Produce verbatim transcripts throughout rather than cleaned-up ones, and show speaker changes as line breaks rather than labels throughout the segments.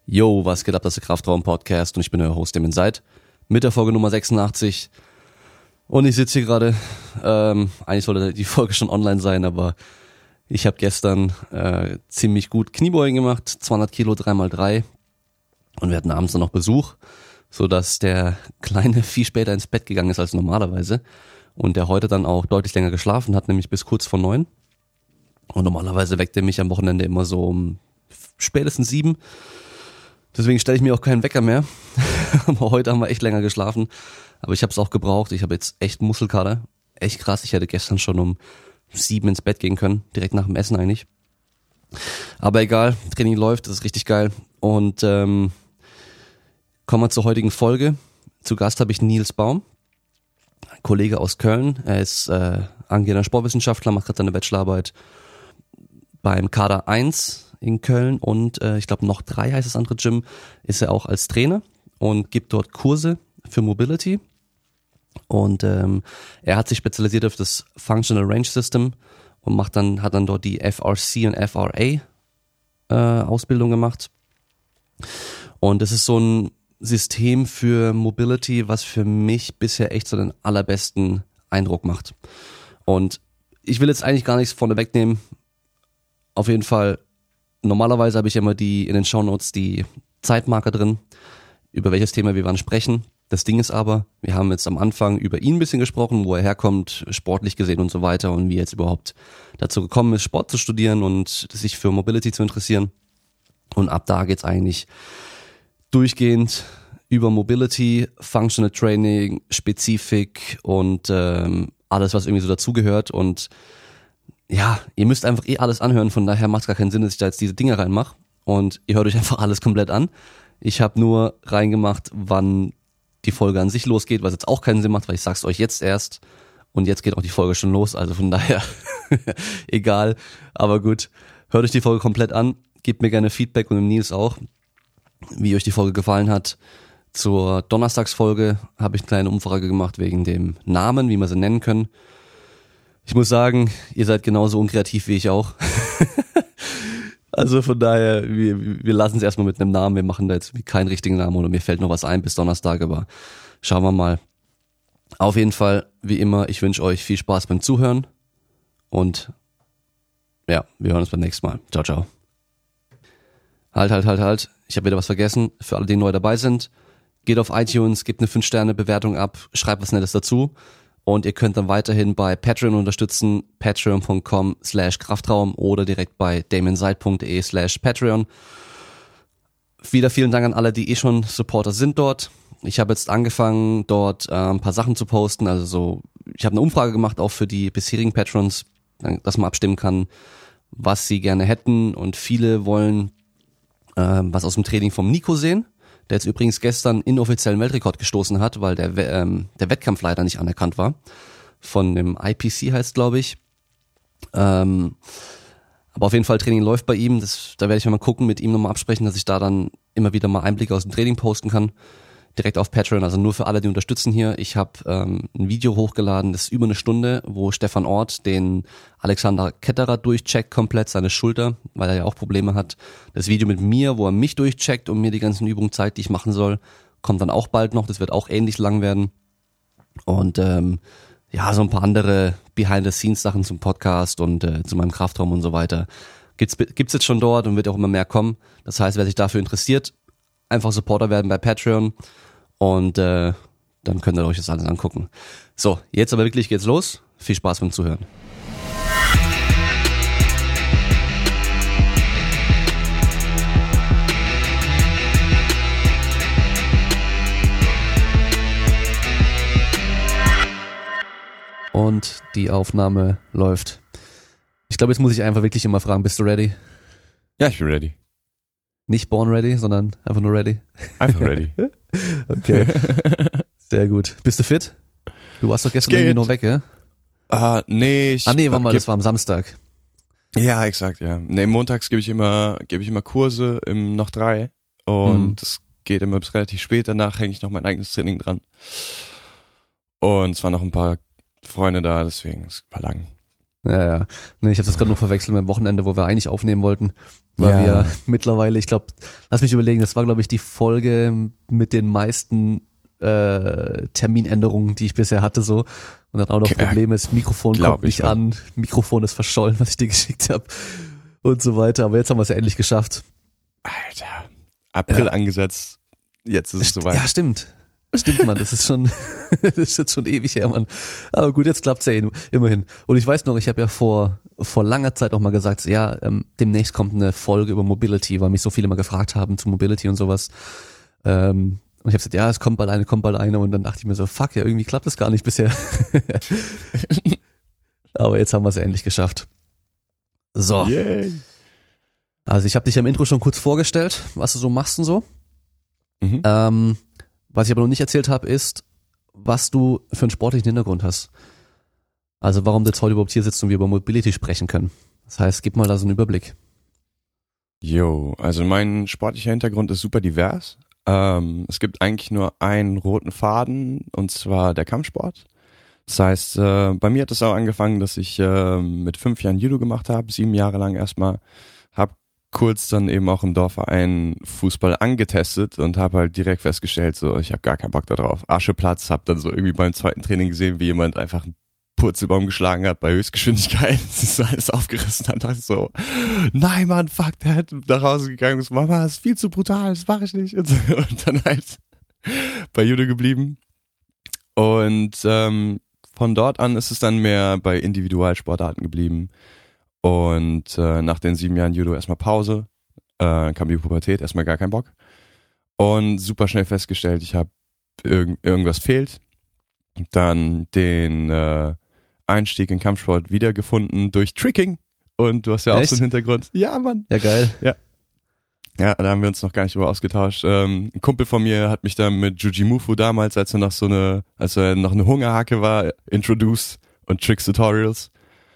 Yo, was geht ab, das ist der Kraftraum-Podcast und ich bin euer Host, Damon Seid, mit der Folge Nummer sechsundachtzig und ich sitze hier gerade, ähm, eigentlich sollte die Folge schon online sein, aber ich habe gestern äh, ziemlich gut Kniebeugen gemacht, zweihundert Kilo, drei mal drei und wir hatten abends dann noch Besuch, sodass der Kleine viel später ins Bett gegangen ist als normalerweise und der heute dann auch deutlich länger geschlafen hat, nämlich bis kurz vor neun und normalerweise weckt er mich am Wochenende immer so um spätestens sieben. Deswegen stelle ich mir auch keinen Wecker mehr. Aber heute haben wir echt länger geschlafen. Aber ich habe es auch gebraucht. Ich habe jetzt echt Muskelkater. Echt krass. Ich hätte gestern schon um sieben ins Bett gehen können. Direkt nach dem Essen eigentlich. Aber egal. Training läuft. Das ist richtig geil. Und ähm, kommen wir zur heutigen Folge. Zu Gast habe ich Nils Baum. Ein Kollege aus Köln. Er ist äh, angehender Sportwissenschaftler, macht gerade seine Bachelorarbeit beim Kader eins in Köln und äh, ich glaube noch drei heißt das andere Gym, ist er auch als Trainer und gibt dort Kurse für Mobility und ähm, er hat sich spezialisiert auf das Functional Range System und macht dann hat dann dort die F R C und F R A äh, Ausbildung gemacht und es ist so ein System für Mobility, was für mich bisher echt so den allerbesten Eindruck macht und ich will jetzt eigentlich gar nichts vorne wegnehmen. Auf jeden Fall, normalerweise habe ich immer die in den Shownotes die Zeitmarker drin, über welches Thema wir wann sprechen. Das Ding ist aber, wir haben jetzt am Anfang über ihn ein bisschen gesprochen, wo er herkommt, sportlich gesehen und so weiter und wie er jetzt überhaupt dazu gekommen ist, Sport zu studieren und sich für Mobility zu interessieren. Und ab da geht's eigentlich durchgehend über Mobility, Functional Training, Spezifik und ähm, alles, was irgendwie so dazugehört und ja, ihr müsst einfach eh alles anhören, von daher macht es gar keinen Sinn, dass ich da jetzt diese Dinge reinmache und ihr hört euch einfach alles komplett an. Ich habe nur reingemacht, wann die Folge an sich losgeht, was jetzt auch keinen Sinn macht, weil ich sag's euch jetzt erst und jetzt geht auch die Folge schon los, also von daher egal, aber gut, hört euch die Folge komplett an, gebt mir gerne Feedback und dem Nils auch, wie euch die Folge gefallen hat. Zur Donnerstagsfolge habe ich eine kleine Umfrage gemacht wegen dem Namen, wie wir sie nennen können. Ich muss sagen, ihr seid genauso unkreativ wie ich auch. Also von daher, wir, wir lassen es erstmal mit einem Namen. Wir machen da jetzt keinen richtigen Namen oder mir fällt noch was ein bis Donnerstag, aber schauen wir mal. Auf jeden Fall, wie immer, ich wünsche euch viel Spaß beim Zuhören und ja, wir hören uns beim nächsten Mal. Ciao, ciao. Halt, halt, halt, halt. Ich habe wieder was vergessen. Für alle, die neu dabei sind, geht auf iTunes, gebt eine fünf Sterne Bewertung ab, schreibt was Nettes dazu. Und ihr könnt dann weiterhin bei Patreon unterstützen, patreon.com slash Kraftraum oder direkt bei damonseid.de slash Patreon. Wieder vielen Dank an alle, die eh schon Supporter sind dort. Ich habe jetzt angefangen, dort äh, ein paar Sachen zu posten. Also so, ich habe eine Umfrage gemacht, auch für die bisherigen Patrons, dass man abstimmen kann, was sie gerne hätten. Und viele wollen äh, was aus dem Training vom Nico sehen, der jetzt übrigens gestern inoffiziellen Weltrekord gestoßen hat, weil der ähm, der Wettkampfleiter nicht anerkannt war. Von dem I P C heißt, glaube ich. Ähm, aber auf jeden Fall, Training läuft bei ihm. Das, da werde ich mal gucken, mit ihm nochmal absprechen, dass ich da dann immer wieder mal Einblicke aus dem Training posten kann. Direkt auf Patreon, also nur für alle, die unterstützen hier. Ich habe ähm, ein Video hochgeladen, das ist über eine Stunde, wo Stefan Ort den Alexander Ketterer durchcheckt komplett, seine Schulter, weil er ja auch Probleme hat. Das Video mit mir, wo er mich durchcheckt und mir die ganzen Übungen zeigt, die ich machen soll, kommt dann auch bald noch. Das wird auch ähnlich lang werden. Und ähm, ja, so ein paar andere Behind-the-Scenes-Sachen zum Podcast und äh, zu meinem Kraftraum und so weiter. Gibt's, gibt's jetzt schon dort und wird auch immer mehr kommen. Das heißt, wer sich dafür interessiert, einfach Supporter werden bei Patreon. Und äh, dann könnt ihr euch das alles angucken. So, jetzt aber wirklich geht's los. Viel Spaß beim Zuhören. Und die Aufnahme läuft. Ich glaube, jetzt muss ich einfach wirklich immer fragen, bist du ready?
Ja, ich bin ready.
Nicht born ready, sondern einfach nur ready?
Einfach ready.
Okay, sehr gut. Bist du fit? Du warst doch gestern irgendwie noch weg, ja?
Ah, nee. Ich,
ah, nee, warte mal, das war am Samstag.
Ja, exakt, ja. Nee, montags gebe ich immer, gebe ich immer Kurse im noch drei und mhm. das geht immer bis relativ spät. Danach hänge ich noch mein eigenes Training dran. Und es waren noch ein paar Freunde da, deswegen ist es war lang.
Ja, ja. Nee, ich habe das gerade nur verwechselt mit dem Wochenende, wo wir eigentlich aufnehmen wollten, weil
Ja.
wir mittlerweile, ich glaube, lass mich überlegen, das war, glaube ich, die Folge mit den meisten äh, Terminänderungen, die ich bisher hatte, so. Und dann auch noch
Okay,
Probleme, das Mikrofon
glaub
kommt nicht
ich, ja.
an, Mikrofon ist verschollen, was ich dir geschickt habe und so weiter. Aber jetzt haben wir es ja endlich geschafft.
Alter, April
Ja.
angesetzt, jetzt ist es
St-
soweit.
Ja, stimmt. Stimmt, Mann, das ist schon, das ist jetzt schon ewig her, Mann. Aber gut, jetzt klappt's ja eh, immerhin. Und ich weiß noch, ich habe ja vor vor langer Zeit auch mal gesagt, ja, ähm, demnächst kommt eine Folge über Mobility, weil mich so viele mal gefragt haben zu Mobility und sowas. Ähm, und ich habe gesagt, ja, es kommt bald eine, kommt bald eine. Und dann dachte ich mir so, fuck, ja, irgendwie klappt das gar nicht bisher. Aber jetzt haben wir es ja endlich geschafft. So,
Yay.
also ich habe dich ja im Intro schon kurz vorgestellt, was du so machst und so.
Mhm.
Ähm, was ich aber noch nicht erzählt habe, ist, was du für einen sportlichen Hintergrund hast. Also warum du jetzt heute überhaupt hier sitzt und wir über Mobility sprechen können. Das heißt, gib mal da so einen Überblick.
Jo, also mein sportlicher Hintergrund ist super divers. Ähm, es gibt eigentlich nur einen roten Faden, und zwar der Kampfsport. Das heißt, äh, bei mir hat es auch angefangen, dass ich äh, mit fünf Jahren Judo gemacht habe, sieben Jahre lang erstmal, habe kurz dann eben auch im Dorfverein Fußball angetestet und habe halt direkt festgestellt, so ich habe gar keinen Bock da drauf. Ascheplatz, habe dann so irgendwie beim zweiten Training gesehen, wie jemand einfach einen Purzelbaum geschlagen hat bei Höchstgeschwindigkeit, das ist alles aufgerissen hat, dachte ich so, nein Mann, fuck, der hat nach Hause gegangen und so, Mama, das ist viel zu brutal, das mache ich nicht. Und, so, und dann halt bei Judo geblieben. Und ähm, von dort an ist es dann mehr bei Individualsportarten geblieben. Und äh, nach den sieben Jahren Judo erstmal Pause, äh, kam die Pubertät, erstmal gar keinen Bock. Und super schnell festgestellt, ich habe irg- irgendwas fehlt. Dann den äh, Einstieg in Kampfsport wiedergefunden durch Tricking. Und du hast ja auch
Echt?
so einen Hintergrund. Ja, Mann.
Ja, geil.
Ja, da haben wir uns noch gar nicht drüber ausgetauscht. Ähm, ein Kumpel von mir hat mich dann mit Jujimufu damals, als er noch so eine, als er noch eine Hungerhake war, introduced und Tricks-Tutorials.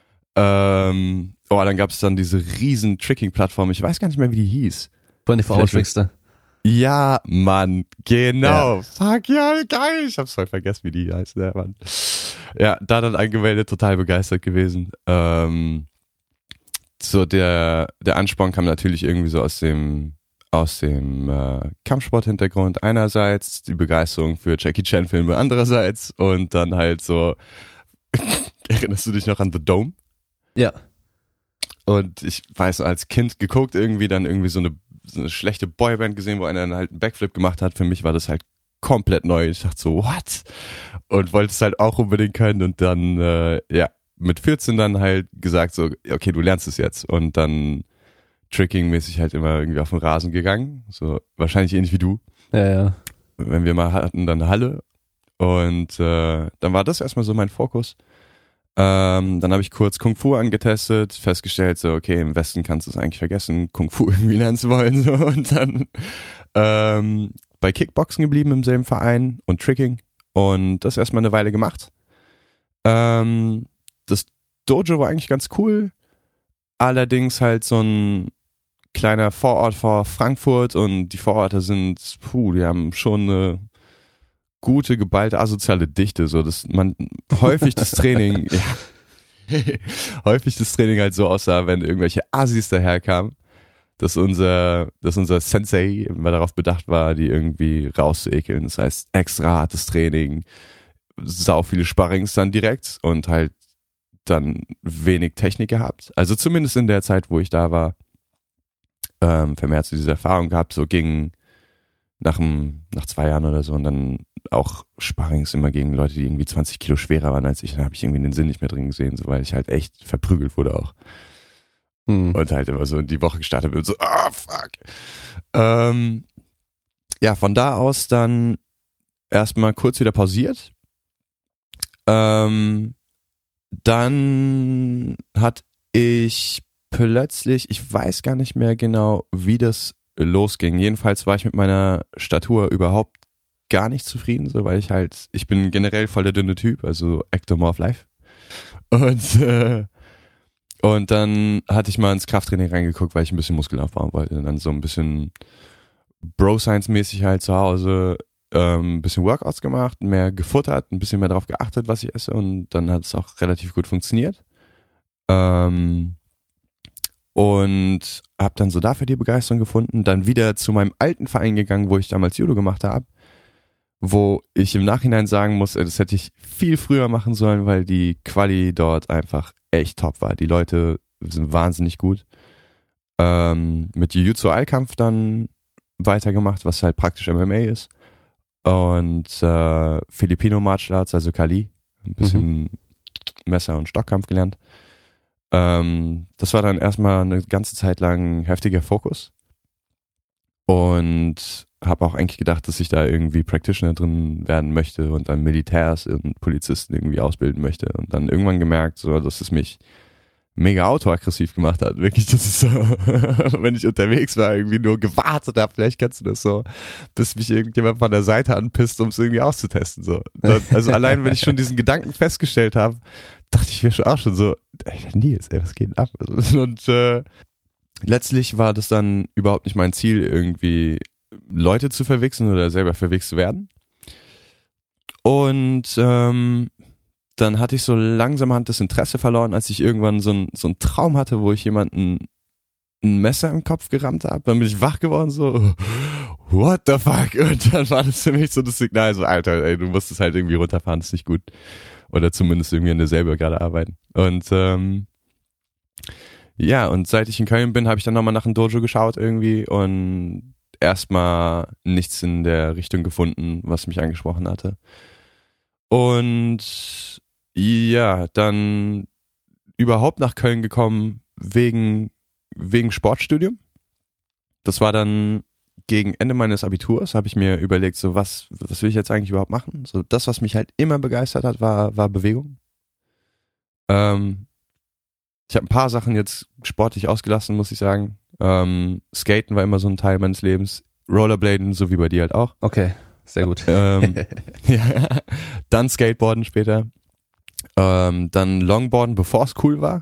Ähm, oh, dann gab es dann diese riesen Tricking-Plattform. Ich weiß gar nicht mehr, wie die hieß.
vierundzwanzig Hour Trickster.
Ja, Mann, genau. Fuck, ja, geil. Ich hab's voll vergessen, wie die heißt, ja, Mann. Ja, da dann angemeldet, total begeistert gewesen. Ähm, so der, der Ansporn kam natürlich irgendwie so aus dem, aus dem äh, Kampfsport-Hintergrund einerseits, die Begeisterung für Jackie Chan-Filme andererseits und dann halt so, erinnerst du dich noch an The Dome?
Ja.
Und ich weiß, als Kind geguckt irgendwie, dann irgendwie so eine, so eine schlechte Boyband gesehen, wo einer dann halt einen Backflip gemacht hat. Für mich war das halt komplett neu. Ich dachte so, what? Und wollte es halt auch unbedingt können. Und dann, äh, ja, mit vierzehn dann halt gesagt so, okay, du lernst es jetzt. Und dann Tricking-mäßig halt immer irgendwie auf den Rasen gegangen. So wahrscheinlich ähnlich wie du.
Ja, ja.
Wenn wir mal hatten, dann eine Halle. Und äh, dann war das erstmal so mein Fokus. Ähm, dann habe ich kurz Kung Fu angetestet, festgestellt, so okay, im Westen kannst du es eigentlich vergessen, Kung Fu irgendwie lernen zu wollen. So. Und dann ähm, bei Kickboxen geblieben im selben Verein und Tricking und das erstmal eine Weile gemacht. Ähm, das Dojo war eigentlich ganz cool, allerdings halt so ein kleiner Vorort vor Frankfurt und die Vororte sind, puh, die haben schon eine gute, geballte asoziale Dichte, so dass man häufig das Training, ja, häufig das Training halt so aussah, wenn irgendwelche Assis daherkamen, dass unser, dass unser Sensei immer darauf bedacht war, die irgendwie rauszuekeln. Das heißt, extra hartes Training, sau viele Sparrings dann direkt und halt dann wenig Technik gehabt. Also zumindest in der Zeit, wo ich da war, ähm, vermehrt so diese Erfahrung gehabt, so ging nach, dem, nach zwei Jahren oder so und dann auch Sparrings immer gegen Leute, die irgendwie zwanzig Kilo schwerer waren als ich. Dann habe ich irgendwie den Sinn nicht mehr drin gesehen, so, weil ich halt echt verprügelt wurde auch.
Hm.
Und halt immer so in die Woche gestartet bin, so, ah, oh, fuck. Ähm, ja, von da aus dann erstmal kurz wieder pausiert. Ähm, dann hat ich plötzlich, ich weiß gar nicht mehr genau, wie das losging. Jedenfalls war ich mit meiner Statur überhaupt gar nicht zufrieden, so, weil ich halt, ich bin generell voll der dünne Typ, also Ectomorph Life. Und, äh, und dann hatte ich mal ins Krafttraining reingeguckt, weil ich ein bisschen Muskeln aufbauen wollte. Und dann so ein bisschen Bro-Science-mäßig halt zu Hause ähm, ein bisschen Workouts gemacht, mehr gefuttert, ein bisschen mehr darauf geachtet, was ich esse und dann hat es auch relativ gut funktioniert. Ähm, und habe dann so dafür die Begeisterung gefunden. Dann wieder zu meinem alten Verein gegangen, wo ich damals Judo gemacht habe. Wo ich im Nachhinein sagen muss, das hätte ich viel früher machen sollen, weil die Quali dort einfach echt top war. Die Leute sind wahnsinnig gut. Ähm, mit Jiu-Jitsu-Eilkampf dann weitergemacht, was halt praktisch M M A ist. Und äh, Filipino Martial Arts, also Kali. Ein bisschen mhm. Messer- und Stockkampf gelernt. Ähm, das war dann erstmal eine ganze Zeit lang heftiger Fokus. Und habe auch eigentlich gedacht, dass ich da irgendwie Practitioner drin werden möchte und dann Militärs und Polizisten irgendwie ausbilden möchte. Und dann irgendwann gemerkt, so, dass es mich mega autoaggressiv gemacht hat. Wirklich, das ist so, wenn ich unterwegs war, irgendwie nur gewartet habe, vielleicht kennst du das so, bis mich irgendjemand von der Seite anpisst, um es irgendwie auszutesten. So. Also allein, wenn ich schon diesen Gedanken festgestellt habe, dachte ich mir schon auch schon so, ey, Nils, ey, was geht denn ab? Und äh, letztlich war das dann überhaupt nicht mein Ziel, irgendwie Leute zu verwichsen oder selber verwichst zu werden. Und ähm, dann hatte ich so langsamerhand das Interesse verloren, als ich irgendwann so, ein, so einen Traum hatte, wo ich jemanden ein Messer im Kopf gerammt habe. Dann bin ich wach geworden, so, what the fuck? Und dann war das für mich so das Signal, so, Alter, ey, du musst es halt irgendwie runterfahren, das ist nicht gut. Oder zumindest irgendwie an dir selber gerade arbeiten. Und ähm, ja, und seit ich in Köln bin, habe ich dann nochmal nach einem Dojo geschaut irgendwie und erstmal nichts in der Richtung gefunden, was mich angesprochen hatte. Und ja, dann überhaupt nach Köln gekommen wegen, wegen Sportstudium. Das war dann gegen Ende meines Abiturs, habe ich mir überlegt, so was, was will ich jetzt eigentlich überhaupt machen? So das, was mich halt immer begeistert hat, war, war Bewegung. Ähm, ich habe ein paar Sachen jetzt sportlich ausgelassen, muss ich sagen. Ähm, Skaten war immer so ein Teil meines Lebens. Rollerbladen, so wie bei dir halt auch.
Okay, sehr gut.
Ähm, ja, dann Skateboarden später. Ähm, dann Longboarden, bevor es cool war.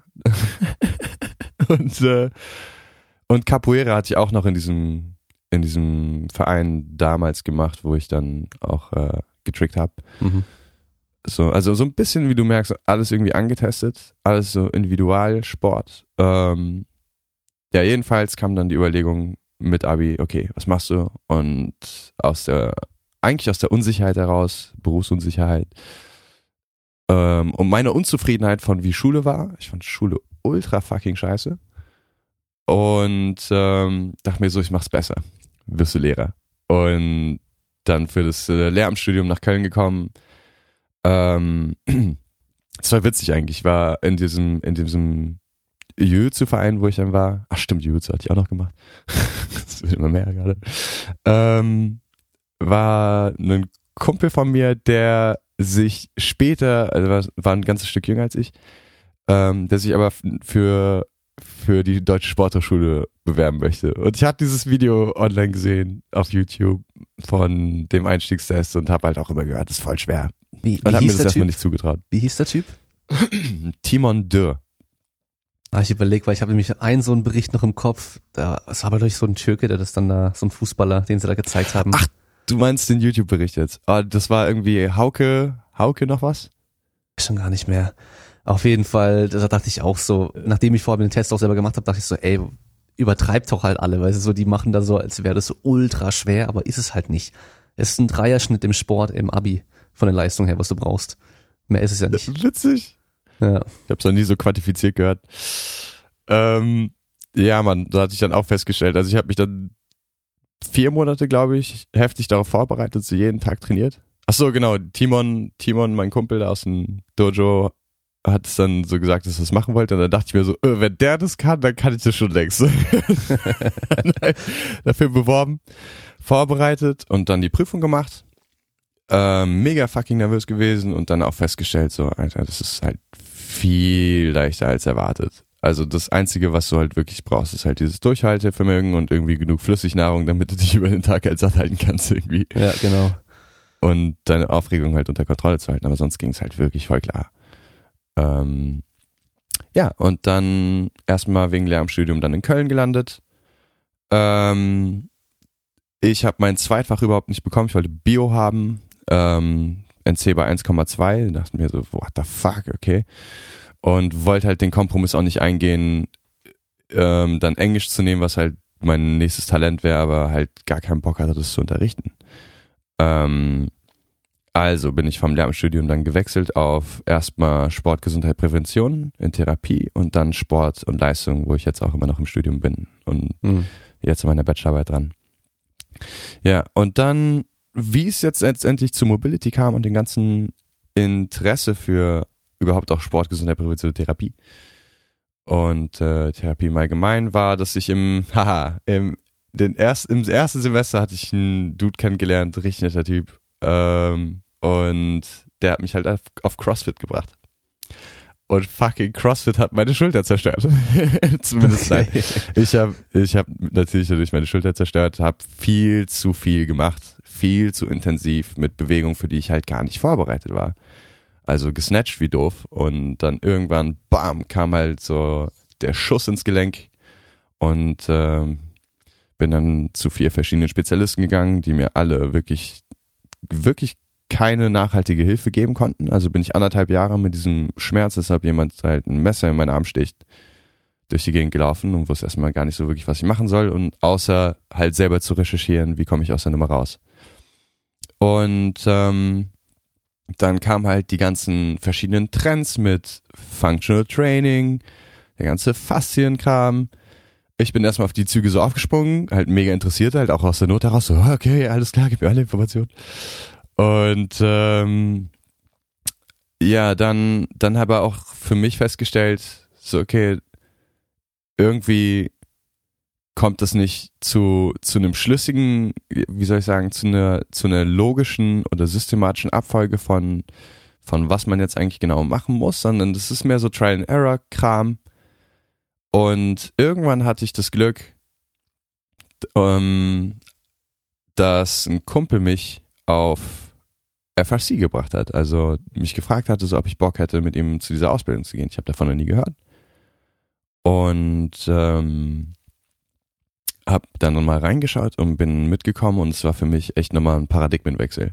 und, äh, und Capoeira hatte ich auch noch in diesem, in diesem Verein damals gemacht, wo ich dann auch äh, getrickt habe. Mhm. So, also so ein bisschen, wie du merkst, alles irgendwie angetestet, alles so Individualsport. Ähm, ja, jedenfalls kam dann die Überlegung mit Abi, okay, was machst du? Und aus der, eigentlich aus der Unsicherheit heraus, Berufsunsicherheit, ähm, und meine Unzufriedenheit von wie Schule war. Ich fand Schule ultra fucking scheiße. Und ähm, dachte mir so, ich mach's besser. Wirst du Lehrer. Und dann für das äh, Lehramtsstudium nach Köln gekommen. Ähm, das war witzig eigentlich. Ich war in diesem, in diesem Jiu-Jitsu-Verein, wo ich dann war. Ach stimmt, Jiu-Jitsu hatte ich auch noch gemacht. Das wird immer mehr gerade. Ähm, war ein Kumpel von mir, der sich später, also war, war ein ganzes Stück jünger als ich, ähm, der sich aber für für die Deutsche Sporthochschule bewerben möchte. Und ich habe dieses Video online gesehen auf YouTube von dem Einstiegstest und habe halt auch immer gehört, das ist voll schwer.
Wie,
und
wie
habe mir
hieß
das
der
erstmal
Typ?
nicht zugetraut.
Wie hieß der Typ?
Timon Dürr.
Ah, ich überlege, weil ich habe nämlich einen so einen Bericht noch im Kopf. Da, das war aber durch so ein Türke, der das dann da, so ein Fußballer, den sie da gezeigt haben.
Ach, du meinst den YouTube-Bericht jetzt? Oh, das war irgendwie Hauke, Hauke noch was?
Schon gar nicht mehr. Auf jeden Fall, da dachte ich auch so, nachdem ich vorher den Test auch selber gemacht habe, dachte ich so, ey, übertreibt doch halt alle, weil sie so, die machen da so, als wäre das so ultra schwer, aber ist es halt nicht. Es ist ein Dreierschnitt im Sport, im Abi, von der Leistung her, was du brauchst. Mehr ist es ja nicht.
Witzig.
Ja.
Ich hab's noch nie so quantifiziert gehört. Ähm, ja, Mann, da hatte ich dann auch festgestellt, also ich habe mich dann vier Monate, glaube ich, heftig darauf vorbereitet, so jeden Tag trainiert. Ach so, genau, Timon, Timon, mein Kumpel da aus dem Dojo, hat es dann so gesagt, dass er das machen wollte. Und dann dachte ich mir so, äh, wenn der das kann, dann kann ich das schon längst. Dafür beworben, vorbereitet und dann die Prüfung gemacht. Ähm, mega fucking nervös gewesen und dann auch festgestellt, so, Alter, das ist halt viel leichter als erwartet. Also das Einzige, was du halt wirklich brauchst, ist halt dieses Durchhaltevermögen und irgendwie genug Flüssignahrung, damit du dich über den Tag halt satt halten kannst irgendwie.
Ja, genau.
Und deine Aufregung halt unter Kontrolle zu halten. Aber sonst ging es halt wirklich voll klar. Ähm, ja, und dann erstmal wegen Lehramtsstudium dann in Köln gelandet. Ähm, ich habe mein Zweitfach überhaupt nicht bekommen. Ich wollte Bio haben. Ähm, N C bei eins Komma zwei. Da dachte mir so, what the fuck, okay. und wollte halt den Kompromiss auch nicht eingehen, ähm, dann Englisch zu nehmen, was halt mein nächstes Talent wäre, aber halt gar keinen Bock hatte, das zu unterrichten. Ähm, also bin ich vom Lehramtsstudium dann gewechselt auf erstmal Sport, Gesundheit, Prävention in Therapie und dann Sport und Leistung, wo ich jetzt auch immer noch im Studium bin und mhm. jetzt in meiner Bachelorarbeit dran. Ja, und dann, wie es jetzt letztendlich zu Mobility kam und den ganzen Interesse für überhaupt auch Sport, Gesundheit, Prävention, Therapie und äh, Therapie im Allgemeinen war, dass ich im, haha, im, den erst, im ersten Semester hatte ich einen Dude kennengelernt, richtig netter Typ, ähm, und der hat mich halt auf, auf CrossFit gebracht. Und fucking CrossFit hat meine Schulter zerstört. Zumindest okay. Nein. Ich habe ich hab natürlich dadurch meine Schulter zerstört, habe viel zu viel gemacht, viel zu intensiv mit Bewegung, für die ich halt gar nicht vorbereitet war. Also gesnatcht wie doof und dann irgendwann, bam, kam halt so der Schuss ins Gelenk und ähm, bin dann zu vier verschiedenen Spezialisten gegangen, die mir alle wirklich, wirklich keine nachhaltige Hilfe geben konnten. Also bin ich anderthalb Jahre mit diesem Schmerz, weshalb jemand halt ein Messer in meinen Arm sticht, durch die Gegend gelaufen und wusste erstmal gar nicht so wirklich, was ich machen soll und außer halt selber zu recherchieren, wie komme ich aus der Nummer raus. Und ähm, dann kamen halt die ganzen verschiedenen Trends mit Functional Training, der ganze Faszienkram. Ich bin erstmal auf die Züge so aufgesprungen, halt mega interessiert, halt auch aus der Not heraus, so okay, alles klar, gib mir alle Informationen. Und ähm, ja, dann dann habe ich auch für mich festgestellt, so okay, irgendwie kommt das nicht zu zu einem schlüssigen, wie soll ich sagen, zu einer zu einer logischen oder systematischen Abfolge von von was man jetzt eigentlich genau machen muss, sondern das ist mehr so Trial-and-Error-Kram. Und irgendwann hatte ich das Glück, ähm, dass ein Kumpel mich auf F R C gebracht hat, also mich gefragt hatte, so ob ich Bock hätte, mit ihm zu dieser Ausbildung zu gehen. Ich habe davon noch nie gehört. Und ähm, habe dann nochmal reingeschaut und bin mitgekommen und es war für mich echt nochmal ein Paradigmenwechsel.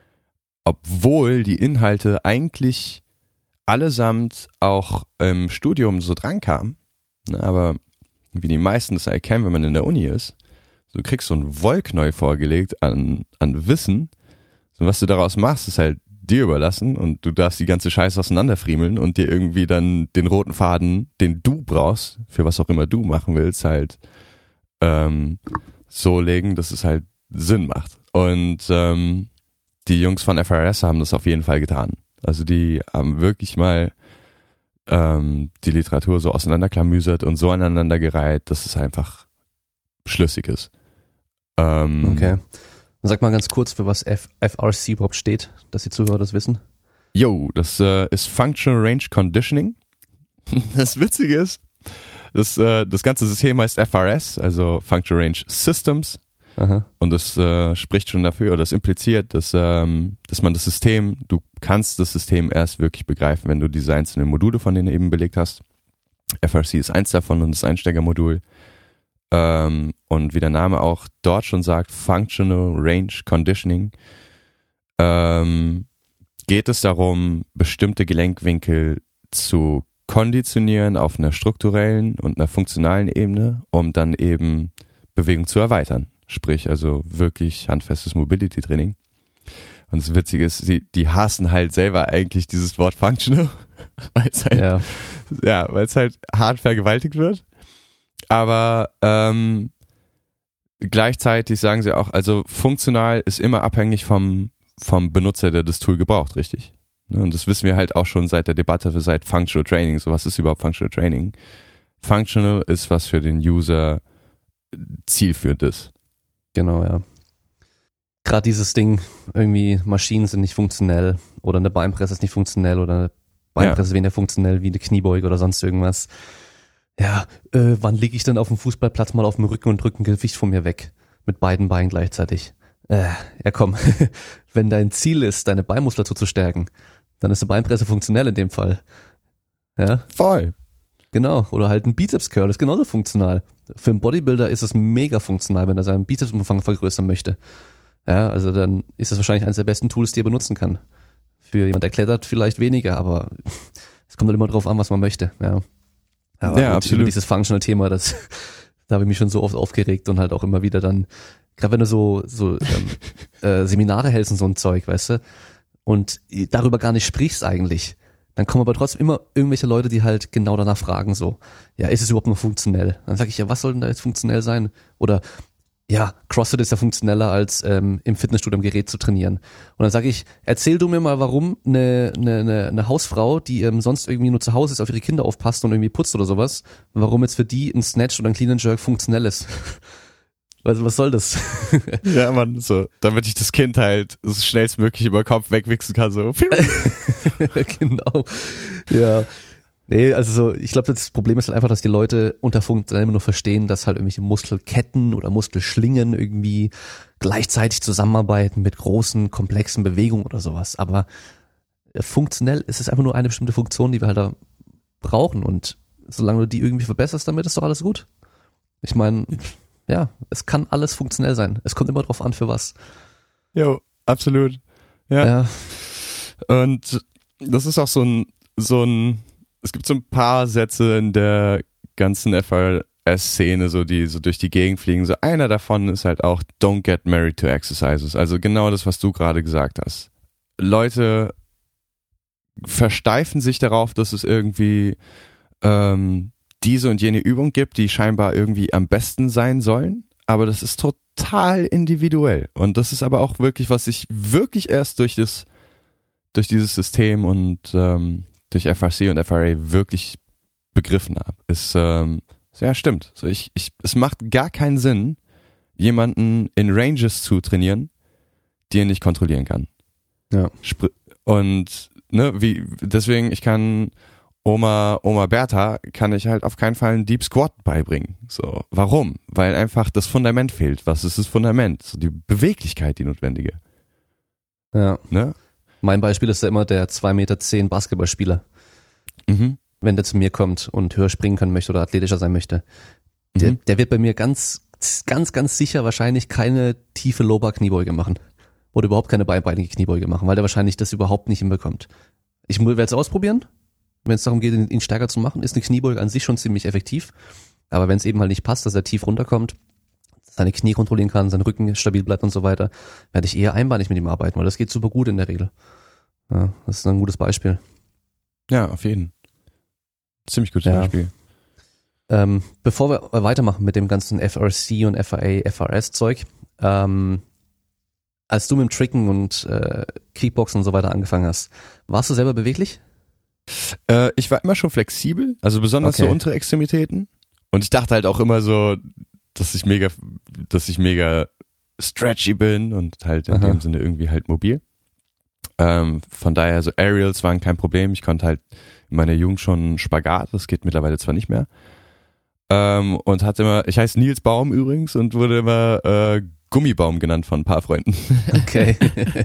Obwohl die Inhalte eigentlich allesamt auch im Studium so drankamen, ne, aber wie die meisten das erkennen, wenn man in der Uni ist, so, du kriegst so ein Wollknäuel vorgelegt an, an Wissen. Und was du daraus machst, ist halt dir überlassen und du darfst die ganze Scheiße auseinanderfriemeln und dir irgendwie dann den roten Faden, den du brauchst, für was auch immer du machen willst, halt ähm, so legen, dass es halt Sinn macht. Und ähm, die Jungs von F R S haben das auf jeden Fall getan. Also die haben wirklich mal ähm, die Literatur so auseinanderklamüsert und so aneinandergereiht, dass es einfach schlüssig ist. Ähm,
okay. Sag mal ganz kurz, für was F- FRC überhaupt steht, dass die Zuhörer das wissen.
Jo, das äh, ist Functional Range Conditioning. Das Witzige ist, das, äh, das ganze System heißt F R S, also Functional Range Systems. Aha. Und das äh, spricht schon dafür, oder das impliziert, dass, ähm, dass man das System, du kannst das System erst wirklich begreifen, wenn du diese einzelnen Module von denen eben belegt hast. F R C ist eins davon und das Einsteigermodul. Ähm, und wie der Name auch dort schon sagt, Functional Range Conditioning, ähm, geht es darum, bestimmte Gelenkwinkel zu konditionieren auf einer strukturellen und einer funktionalen Ebene, um dann eben Bewegung zu erweitern. Sprich, also wirklich handfestes Mobility-Training. Und das Witzige ist, die, die hassen halt selber eigentlich dieses Wort Functional, weil es halt, ja. Ja, weil es halt hart vergewaltigt wird. Aber ähm, gleichzeitig sagen sie auch, also funktional ist immer abhängig vom, vom Benutzer, der das Tool gebraucht, richtig? Und das wissen wir halt auch schon seit der Debatte, seit Functional Training. So, was ist überhaupt Functional Training? Functional ist, was für den User zielführend ist.
Genau, ja. Gerade dieses Ding, irgendwie Maschinen sind nicht funktionell oder eine Beinpresse ist nicht funktionell oder eine Beinpresse ja. ist weniger funktionell wie eine Kniebeuge oder sonst irgendwas. Ja, äh, wann liege ich denn auf dem Fußballplatz mal auf dem Rücken und drücke ein Gewicht von mir weg? Mit beiden Beinen gleichzeitig. Äh, ja komm, wenn dein Ziel ist, deine Beinmuskulatur zu stärken, dann ist eine Beinpresse funktionell in dem Fall. Ja?
Voll.
Genau, oder halt ein Bizeps-Curl ist genauso funktional. Für einen Bodybuilder ist es mega funktional, wenn er seinen Bizepsumfang vergrößern möchte. Ja, also dann ist das wahrscheinlich eines der besten Tools, die er benutzen kann. Für jemand, der klettert, vielleicht weniger, aber es kommt halt immer drauf an, was man möchte, ja. Aber
Ja,
gut,
absolut.
über dieses Functional-Thema, das, da habe ich mich schon so oft aufgeregt und halt auch immer wieder dann, gerade wenn du so, so ähm, äh, Seminare hältst und so ein Zeug, weißt du, und darüber gar nicht sprichst eigentlich, dann kommen aber trotzdem immer irgendwelche Leute, die halt genau danach fragen so, ja, ist es überhaupt noch funktionell? Dann sage ich, ja, was soll denn da jetzt funktionell sein? Oder ja, CrossFit ist ja funktioneller als ähm, im Fitnessstudio am Gerät zu trainieren. Und dann sage ich, erzähl du mir mal, warum eine, eine, eine, eine Hausfrau, die ähm, sonst irgendwie nur zu Hause ist, auf ihre Kinder aufpasst und irgendwie putzt oder sowas, warum jetzt für die ein Snatch oder ein Clean and Jerk funktionell ist. Also was soll das?
Ja, man, so, damit ich das Kind halt so schnellstmöglich über den Kopf wegwichsen kann, so.
Genau. Ja. Nee, also so, ich glaube, das Problem ist halt einfach, dass die Leute unter funktionell immer nur verstehen, dass halt irgendwelche Muskelketten oder Muskelschlingen irgendwie gleichzeitig zusammenarbeiten mit großen, komplexen Bewegungen oder sowas. Aber funktionell ist es einfach nur eine bestimmte Funktion, die wir halt da brauchen. Und solange du die irgendwie verbesserst, damit ist doch alles gut. Ich meine, ja, es kann alles funktionell sein. Es kommt immer drauf an, für was.
Jo, absolut. Ja.
Ja.
Und das ist auch so ein, so ein, es gibt so ein paar Sätze in der ganzen F R S-Szene, so die so durch die Gegend fliegen. So einer davon ist halt auch Don't get married to exercises. Also genau das, was du gerade gesagt hast. Leute versteifen sich darauf, dass es irgendwie ähm, diese und jene Übung gibt, die scheinbar irgendwie am besten sein sollen. Aber das ist total individuell. Und das ist aber auch wirklich, was ich wirklich erst durch das, durch dieses System und ähm, durch F R C und F R A wirklich begriffen habe. Ist, ähm, ja, stimmt. So, ich, ich, es macht gar keinen Sinn, jemanden in Ranges zu trainieren, die er nicht kontrollieren kann.
Ja.
Und, ne, wie, deswegen, ich kann Oma, Oma Bertha kann ich halt auf keinen Fall einen Deep Squat beibringen. So, warum? Weil einfach das Fundament fehlt. Was ist das Fundament? So die Beweglichkeit, die notwendige.
Ja.
Ne?
Mein Beispiel ist ja immer der zwei Meter zehn Basketballspieler.
Mhm.
Wenn der zu mir kommt und höher springen können möchte oder athletischer sein möchte. Der,
Mhm.
der wird bei mir ganz, ganz, ganz sicher wahrscheinlich keine tiefe Low-Bar-Kniebeuge machen. Oder überhaupt keine beibeinige Kniebeuge machen, weil der wahrscheinlich das überhaupt nicht hinbekommt. Ich werde es ausprobieren, wenn es darum geht, ihn stärker zu machen, ist eine Kniebeuge an sich schon ziemlich effektiv. Aber wenn es eben halt nicht passt, dass er tief runterkommt, seine Knie kontrollieren kann, sein Rücken stabil bleibt und so weiter, werde ich eher einbeinig mit ihm arbeiten, weil das geht super gut in der Regel. Ja, das ist ein gutes Beispiel.
Ja, auf jeden. Ziemlich gutes
Ja.
Beispiel.
Ähm, bevor wir weitermachen mit dem ganzen F R C und F R A, F R S-Zeug, ähm, als du mit dem Tricken und äh, Kickboxen und so weiter angefangen hast, warst du selber beweglich?
Äh, ich war immer schon flexibel, also besonders
Okay.
so untere Extremitäten. Und ich dachte halt auch immer so, dass ich mega, dass ich mega stretchy bin und halt in
Aha.
dem Sinne irgendwie halt mobil. Ähm, von daher, so Aerials waren kein Problem. Ich konnte halt in meiner Jugend schon Spagat, das geht mittlerweile zwar nicht mehr. Ähm, und hatte immer, ich heiße Nils Baum übrigens und wurde immer äh, Gummibaum genannt von ein paar Freunden.
Okay.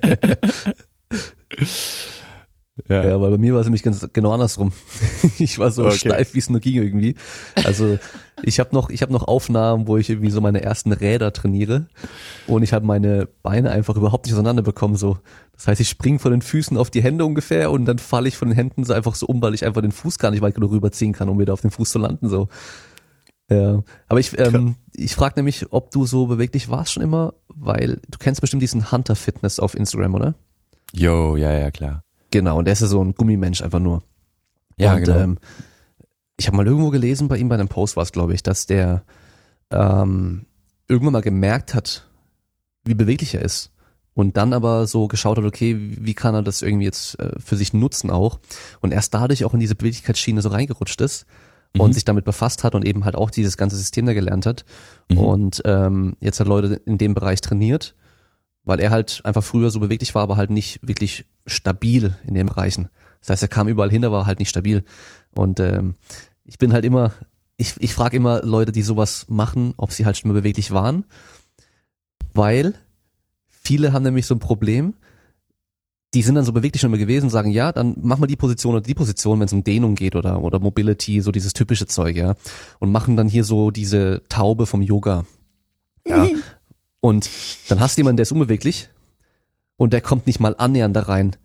Ja.
Ja, aber bei mir war es nämlich ganz genau andersrum. Ich war so
Okay.
steif, wie es nur ging irgendwie. Also ich habe noch, ich habe noch Aufnahmen, wo ich irgendwie so meine ersten Räder trainiere und ich habe meine Beine einfach überhaupt nicht auseinander bekommen. So, das heißt, ich springe von den Füßen auf die Hände ungefähr und dann falle ich von den Händen so einfach so um, weil ich einfach den Fuß gar nicht weit genug rüberziehen kann, um wieder auf den Fuß zu landen. So. Ja, aber ich, ähm, ich frage nämlich, ob du so beweglich warst schon immer, weil du kennst bestimmt diesen Hunter Fitness auf Instagram, oder?
Jo, ja, ja, klar.
Genau, und der ist ja so ein Gummimensch einfach nur.
Ja,
und,
genau.
Ähm, ich habe mal irgendwo gelesen, bei ihm bei einem Post war es, glaube ich, dass der ähm, irgendwann mal gemerkt hat, wie beweglich er ist. Und dann aber so geschaut hat, okay, wie kann er das irgendwie jetzt äh, für sich nutzen auch. Und erst dadurch auch in diese Beweglichkeitsschiene so reingerutscht ist und
Mhm.
sich damit befasst hat und eben halt auch dieses ganze System da gelernt hat.
Mhm.
Und ähm, jetzt hat Leute in dem Bereich trainiert, weil er halt einfach früher so beweglich war, aber halt nicht wirklich stabil in den Bereichen. Das heißt, er kam überall hin, aber halt nicht stabil. Und ähm, ich bin halt immer, ich, ich frage immer Leute, die sowas machen, ob sie halt schon mal beweglich waren, weil viele haben nämlich so ein Problem, die sind dann so beweglich schon mal gewesen, sagen, ja, dann mach mal die Position oder die Position, wenn es um Dehnung geht oder oder Mobility, so dieses typische Zeug, ja. Und machen dann hier so diese Taube vom Yoga. Ja. Und dann hast du jemanden, der ist unbeweglich und der kommt nicht mal annähernd da rein,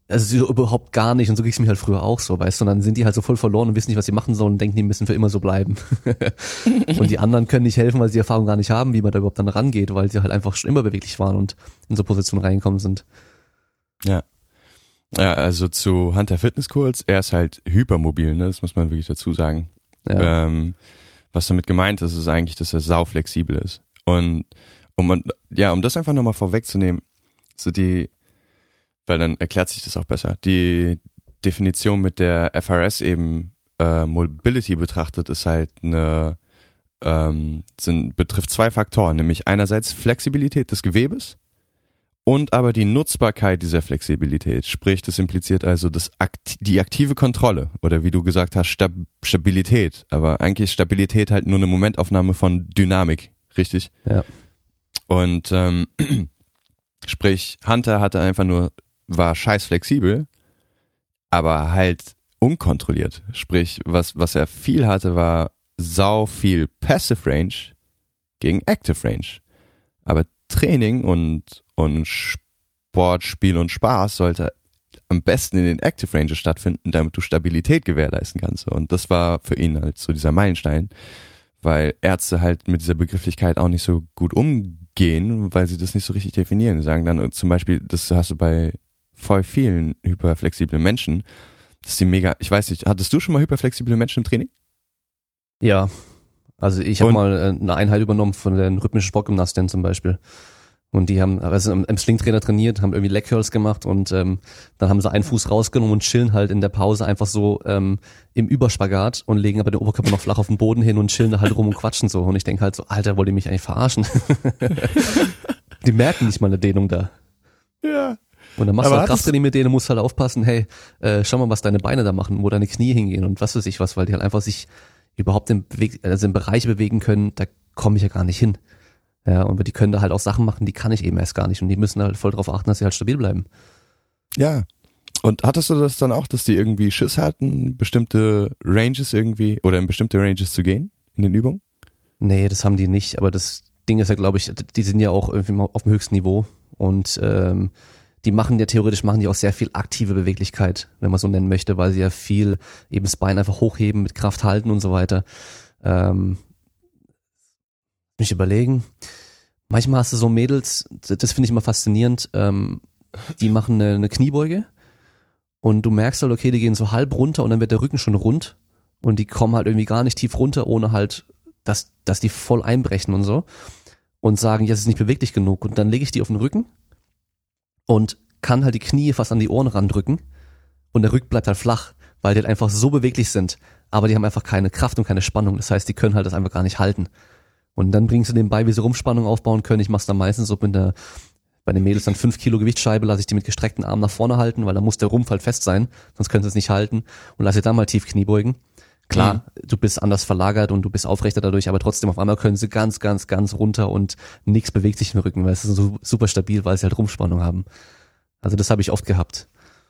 also überhaupt gar nicht und so ging es mir halt früher auch so, weißt du, und dann sind die halt so voll verloren und wissen nicht, was sie machen sollen und denken, die müssen für immer so bleiben. Und die anderen können nicht helfen, weil sie die Erfahrung gar nicht haben, wie man da überhaupt dann rangeht, weil sie halt einfach schon immer beweglich waren und in so Positionen reingekommen sind.
Ja. Ja, also zu Hunter Fitness kurz, er ist halt hypermobil, ne? Das muss man wirklich dazu sagen. Ja. Ähm, was damit gemeint ist, ist eigentlich, dass er sauflexibel ist. Und um ja, um das einfach nochmal vorwegzunehmen, so die, weil dann erklärt sich das auch besser, die Definition mit der F R S eben äh, Mobility betrachtet, ist halt eine, ähm, sind, betrifft zwei Faktoren, nämlich einerseits Flexibilität des Gewebes und aber die Nutzbarkeit dieser Flexibilität, sprich, das impliziert also das Akt, die aktive Kontrolle oder wie du gesagt hast, Stab- Stabilität, aber eigentlich ist Stabilität halt nur eine Momentaufnahme von Dynamik, richtig?
Ja.
Und ähm, sprich, Hunter hatte einfach nur, war scheiß flexibel, aber halt unkontrolliert. Sprich, was, was er viel hatte, war sau viel Passive Range gegen Active Range. Aber Training und, und Sport, Spiel und Spaß sollte am besten in den Active Ranges stattfinden, damit du Stabilität gewährleisten kannst. Und das war für ihn halt so dieser Meilenstein, weil Ärzte halt mit dieser Begrifflichkeit auch nicht so gut umgehen, weil sie das nicht so richtig definieren. Sie sagen dann zum Beispiel, das hast du bei voll vielen hyperflexiblen Menschen, dass die mega, ich weiß nicht, hattest du schon mal hyperflexible Menschen im Training?
Ja, also ich habe mal eine Einheit übernommen von den rhythmischen Sportgymnasten zum Beispiel. Und die haben also im Slingtrainer trainiert, haben irgendwie Leg Curls gemacht und ähm, dann haben sie einen Fuß rausgenommen und chillen halt in der Pause einfach so ähm, im Überspagat und legen aber den Oberkörper noch flach auf den Boden hin und chillen da halt rum und quatschen so. Und ich denke halt so, Alter, wollt ihr mich eigentlich verarschen? Die merken nicht mal eine Dehnung da.
Ja.
Und dann machst aber du halt Krafttraining mit denen, musst halt aufpassen, hey, äh, schau mal, was deine Beine da machen, wo deine Knie hingehen und was weiß ich was, weil die halt einfach sich überhaupt in, Beweg- also in Bereiche bewegen können, da komme ich ja gar nicht hin. Ja, und die können da halt auch Sachen machen, die kann ich eben erst gar nicht und die müssen halt voll darauf achten, dass sie halt stabil bleiben.
Ja. Und hattest du das dann auch, dass die irgendwie Schiss hatten, bestimmte Ranges irgendwie oder in bestimmte Ranges zu gehen in den Übungen?
Nee, das haben die nicht, aber das Ding ist ja, glaube ich, die sind ja auch irgendwie mal auf dem höchsten Niveau und ähm, die machen ja theoretisch machen die auch sehr viel aktive Beweglichkeit, wenn man so nennen möchte, weil sie ja viel eben das Bein einfach hochheben, mit Kraft halten und so weiter. Ähm, mich überlegen. Manchmal hast du so Mädels, das finde ich immer faszinierend, ähm, die machen eine, eine Kniebeuge und du merkst halt, okay, die gehen so halb runter und dann wird der Rücken schon rund und die kommen halt irgendwie gar nicht tief runter, ohne halt, dass, dass die voll einbrechen und so und sagen, jetzt ist nicht beweglich genug und dann lege ich die auf den Rücken und kann halt die Knie fast an die Ohren randrücken und der Rücken bleibt halt flach, weil die halt einfach so beweglich sind, aber die haben einfach keine Kraft und keine Spannung, das heißt, die können halt das einfach gar nicht halten. Und dann bringst du denen bei, wie sie Rumpfspannung aufbauen können. Ich mach's dann meistens so mit der, bei den Mädels dann fünf Kilo Gewichtsscheibe, lasse ich die mit gestreckten Armen nach vorne halten, weil da muss der Rumpf halt fest sein, sonst können sie es nicht halten und lass sie dann mal tief Knie beugen. Klar, mhm. Du bist anders verlagert und du bist aufrechter dadurch, aber trotzdem auf einmal können sie ganz, ganz, ganz runter und nichts bewegt sich im Rücken, weil es ist so super stabil, weil sie halt Rumpfspannung haben. Also das habe ich oft gehabt.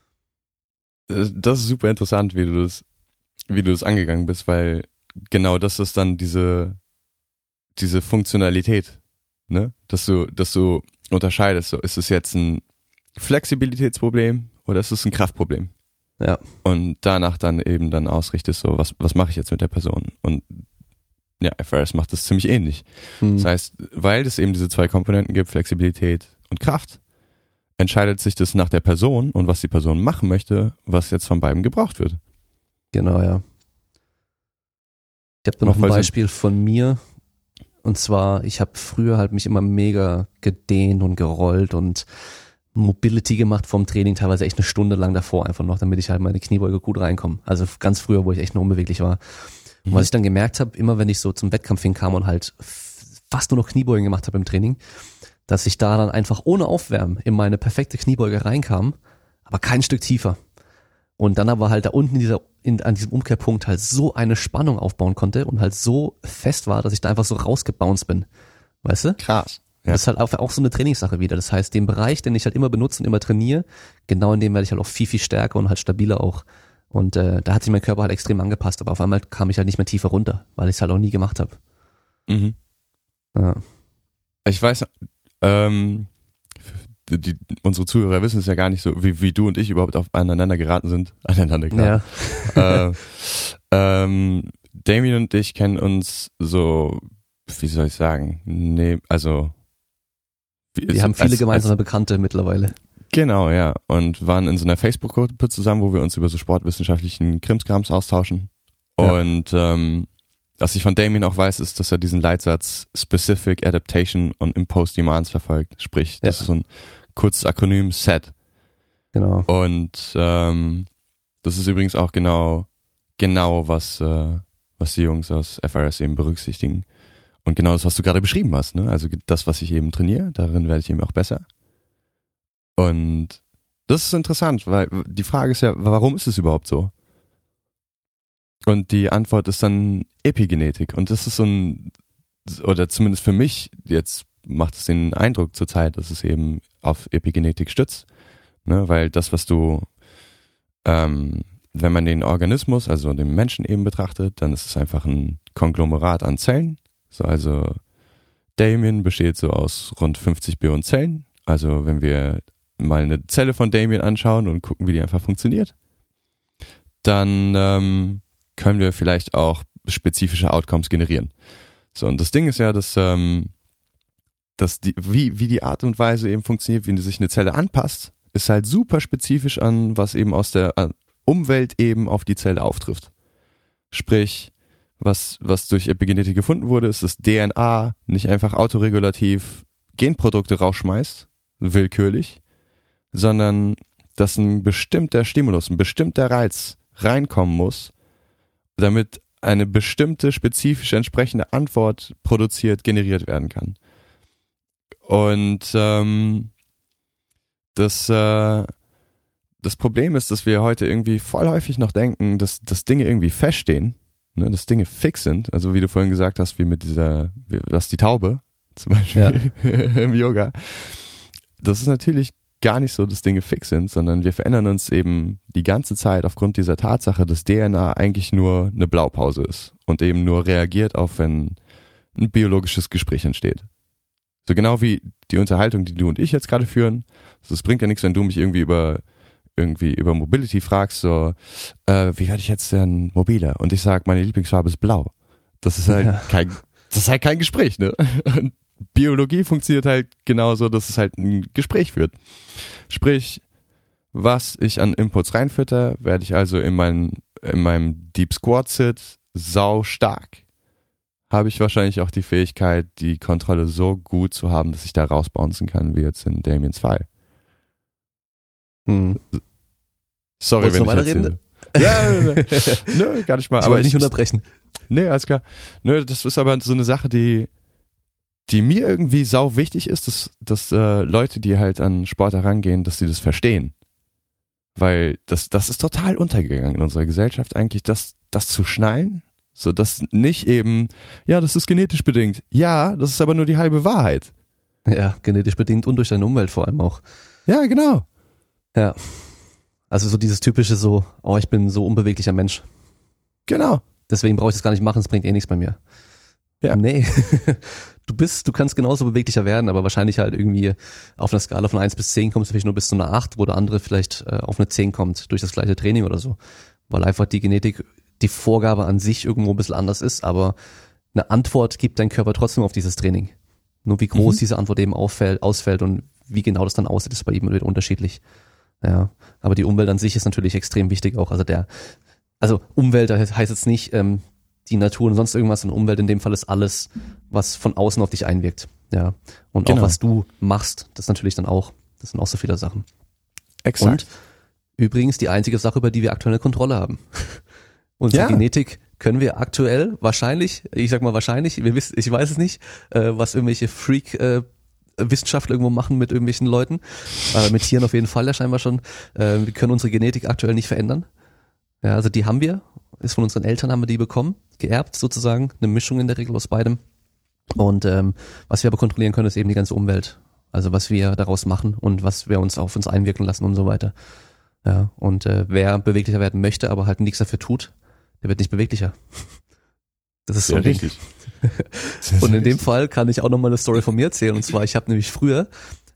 Das ist super interessant, wie du das, wie du das angegangen bist, weil genau das ist dann diese diese Funktionalität, ne, dass du, dass du unterscheidest, so, ist es jetzt ein Flexibilitätsproblem oder ist es ein Kraftproblem?
Ja.
Und danach dann eben dann ausrichtest, so, was, was mache ich jetzt mit der Person? Und ja, F R S macht das ziemlich ähnlich. Hm. Das heißt, weil es eben diese zwei Komponenten gibt, Flexibilität und Kraft, entscheidet sich das nach der Person und was die Person machen möchte, was jetzt von beiden gebraucht wird.
Genau, ja. Ich habe da noch ein Beispiel von mir. Und zwar, ich habe früher halt mich immer mega gedehnt und gerollt und Mobility gemacht vom Training, teilweise echt eine Stunde lang davor einfach noch, damit ich halt meine Kniebeuge gut reinkomme. Also ganz früher, wo ich echt noch unbeweglich war. Und mhm. was ich dann gemerkt habe, immer wenn ich so zum Wettkampf hinkam und halt fast nur noch Kniebeugen gemacht habe im Training, dass ich da dann einfach ohne Aufwärmen in meine perfekte Kniebeuge reinkam, aber kein Stück tiefer. Und dann aber halt da unten in dieser, in, an diesem Umkehrpunkt halt so eine Spannung aufbauen konnte und halt so fest war, dass ich da einfach so rausgebounced bin. Weißt du?
Krass.
Ja. Das ist halt auch, auch so eine Trainingssache wieder. Das heißt, den Bereich, den ich halt immer benutze und immer trainiere, genau in dem werde ich halt auch viel, viel stärker und halt stabiler auch. Und äh, da hat sich mein Körper halt extrem angepasst, aber auf einmal kam ich halt nicht mehr tiefer runter, weil ich es halt auch nie gemacht habe.
Mhm.
Ja.
Ich weiß, ähm, die, unsere Zuhörer wissen es ja gar nicht so, wie, wie du und ich überhaupt auf aneinander geraten sind. Aneinander geraten. Ja. äh, ähm, Damien und ich kennen uns so, wie soll ich sagen, nee, also
wir so, haben viele als, gemeinsame als, Bekannte mittlerweile.
Genau, ja. Und waren in so einer Facebook-Gruppe zusammen, wo wir uns über so sportwissenschaftlichen Krimskrams austauschen. Ja. Und ähm, was ich von Damien auch weiß, ist, dass er diesen Leitsatz Specific Adaptation on Imposed Demands verfolgt. Sprich, das ja. ist so ein kurzes Akronym S A D.
Genau.
Und ähm, das ist übrigens auch genau, genau was, äh, was die Jungs aus F R S eben berücksichtigen. Und genau das, was du gerade beschrieben hast, ne? Also das, was ich eben trainiere, darin werde ich eben auch besser. Und das ist interessant, weil die Frage ist ja, warum ist es überhaupt so? Und die Antwort ist dann Epigenetik. Und das ist so ein, oder zumindest für mich, jetzt macht es den Eindruck zurzeit, dass es eben auf Epigenetik stützt. Ne? Weil das, was du, ähm, wenn man den Organismus, also den Menschen eben betrachtet, dann ist es einfach ein Konglomerat an Zellen. So, also Damien besteht so aus rund fünfzig Billionen Zellen. Also wenn wir mal eine Zelle von Damien anschauen und gucken, wie die einfach funktioniert, dann ähm, können wir vielleicht auch spezifische Outcomes generieren. So, und das Ding ist ja, dass, ähm, dass die, wie, wie die Art und Weise eben funktioniert, wie sich eine Zelle anpasst, ist halt super spezifisch an, was eben aus der Umwelt eben auf die Zelle auftrifft. Sprich, was, was durch Epigenetik gefunden wurde, ist, dass D N A nicht einfach autoregulativ Genprodukte rausschmeißt, willkürlich, sondern dass ein bestimmter Stimulus, ein bestimmter Reiz reinkommen muss, damit eine bestimmte spezifische entsprechende Antwort produziert, generiert werden kann. Und ähm, das, äh, das Problem ist, dass wir heute irgendwie voll häufig noch denken, dass, dass Dinge irgendwie feststehen, ne, dass Dinge fix sind. Also wie du vorhin gesagt hast, wie mit dieser, was die Taube zum Beispiel ja. im Yoga. Das ist natürlich gar nicht so, dass Dinge fix sind, sondern wir verändern uns eben die ganze Zeit aufgrund dieser Tatsache, dass D N A eigentlich nur eine Blaupause ist und eben nur reagiert auf, wenn ein biologisches Gespräch entsteht. So genau wie die Unterhaltung, die du und ich jetzt gerade führen. Es bringt ja nichts, wenn du mich irgendwie über irgendwie über Mobility fragst, so äh, wie werde ich jetzt denn mobiler? Und ich sage, meine Lieblingsfarbe ist blau. Das ist halt ja. kein, das ist halt kein Gespräch, ne? Und Biologie funktioniert halt genauso, dass es halt ein Gespräch führt. Sprich, was ich an Inputs reinfütter, werde ich also in, mein, in meinem Deep Squat Sit sau stark. Habe ich wahrscheinlich auch die Fähigkeit, die Kontrolle so gut zu haben, dass ich da rausbouncen kann, wie jetzt in Damiens Fall.
Hm.
Sorry,
Wolltest
wenn ich
reden?
Ja, nö, gar nicht mal.
Ich
aber
wollte nicht
ich,
unterbrechen.
Nee, alles klar. Nö, das ist aber so eine Sache, die die mir irgendwie sau wichtig ist, dass, dass äh, Leute, die halt an Sport herangehen, dass sie das verstehen. Weil das, das ist total untergegangen in unserer Gesellschaft eigentlich, das, das zu schnallen, so dass nicht eben, ja, das ist genetisch bedingt. Ja, das ist aber nur die halbe Wahrheit.
Ja, genetisch bedingt und durch deine Umwelt vor allem auch.
Ja, genau.
Ja. Also so dieses typische so, oh, ich bin so unbeweglicher Mensch.
Genau.
Deswegen brauche ich das gar nicht machen, es bringt eh nichts bei mir.
Ja.
Nee. Du bist, du kannst genauso beweglicher werden, aber wahrscheinlich halt irgendwie auf einer Skala von eins bis zehn kommst du vielleicht nur bis zu einer acht, wo der andere vielleicht äh, auf eine zehn kommt, durch das gleiche Training oder so. Weil einfach die Genetik, die Vorgabe an sich irgendwo ein bisschen anders ist, aber eine Antwort gibt dein Körper trotzdem auf dieses Training. Nur wie groß mhm. diese Antwort eben auffällt, ausfällt und wie genau das dann aussieht, ist bei jedem wieder unterschiedlich. Ja, aber die Umwelt an sich ist natürlich extrem wichtig auch. Also der, also Umwelt heißt jetzt nicht, ähm, die Natur und sonst irgendwas, und Umwelt in dem Fall ist alles, was von außen auf dich einwirkt. Ja. Und
genau.
auch was du machst, das natürlich dann auch, das sind auch so viele Sachen.
Exakt.
Und übrigens die einzige Sache, über die wir aktuell eine Kontrolle haben. Unsere
ja.
Genetik können wir aktuell wahrscheinlich, ich sag mal wahrscheinlich, wir wissen, ich weiß es nicht, äh, was irgendwelche Freak äh, Wissenschaftler irgendwo machen mit irgendwelchen Leuten, äh, mit Tieren auf jeden Fall ja scheinbar schon. Äh, wir können unsere Genetik aktuell nicht verändern. Ja, also die haben wir, ist von unseren Eltern haben wir die bekommen, geerbt sozusagen, eine Mischung in der Regel aus beidem. Und ähm, was wir aber kontrollieren können, ist eben die ganze Umwelt. Also was wir daraus machen und was wir uns auf uns einwirken lassen und so weiter. Ja, und äh, wer beweglicher werden möchte, aber halt nichts dafür tut, der wird nicht beweglicher. Das ist so
ja, richtig.
Und in dem Fall kann ich auch nochmal eine Story von mir erzählen. Und zwar, ich habe nämlich früher,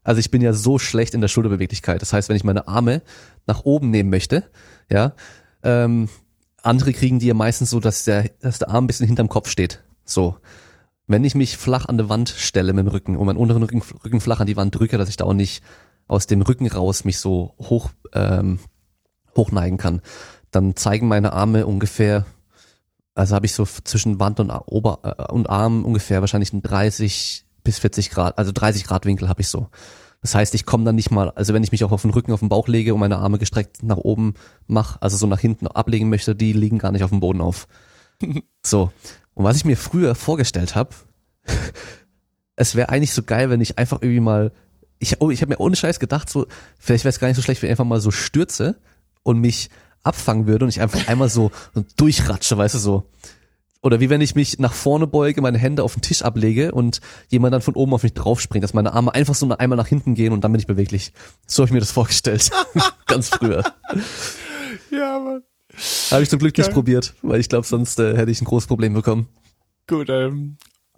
Also ich bin ja so schlecht in der Schulterbeweglichkeit. Das heißt, wenn ich meine Arme nach oben nehmen möchte, ja, ähm, andere kriegen die ja meistens so, dass der, dass der Arm ein bisschen hinterm Kopf steht. So. Wenn ich mich flach an die Wand stelle mit dem Rücken und meinen unteren Rücken, Rücken flach an die Wand drücke, dass ich da auch nicht aus dem Rücken raus mich so hoch, ähm, hochneigen kann, dann zeigen meine Arme ungefähr, also habe ich so zwischen Wand und Ober- äh, und Arm ungefähr wahrscheinlich einen dreißig bis vierzig Grad, also dreißig Grad Winkel habe ich so. Das heißt, ich komme dann nicht mal, also wenn ich mich auch auf den Rücken, auf den Bauch lege und meine Arme gestreckt nach oben mache, also so nach hinten ablegen möchte, die liegen gar nicht auf dem Boden auf. So. Und was ich mir früher vorgestellt habe, es wäre eigentlich so geil, wenn ich einfach irgendwie mal, ich, oh, ich habe mir ohne Scheiß gedacht, so vielleicht wäre es gar nicht so schlecht, wenn ich einfach mal so stürze und mich abfangen würde und ich einfach einmal so, so durchratsche, weißt du, so. Oder wie wenn ich mich nach vorne beuge, meine Hände auf den Tisch ablege und jemand dann von oben auf mich draufspringt, dass meine Arme einfach so einmal nach hinten gehen und dann bin ich beweglich. So habe ich mir das vorgestellt. Ganz früher.
Ja, Mann.
Habe ich zum Glück
Geil.
nicht probiert, weil ich glaube, sonst äh, hätte ich ein großes Problem bekommen.
Gut, ähm.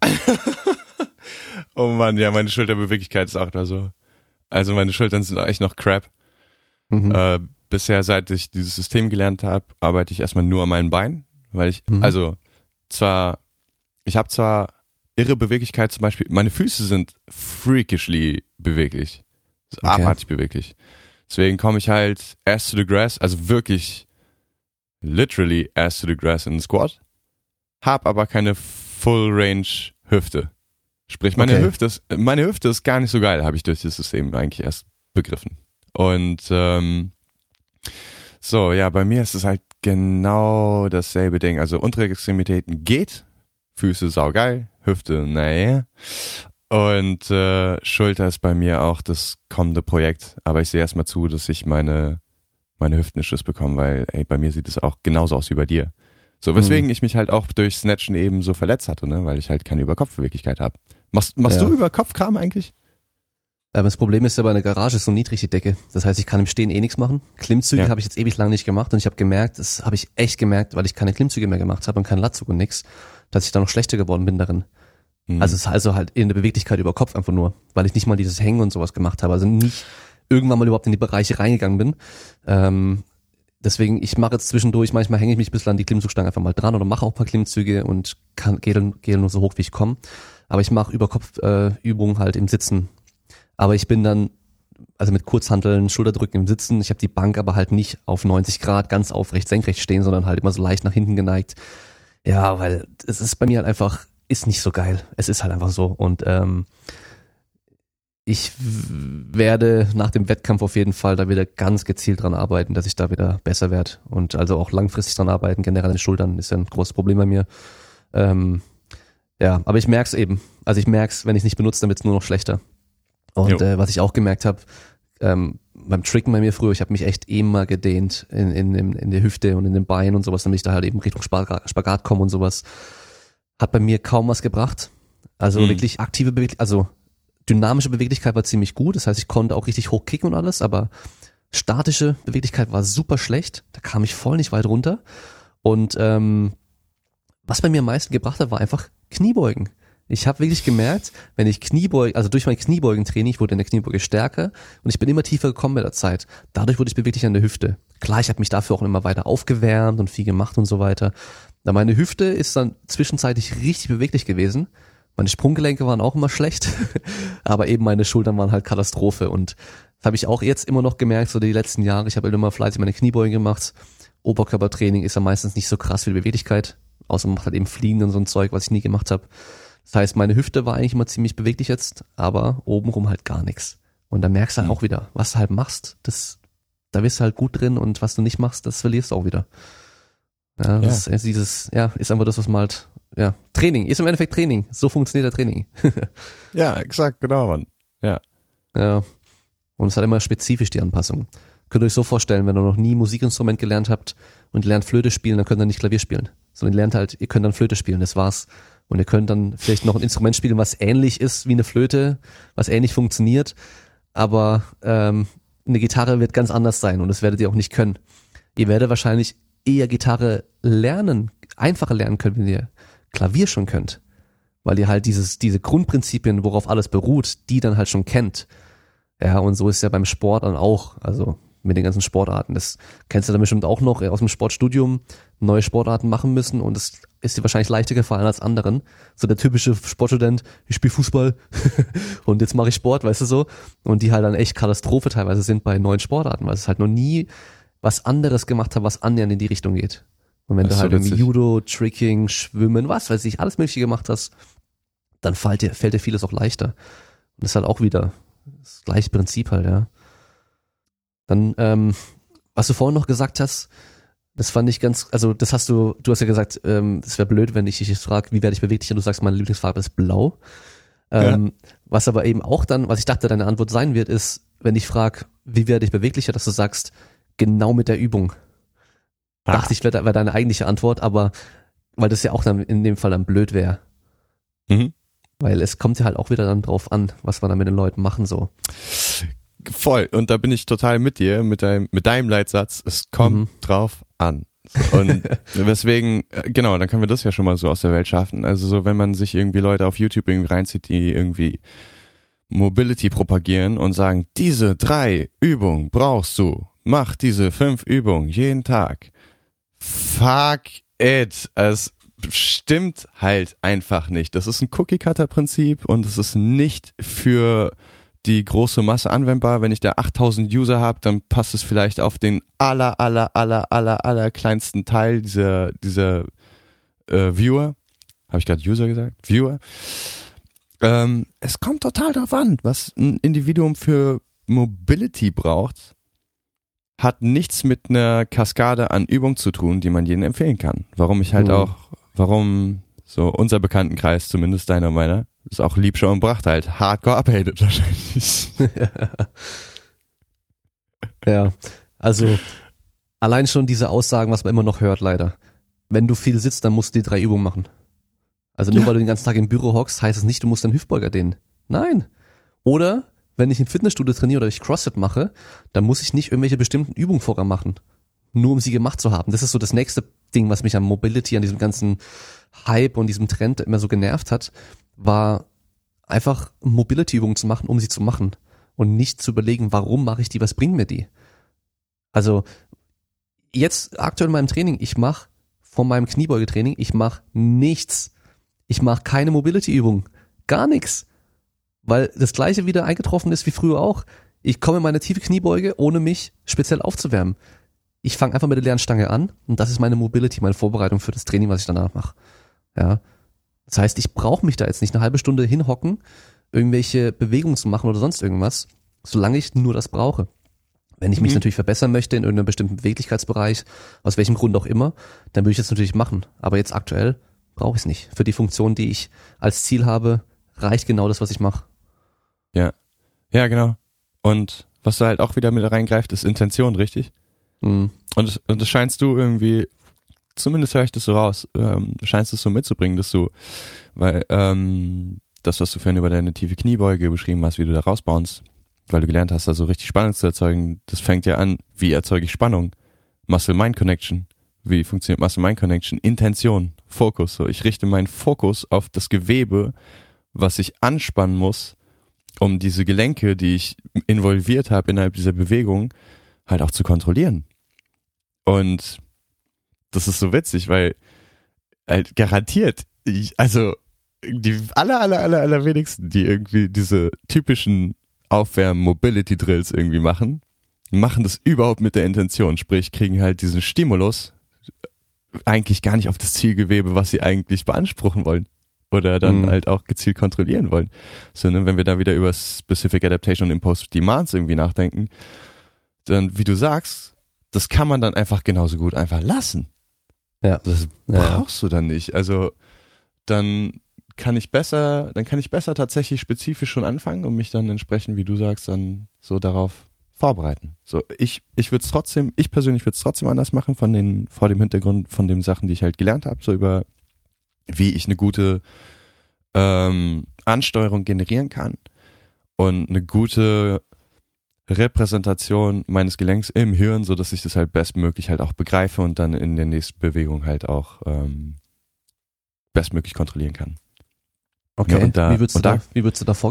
Oh Mann, ja, meine Schulterbeweglichkeit ist auch da so. Also meine Schultern sind echt noch crap.
Mhm.
Äh, bisher, seit ich dieses System gelernt habe, arbeite ich erstmal nur an meinen Beinen, weil ich,
Mhm.
also zwar, ich habe zwar irre Beweglichkeit, zum Beispiel, meine Füße sind freakishly beweglich,
Okay.
abartig beweglich. Deswegen komme ich halt ass to the grass, also wirklich literally ass to the grass in den Squat, hab aber keine Full Range Hüfte. Sprich, meine
Okay.
Hüfte ist, meine Hüfte ist gar nicht so geil, habe ich durch das System eigentlich erst begriffen. Und ähm, so, ja, bei mir ist es halt genau dasselbe Ding. Also untere Extremitäten geht, Füße saugeil, Hüfte, naja. Und äh, Schulter ist bei mir auch das kommende Projekt. Aber ich sehe erstmal zu, dass ich meine meine Hüften in Schuss bekomme, weil ey, bei mir sieht es auch genauso aus wie bei dir. So, weswegen
Mhm.
ich mich halt auch durch Snatchen eben so verletzt hatte, ne, weil ich halt keine Überkopfbeweglichkeit habe. Machst, machst
Ja.
du Überkopfkram eigentlich?
Aber das Problem ist ja, bei einer Garage ist so niedrig die Decke. Das heißt, ich kann im Stehen eh nichts machen. Klimmzüge
Ja.
habe ich jetzt ewig lang nicht gemacht und ich habe gemerkt, das habe ich echt gemerkt, weil ich keine Klimmzüge mehr gemacht habe und keinen Latzug und nix, dass ich da noch schlechter geworden bin darin.
Mhm.
Also es ist also halt in der Beweglichkeit über Kopf einfach nur, weil ich nicht mal dieses Hängen und sowas gemacht habe, also nicht irgendwann mal überhaupt in die Bereiche reingegangen bin. Ähm, deswegen, ich mache jetzt zwischendurch, manchmal hänge ich mich ein bisschen an die Klimmzugstange einfach mal dran oder mache auch ein paar Klimmzüge und kann, gehe, dann- gehe nur so hoch, wie ich komme. Aber ich mache Überkopfübungen äh, Übungen halt im Sitzen. Aber ich bin dann, also mit Kurzhanteln, Schulterdrücken im Sitzen, ich habe die Bank aber halt nicht auf neunzig Grad ganz aufrecht senkrecht stehen, sondern halt immer so leicht nach hinten geneigt. Ja, weil es ist bei mir halt einfach, ist nicht so geil. Es ist halt einfach so. Und ähm, ich w- werde nach dem Wettkampf auf jeden Fall da wieder ganz gezielt dran arbeiten, dass ich da wieder besser werde. Und also auch langfristig dran arbeiten. Generell an den Schultern ist ja ein großes Problem bei mir. Ähm, ja, aber ich merk's eben. Also ich merk's, wenn ich es nicht benutze, dann wird's nur noch schlechter. Und äh, was ich auch gemerkt habe, ähm, beim Tricken bei mir früher, ich habe mich echt immer gedehnt in, in, in, in der Hüfte und in den Beinen und sowas, damit ich da halt eben Richtung Spagat, Spagat komme und sowas. Hat bei mir kaum was gebracht. Also
Mhm.
wirklich aktive Beweglichkeit, also dynamische Beweglichkeit war ziemlich gut. Das heißt, ich konnte auch richtig hoch kicken und alles, aber statische Beweglichkeit war super schlecht. Da kam ich voll nicht weit runter. Und ähm, was bei mir am meisten gebracht hat, war einfach Kniebeugen. Ich habe wirklich gemerkt, wenn ich Kniebeugen, also durch mein Kniebeugentraining, ich wurde in der Kniebeuge stärker und ich bin immer tiefer gekommen mit der Zeit. Dadurch wurde ich beweglich an der Hüfte. Klar, ich habe mich dafür auch immer weiter aufgewärmt und viel gemacht und so weiter. Da meine Hüfte ist dann zwischenzeitlich richtig beweglich gewesen. Meine Sprunggelenke waren auch immer schlecht, aber eben meine Schultern waren halt Katastrophe. Und das habe ich auch jetzt immer noch gemerkt, so die letzten Jahre. Ich habe halt immer fleißig meine Kniebeugen gemacht. Oberkörpertraining ist ja meistens nicht so krass wie die Beweglichkeit, außer man macht halt eben Fliegen und so ein Zeug, was ich nie gemacht habe. Das heißt, meine Hüfte war eigentlich immer ziemlich beweglich jetzt, aber obenrum halt gar nichts. Und da merkst du halt
Mhm.
auch wieder, was du halt machst, das, da bist du halt gut drin und was du nicht machst, das verlierst du auch wieder. Ja, das ist dieses, ja, ist einfach das, was man halt, ja, Training, ist im Endeffekt Training. So funktioniert der Training.
Ja, exakt, genau, Mann. Ja.
Ja. Und es hat immer spezifisch die Anpassung. Könnt ihr euch so vorstellen, wenn ihr noch nie Musikinstrument gelernt habt und ihr lernt Flöte spielen, dann könnt ihr nicht Klavier spielen. Sondern ihr lernt halt, ihr könnt dann Flöte spielen, das war's. Und ihr könnt dann vielleicht noch ein Instrument spielen, was ähnlich ist wie eine Flöte, was ähnlich funktioniert, aber ähm, eine Gitarre wird ganz anders sein und das werdet ihr auch nicht können. Ihr werdet wahrscheinlich eher Gitarre lernen, einfacher lernen können, wenn ihr Klavier schon könnt, weil ihr halt dieses diese Grundprinzipien, worauf alles beruht, die dann halt schon kennt. Ja, und so ist es ja beim Sport dann auch, also mit den ganzen Sportarten. Das kennst du dann bestimmt auch noch aus dem Sportstudium, neue Sportarten machen müssen und das ist dir wahrscheinlich leichter gefallen als anderen. So der typische Sportstudent, ich spiele Fußball und jetzt mache ich Sport, weißt du so. Und die halt dann echt Katastrophe teilweise sind bei neuen Sportarten, weil es halt noch nie was anderes gemacht hat, was annähernd in die Richtung geht. Und wenn
Das
du
ist
halt
so
irgendwie
witzig.
Judo, Tricking, Schwimmen, was weiß ich, alles Mögliche gemacht hast, dann fällt dir, fällt dir vieles auch leichter. Und das ist halt auch wieder das gleiche Prinzip halt, ja. Dann, ähm, was du vorhin noch gesagt hast, das fand ich ganz, also das hast du, du hast ja gesagt, ähm, es wäre blöd, wenn ich dich jetzt frage, wie werde ich beweglicher, und du sagst, meine Lieblingsfarbe ist blau. Ähm, ja. Was aber eben auch dann, was ich dachte, deine Antwort sein wird, ist, wenn ich frage, wie werde ich beweglicher, dass du sagst, genau mit der Übung. Ah. Dachte ich, wäre wär deine eigentliche Antwort, aber weil das ja auch dann in dem Fall dann blöd wäre.
Mhm.
Weil es kommt ja halt auch wieder dann drauf an, was wir dann mit den Leuten machen so.
Voll. Und da bin ich total mit dir, mit deinem, mit deinem Leitsatz. Es kommt mhm. drauf an. Und weswegen, genau, dann können wir das ja schon mal so aus der Welt schaffen. Also so, wenn man sich irgendwie Leute auf YouTube irgendwie reinzieht, die irgendwie Mobility propagieren und sagen, diese drei Übungen brauchst du. Mach diese fünf Übungen jeden Tag. Fuck it. Es stimmt halt einfach nicht. Das ist ein Cookie-Cutter-Prinzip und es ist nicht für die große Masse anwendbar. Wenn ich da achttausend User habe, dann passt es vielleicht auf den aller, aller, aller, aller, aller kleinsten Teil dieser, dieser äh, Viewer. Habe ich gerade User gesagt? Viewer. Ähm, es kommt total drauf an, was ein Individuum für Mobility braucht. Hat nichts mit einer Kaskade an Übungen zu tun, die man jedem empfehlen kann. Warum ich halt mhm. auch, warum so unser Bekanntenkreis, zumindest deiner und meiner, ist auch Liebscher und Bracht halt hardcore abhatet wahrscheinlich.
Ja, also allein schon diese Aussagen, was man immer noch hört leider. Wenn du viel sitzt, dann musst du die drei Übungen machen. Also nur ja. weil du den ganzen Tag im Büro hockst, heißt es nicht, du musst deinen Hüftbeuger dehnen. Nein. Oder wenn ich im Fitnessstudio trainiere oder ich CrossFit mache, dann muss ich nicht irgendwelche bestimmten Übungen vorher machen, nur um sie gemacht zu haben. Das ist so das nächste Ding, was mich an Mobility, an diesem ganzen Hype und diesem Trend immer so genervt hat, war einfach Mobility-Übungen zu machen, um sie zu machen und nicht zu überlegen, warum mache ich die, was bringt mir die? Also jetzt aktuell in meinem Training, ich mache von meinem Kniebeugetraining, ich mache nichts. Ich mache keine Mobility-Übung, gar nichts. Weil das gleiche wieder eingetroffen ist wie früher auch. Ich komme in meine tiefe Kniebeuge, ohne mich speziell aufzuwärmen. Ich fange einfach mit der leeren Stange an und das ist meine Mobility, meine Vorbereitung für das Training, was ich danach mache. Ja. Das heißt, ich brauche mich da jetzt nicht eine halbe Stunde hinhocken, irgendwelche Bewegungen zu machen oder sonst irgendwas, solange ich nur das brauche. Wenn ich mich mhm. natürlich verbessern möchte in irgendeinem bestimmten Beweglichkeitsbereich, aus welchem Grund auch immer, dann würde ich das natürlich machen. Aber jetzt aktuell brauche ich es nicht. Für die Funktion, die ich als Ziel habe, reicht genau das, was ich mache.
Ja, ja, genau. Und was da halt auch wieder mit reingreift, ist Intention, richtig?
Mhm.
Und das, und das scheinst du irgendwie, zumindest höre ich das so raus, ähm, du scheinst es so mitzubringen, dass du, weil ähm, das, was du vorhin über deine tiefe Kniebeuge beschrieben hast, wie du da rausbaust, weil du gelernt hast, da so richtig Spannung zu erzeugen, das fängt ja an, wie erzeuge ich Spannung? Muscle-Mind-Connection. Wie funktioniert Muscle-Mind-Connection? Intention, Fokus. So, ich richte meinen Fokus auf das Gewebe, was ich anspannen muss, um diese Gelenke, die ich involviert habe innerhalb dieser Bewegung, halt auch zu kontrollieren. Und das ist so witzig, weil halt garantiert, ich, also die aller, aller, aller, aller wenigsten, die irgendwie diese typischen Aufwärm-Mobility-Drills irgendwie machen, machen das überhaupt mit der Intention, sprich kriegen halt diesen Stimulus eigentlich gar nicht auf das Zielgewebe, was sie eigentlich beanspruchen wollen oder dann mhm. halt auch gezielt kontrollieren wollen. So, ne, wenn wir da wieder über Specific Adaptation und Imposed Demands irgendwie nachdenken, dann, wie du sagst, das kann man dann einfach genauso gut einfach lassen.
Ja.
Das
ja.
brauchst du dann nicht. Also dann kann ich besser, dann kann ich besser tatsächlich spezifisch schon anfangen und mich dann entsprechend, wie du sagst, dann so darauf vorbereiten. So, ich, ich würde es trotzdem, ich persönlich würde es trotzdem anders machen von den, vor dem Hintergrund von den Sachen, die ich halt gelernt habe, so über wie ich eine gute ähm, Ansteuerung generieren kann und eine gute Repräsentation meines Gelenks im Hirn, so dass ich das halt bestmöglich halt auch begreife und dann in der nächsten Bewegung halt auch ähm, bestmöglich kontrollieren kann.
Okay,
ja, und da,
wie würdest du
und da,
da, wie würdest du da vorgehen?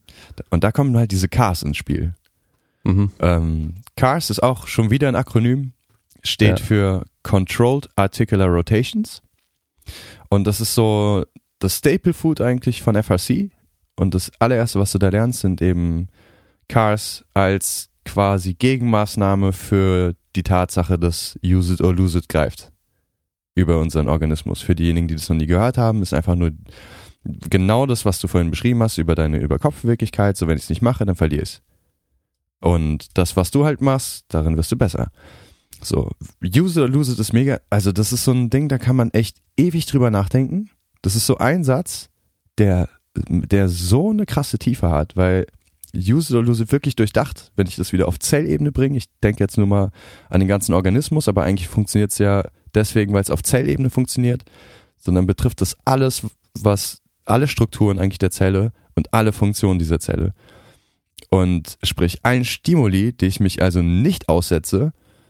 Und da kommen halt diese Cars ins Spiel.
Mhm.
Ähm, C A R S ist auch schon wieder ein Akronym, steht
Ja.
für Controlled Articular Rotations. Und das ist so das Staple Food eigentlich von F R C. Und das allererste, was du da lernst, sind eben C A R S als quasi Gegenmaßnahme für die Tatsache, dass Use it or lose it greift über unseren Organismus. Für diejenigen, die das noch nie gehört haben, ist einfach nur genau das, was du vorhin beschrieben hast, über deine Überkopfwirklichkeit. So, wenn ich es nicht mache, dann verliere ich es. Und das, was du halt machst, darin wirst du besser. So, use it or lose it ist mega, also das ist so ein Ding, da kann man echt ewig drüber nachdenken. Das ist so ein Satz, der, der so eine krasse Tiefe hat, weil use it or lose it wirklich durchdacht, wenn ich das wieder auf Zellebene bringe. Ich denke jetzt nur mal an den ganzen Organismus, aber eigentlich funktioniert es ja deswegen, weil es auf Zellebene funktioniert, sondern betrifft das alles, was alle Strukturen eigentlich der Zelle und alle Funktionen dieser Zelle. Und sprich, allen Stimuli, die ich mich also nicht aussetze,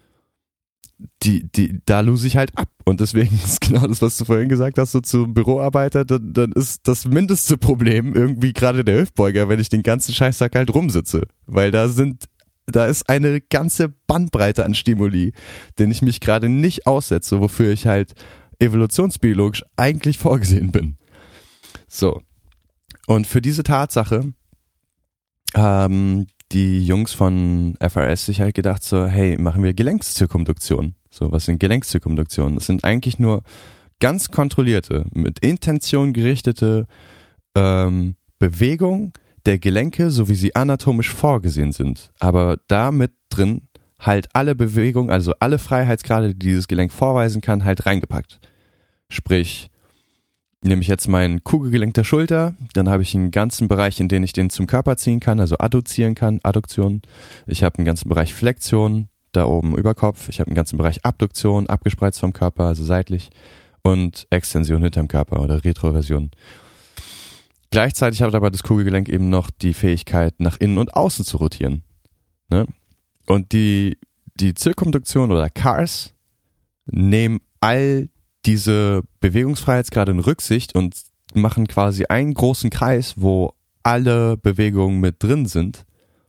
die, die, da lose ich halt ab. Und deswegen ist genau das, was du vorhin gesagt hast, so zum Büroarbeiter, dann, dann ist das mindeste Problem irgendwie gerade der Hüftbeuger, wenn ich den ganzen Scheißtag halt rumsitze. Weil da sind, da ist eine ganze Bandbreite an Stimuli, denen ich mich gerade nicht aussetze, wofür ich halt evolutionsbiologisch eigentlich vorgesehen bin. So. Und für diese Tatsache haben die Jungs von F R S sich halt gedacht so, hey, machen wir Gelenkszirkumduktion. So, was sind Gelenkszirkumduktionen? Das sind eigentlich nur ganz kontrollierte, mit Intention gerichtete ähm, Bewegungen der Gelenke, so wie sie anatomisch vorgesehen sind. Aber da mit drin halt alle Bewegungen, also alle Freiheitsgrade, die dieses Gelenk vorweisen kann, halt reingepackt. Sprich, nehme ich jetzt mein Kugelgelenk der Schulter, dann habe ich einen ganzen Bereich, in den ich den zum Körper ziehen kann, also adduzieren kann, Adduktion. Ich habe einen ganzen Bereich Flexion, da oben über Kopf. Ich habe einen ganzen Bereich Abduktion, abgespreizt vom Körper, also seitlich. Und Extension hinterm Körper oder Retroversion. Gleichzeitig hat aber das Kugelgelenk eben noch die Fähigkeit, nach innen und außen zu rotieren. Ne? Und die, die Zirkumduktion oder C A R S nehmen all diese Bewegungsfreiheitsgrade in Rücksicht und machen quasi einen großen Kreis, wo alle Bewegungen mit drin sind,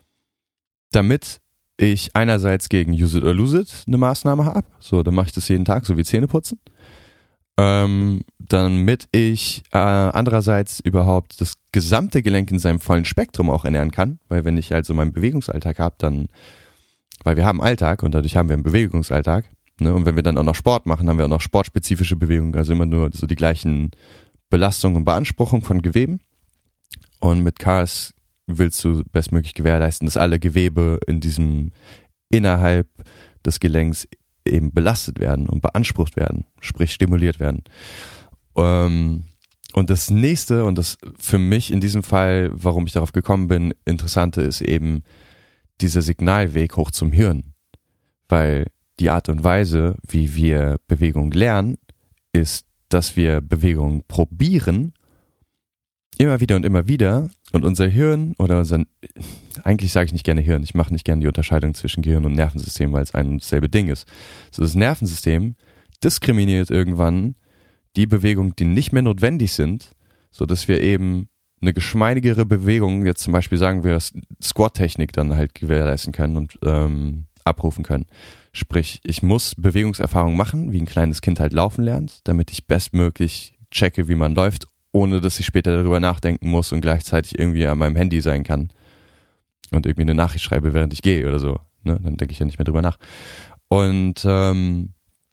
damit ich einerseits gegen Use it or lose it eine Maßnahme habe. So, dann mache ich das jeden Tag, so wie Zähneputzen. Ähm, damit ich äh, andererseits überhaupt das gesamte Gelenk in seinem vollen Spektrum auch ernähren kann, weil wenn ich also meinen Bewegungsalltag habe, dann, weil wir haben Alltag und dadurch haben wir einen Bewegungsalltag, ne? Und wenn wir dann auch noch Sport machen, haben wir auch noch sportspezifische Bewegungen, also immer nur so die gleichen Belastungen und Beanspruchungen von Geweben. Und mit C A R S willst du bestmöglich gewährleisten, dass alle Gewebe in diesem innerhalb des Gelenks eben belastet werden und beansprucht werden, sprich stimuliert werden. Ähm, und das nächste, und das für mich in diesem Fall, warum ich darauf gekommen bin, Interessante ist eben dieser Signalweg hoch zum Hirn. Weil die Art und Weise, wie wir Bewegung lernen, ist, dass wir Bewegung probieren, immer wieder und immer wieder, und unser Hirn oder unser, eigentlich sage ich nicht gerne Hirn, ich mache nicht gerne die Unterscheidung zwischen Gehirn und Nervensystem, weil es ein und dasselbe Ding ist. So, das Nervensystem diskriminiert irgendwann die Bewegungen, die nicht mehr notwendig sind, so dass wir eben eine geschmeidigere Bewegung, jetzt zum Beispiel sagen wir Squat-Technik dann halt gewährleisten können und ähm, abrufen können. Sprich, ich muss Bewegungserfahrung machen, wie ein kleines Kind halt laufen lernt, damit ich bestmöglich checke, wie man läuft, ohne dass ich später darüber nachdenken muss und gleichzeitig irgendwie an meinem Handy sein kann und irgendwie eine Nachricht schreibe, während ich gehe oder so. Ne? Dann denke ich ja nicht mehr drüber nach. Und ähm,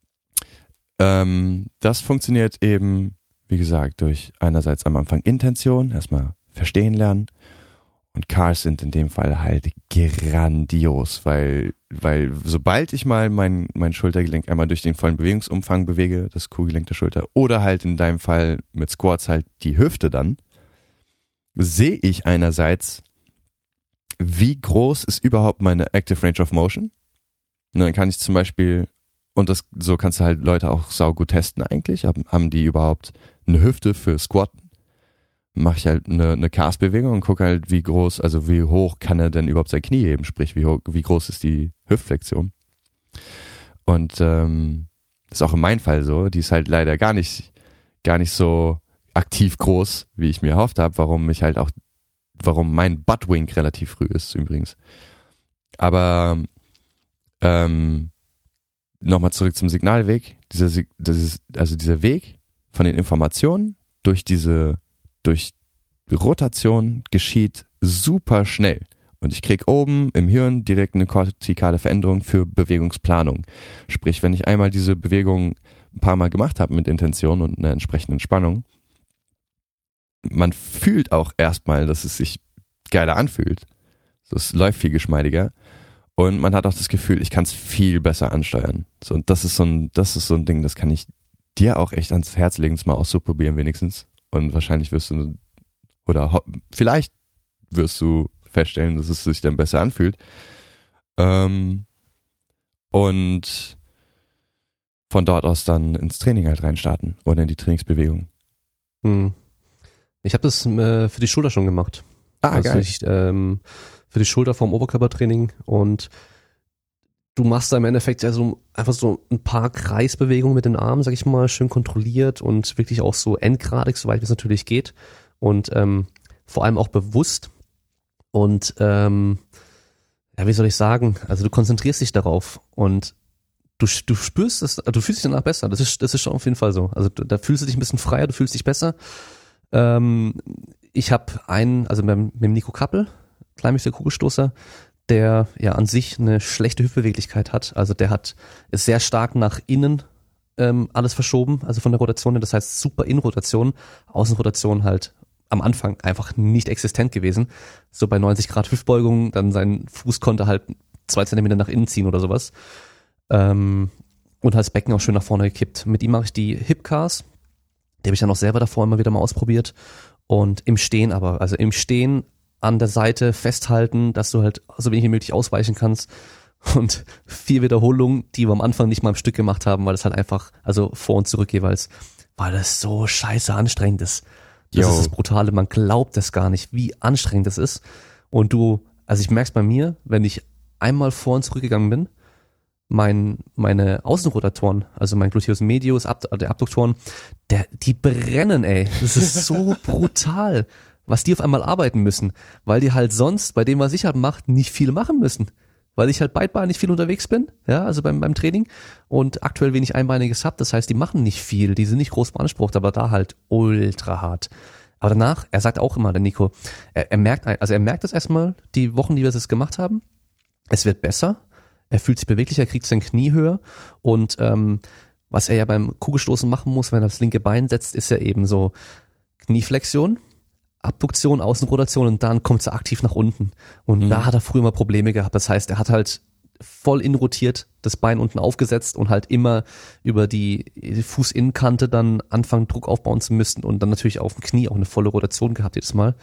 ähm, das funktioniert eben, wie gesagt, durch einerseits am Anfang Intention, erstmal verstehen lernen, und C A R S sind in dem Fall halt grandios, weil, weil sobald ich mal mein, mein Schultergelenk einmal durch den vollen Bewegungsumfang bewege, das Kugelgelenk der Schulter, oder halt in deinem Fall mit Squats halt die Hüfte dann, sehe ich einerseits, wie groß ist überhaupt meine Active Range of Motion. Und dann kann ich zum Beispiel, und das so kannst du halt Leute auch saugut testen eigentlich, haben, haben die überhaupt eine Hüfte für Squatten? Mache ich halt eine, eine Cast-Bewegung und gucke halt, wie groß, also wie hoch kann er denn überhaupt sein Knie heben, sprich, wie hoch, wie groß ist die Hüftflexion. Und ähm, das ist auch in meinem Fall so, die ist halt leider gar nicht, gar nicht so aktiv groß, wie ich mir erhofft habe, warum ich halt auch warum mein Buttwink relativ früh ist übrigens. Aber ähm, nochmal zurück zum Signalweg. Dieser, das ist, also dieser Weg von den Informationen durch diese, durch Rotation geschieht super schnell. Und ich krieg oben im Hirn direkt eine kortikale Veränderung für Bewegungsplanung. Sprich, wenn ich einmal diese Bewegung ein paar Mal gemacht habe mit Intention und einer entsprechenden Spannung, man fühlt auch erstmal, dass es sich geiler anfühlt. So, es läuft viel geschmeidiger. Und man hat auch das Gefühl, ich kann es viel besser ansteuern. So, und das ist so ein, das ist so ein Ding, das kann ich dir auch echt ans Herz legen, es mal auszuprobieren wenigstens. Und wahrscheinlich wirst du, oder ho- vielleicht wirst du feststellen, dass es sich dann besser anfühlt. Ähm, und von dort aus dann ins Training halt reinstarten oder in die Trainingsbewegung.
Hm. Ich habe das äh, für die Schulter schon gemacht.
Ah,
also
geil.
Ich, ähm, für die Schulter vorm Oberkörpertraining, und du machst da im Endeffekt also einfach so ein paar Kreisbewegungen mit den Armen, sag ich mal, schön kontrolliert und wirklich auch so endgradig, soweit es natürlich geht, und ähm, vor allem auch bewusst. Und ähm, ja, wie soll ich sagen, also du konzentrierst dich darauf und du, du spürst es, du fühlst dich danach besser, das ist, das ist schon auf jeden Fall so. Also da fühlst du dich ein bisschen freier, du fühlst dich besser. Ähm, ich habe einen, also mit, mit dem Nico Kappel, kleinmütiger Kugelstoßer, der ja an sich eine schlechte Hüftbeweglichkeit hat. Also der hat ist sehr stark nach innen ähm, alles verschoben, also von der Rotation her, das heißt super Innenrotation, Außenrotation halt am Anfang einfach nicht existent gewesen. So bei neunzig Grad Hüftbeugung, dann sein Fuß konnte halt zwei Zentimeter nach innen ziehen oder sowas. Ähm, und halt das Becken auch schön nach vorne gekippt. Mit ihm mache ich die Hip-Cars. Die habe ich dann auch selber davor immer wieder mal ausprobiert. Und im Stehen aber, also im Stehen an der Seite festhalten, dass du halt so wenig wie möglich ausweichen kannst. Und vier Wiederholungen, die wir am Anfang nicht mal im Stück gemacht haben, weil es halt einfach, also vor und zurück jeweils, weil das so scheiße anstrengend ist. Das
Yo.
ist das Brutale, man glaubt es gar nicht, wie anstrengend das ist. Und du, also ich merke es bei mir, wenn ich einmal vor und zurückgegangen bin, mein, meine Außenrotatoren, also mein Gluteus medius, Ab, der Abduktoren, der, die brennen, ey. Das ist so brutal, was die auf einmal arbeiten müssen, weil die halt sonst, bei dem, was ich halt mache, nicht viel machen müssen. Weil ich halt beidbeinig viel unterwegs bin, ja, also beim, beim Training, und aktuell wenig Einbeiniges hab, das heißt, die machen nicht viel, die sind nicht groß beansprucht, aber da halt ultra hart. Aber danach, er sagt auch immer, der Nico, er, er merkt, also er merkt das erstmal, die Wochen, die wir das gemacht haben, es wird besser, er fühlt sich beweglicher, er kriegt sein Knie höher, und ähm, was er ja beim Kugelstoßen machen muss, wenn er das linke Bein setzt, ist ja eben so Knieflexion, Abduktion, Außenrotation, und dann kommt er aktiv nach unten. Und mhm. da hat er früher mal Probleme gehabt. Das heißt, er hat halt voll inrotiert, das Bein unten aufgesetzt und halt immer über die Fußinnenkante dann anfangen, Druck aufbauen zu müssen, und dann natürlich auf dem Knie auch eine volle Rotation gehabt jedes Mal.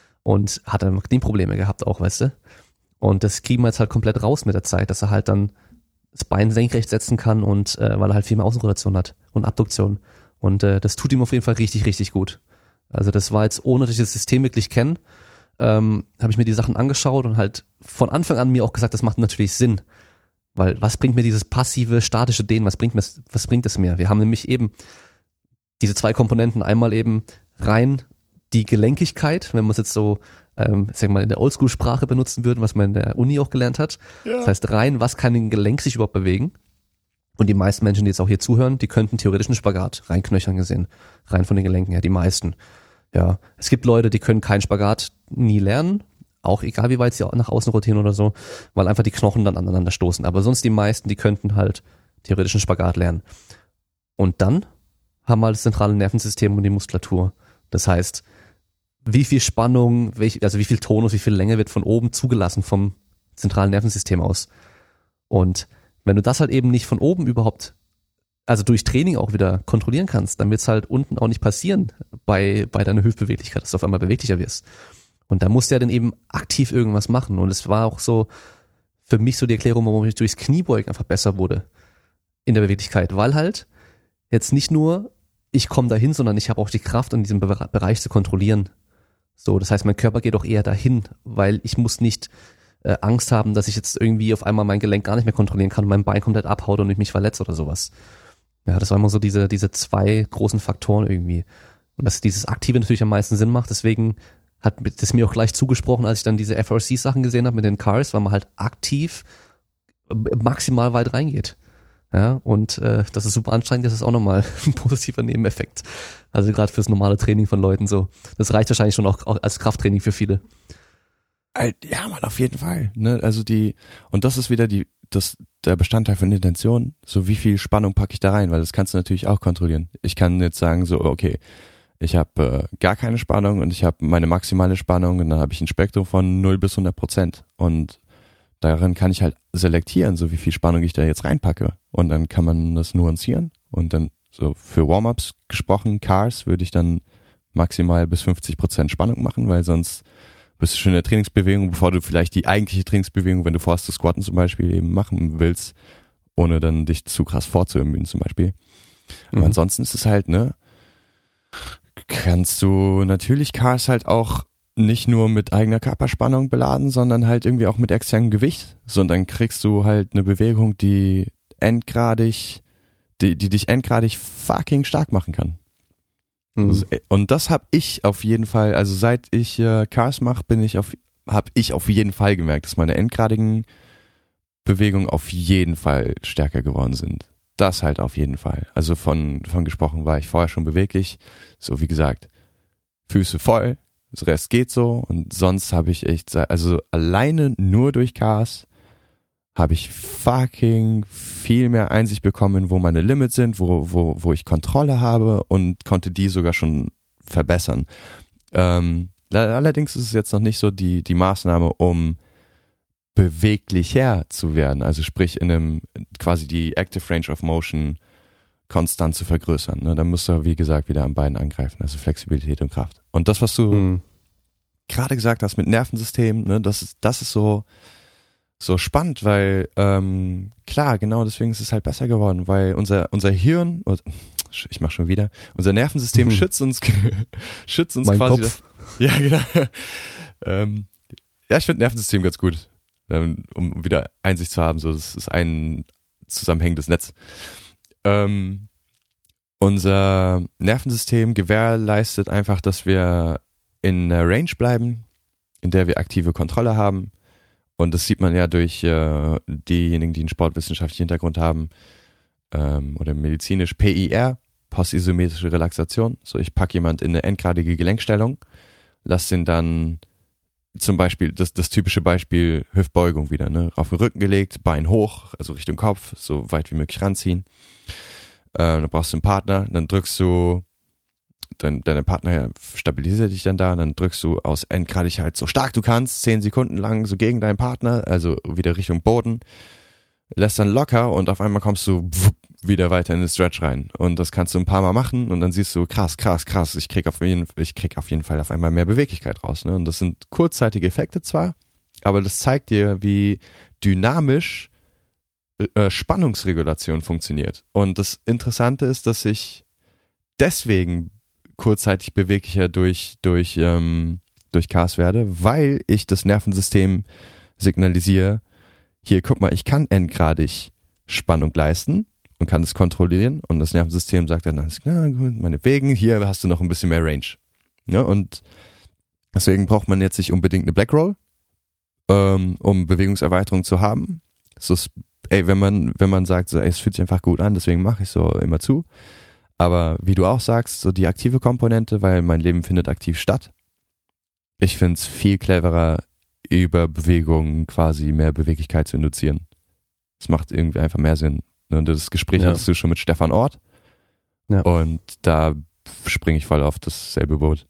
Und hat dann Knieprobleme gehabt auch, weißt du. Und das kriegen wir jetzt halt komplett raus mit der Zeit, dass er halt dann das Bein senkrecht setzen kann, und äh, weil er halt viel mehr Außenrotation hat und Abduktion. Und äh, das tut ihm auf jeden Fall richtig, richtig gut. Also das war jetzt, ohne dass ich das System wirklich kenne, ähm, habe ich mir die Sachen angeschaut und halt von Anfang an mir auch gesagt, das macht natürlich Sinn. Weil was bringt mir dieses passive, statische Dehnen, was bringt mir, was bringt es mir? Wir haben nämlich eben diese zwei Komponenten, einmal eben rein die Gelenkigkeit, wenn man es jetzt so, ähm, sag mal, in der Oldschool-Sprache benutzen würde, was man in der Uni auch gelernt hat. Ja. Das heißt rein, was kann ein Gelenk sich überhaupt bewegen? Und die meisten Menschen, die jetzt auch hier zuhören, die könnten theoretisch einen Spagat, rein knöchern gesehen, rein von den Gelenken her, die meisten. Ja, es gibt Leute, die können keinen Spagat nie lernen, auch egal wie weit sie nach außen rotieren oder so, weil einfach die Knochen dann aneinander stoßen. Aber sonst die meisten, die könnten halt theoretisch einen Spagat lernen. Und dann haben wir halt das zentrale Nervensystem und die Muskulatur. Das heißt, wie viel Spannung, welch, also wie viel Tonus, wie viel Länge wird von oben zugelassen vom zentralen Nervensystem aus. Und wenn du das halt eben nicht von oben überhaupt, also durch Training auch wieder kontrollieren kannst, dann wird es halt unten auch nicht passieren bei, bei deiner Hüftbeweglichkeit, dass du auf einmal beweglicher wirst. Und da musst du ja dann eben aktiv irgendwas machen. Und es war auch so für mich so die Erklärung, warum ich durchs Kniebeugen einfach besser wurde in der Beweglichkeit. Weil halt jetzt nicht nur ich komme dahin, sondern ich habe auch die Kraft, in diesem Bereich zu kontrollieren. So, das heißt, mein Körper geht auch eher dahin, weil ich muss nicht äh, Angst haben, dass ich jetzt irgendwie auf einmal mein Gelenk gar nicht mehr kontrollieren kann und mein Bein komplett abhaut und ich mich verletze oder sowas. Ja, das war immer so diese diese zwei großen Faktoren irgendwie. Und dass dieses Aktive natürlich am meisten Sinn macht, deswegen hat das mir auch gleich zugesprochen, als ich dann diese F R C-Sachen gesehen habe mit den Cars, weil man halt aktiv maximal weit reingeht. Ja, und äh, das ist super anstrengend, das ist auch nochmal ein positiver Nebeneffekt. Also gerade fürs normale Training von Leuten so. Das reicht wahrscheinlich schon auch, auch als Krafttraining für viele.
Ja, Mann, auf jeden Fall. Ne? Also die, und das ist wieder die, das, der Bestandteil von Intention, so wie viel Spannung packe ich da rein, weil das kannst du natürlich auch kontrollieren. Ich kann jetzt sagen so, okay, ich habe äh, gar keine Spannung und ich habe meine maximale Spannung und dann habe ich ein Spektrum von null bis hundert Prozent und darin kann ich halt selektieren, so wie viel Spannung ich da jetzt reinpacke. Und dann kann man das nuancieren. Und dann so für Warm-ups gesprochen, Cars, würde ich dann maximal bis fünfzig Prozent Spannung machen, weil sonst bist du schon in der Trainingsbewegung, bevor du vielleicht die eigentliche Trainingsbewegung, wenn du vorhast zu squatten zum Beispiel, eben machen willst, ohne dann dich zu krass vorzuermüden zum Beispiel. Aber mhm. ansonsten ist es halt, ne, kannst du natürlich Cars halt auch nicht nur mit eigener Körperspannung beladen, sondern halt irgendwie auch mit externem Gewicht. So, und dann kriegst du halt eine Bewegung, die endgradig, die, die dich endgradig fucking stark machen kann. Mhm. Also, und das habe ich auf jeden Fall, also seit ich äh, Cars mache, bin ich auf, habe ich auf jeden Fall gemerkt, dass meine endgradigen Bewegungen auf jeden Fall stärker geworden sind. Das halt auf jeden Fall. Also von, von gesprochen war ich vorher schon beweglich. So wie gesagt, Füße voll. Das Rest geht so und sonst habe ich echt, also alleine nur durch Cars habe ich fucking viel mehr Einsicht bekommen, wo meine Limits sind, wo wo wo ich Kontrolle habe und konnte die sogar schon verbessern. Ähm, allerdings ist es jetzt noch nicht so die die Maßnahme, um beweglicher zu werden, also sprich in einem quasi die Active Range of Motion konstant zu vergrößern. Ne? Da musst du, wie gesagt, wieder am Bein angreifen, also Flexibilität und Kraft. Und das, was du mhm. gerade gesagt hast mit Nervensystem, ne, das ist, das ist so, so spannend, weil ähm, klar, genau deswegen ist es halt besser geworden, weil unser unser Hirn, ich mach schon wieder, unser Nervensystem mhm. schützt uns, schützt uns
mein
quasi.
Kopf.
Das, ja, genau. ähm, ja, ich finde Nervensystem ganz gut, um wieder Einsicht zu haben. So, das ist ein zusammenhängendes Netz. Ähm, unser Nervensystem gewährleistet einfach, dass wir in einer Range bleiben, in der wir aktive Kontrolle haben. Und das sieht man ja durch äh, diejenigen, die einen sportwissenschaftlichen Hintergrund haben ähm, oder medizinisch P I R, postisometrische Relaxation. So, ich packe jemand in eine endgradige Gelenkstellung, lass den dann zum Beispiel, das, das typische Beispiel Hüftbeugung wieder, ne, auf den Rücken gelegt, Bein hoch, also Richtung Kopf, so weit wie möglich ranziehen. Äh, dann brauchst du einen Partner, dann drückst du, dann deine Partner stabilisiert dich dann da, dann drückst du aus Endgradigkeit so stark du kannst, zehn Sekunden lang so gegen deinen Partner, also wieder Richtung Boden, lässt dann locker und auf einmal kommst du wieder weiter in den Stretch rein. Und das kannst du ein paar Mal machen und dann siehst du, krass, krass, krass, ich krieg auf jeden, ich krieg auf jeden Fall auf einmal mehr Beweglichkeit raus. Ne? Und das sind kurzzeitige Effekte zwar, aber das zeigt dir, wie dynamisch äh, Spannungsregulation funktioniert. Und das Interessante ist, dass ich deswegen kurzzeitig beweglicher durch, durch, ähm, durch Cars werde, weil ich das Nervensystem signalisiere, hier, guck mal, ich kann endgradig Spannung leisten und kann es kontrollieren und das Nervensystem sagt dann, na gut, meinetwegen, hier hast du noch ein bisschen mehr Range. Ja, und deswegen braucht man jetzt nicht unbedingt eine Black Roll, ähm, um Bewegungserweiterung zu haben. So, ey, wenn man, wenn man sagt, so, ey, es fühlt sich einfach gut an, deswegen mache ich so immer zu. Aber wie du auch sagst, so die aktive Komponente, weil mein Leben findet aktiv statt. Ich finde es viel cleverer, über Bewegungen quasi mehr Beweglichkeit zu induzieren. Das macht irgendwie einfach mehr Sinn. Und das Gespräch ja. hattest du schon mit Stefan Ort. Ja. Und da springe ich voll auf dasselbe Boot.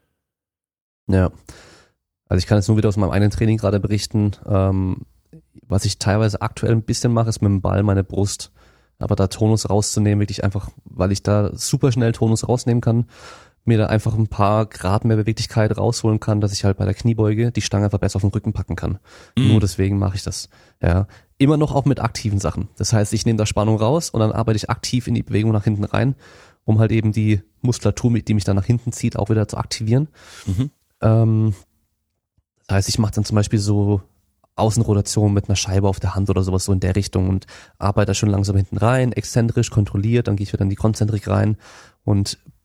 Ja. Also ich kann jetzt nur wieder aus meinem eigenen Training gerade berichten. Ähm, was ich teilweise aktuell ein bisschen mache, ist mit dem Ball meine Brust. Aber da Tonus rauszunehmen, wirklich einfach, weil ich da super schnell Tonus rausnehmen kann, mir da einfach ein paar Grad mehr Beweglichkeit rausholen kann, dass ich halt bei der Kniebeuge die Stange einfach besser auf den Rücken packen kann. Mhm. Nur deswegen mache ich das. Ja, immer noch auch mit aktiven Sachen. Das heißt, ich nehme da Spannung raus und dann arbeite ich aktiv in die Bewegung nach hinten rein, um halt eben die Muskulatur, die mich dann nach hinten zieht, auch wieder zu aktivieren. Mhm. Ähm, das heißt, ich mache dann zum Beispiel so Außenrotation mit einer Scheibe auf der Hand oder sowas so in der Richtung und arbeite da schon langsam hinten rein, exzentrisch, kontrolliert, dann gehe ich wieder in die Konzentrik rein und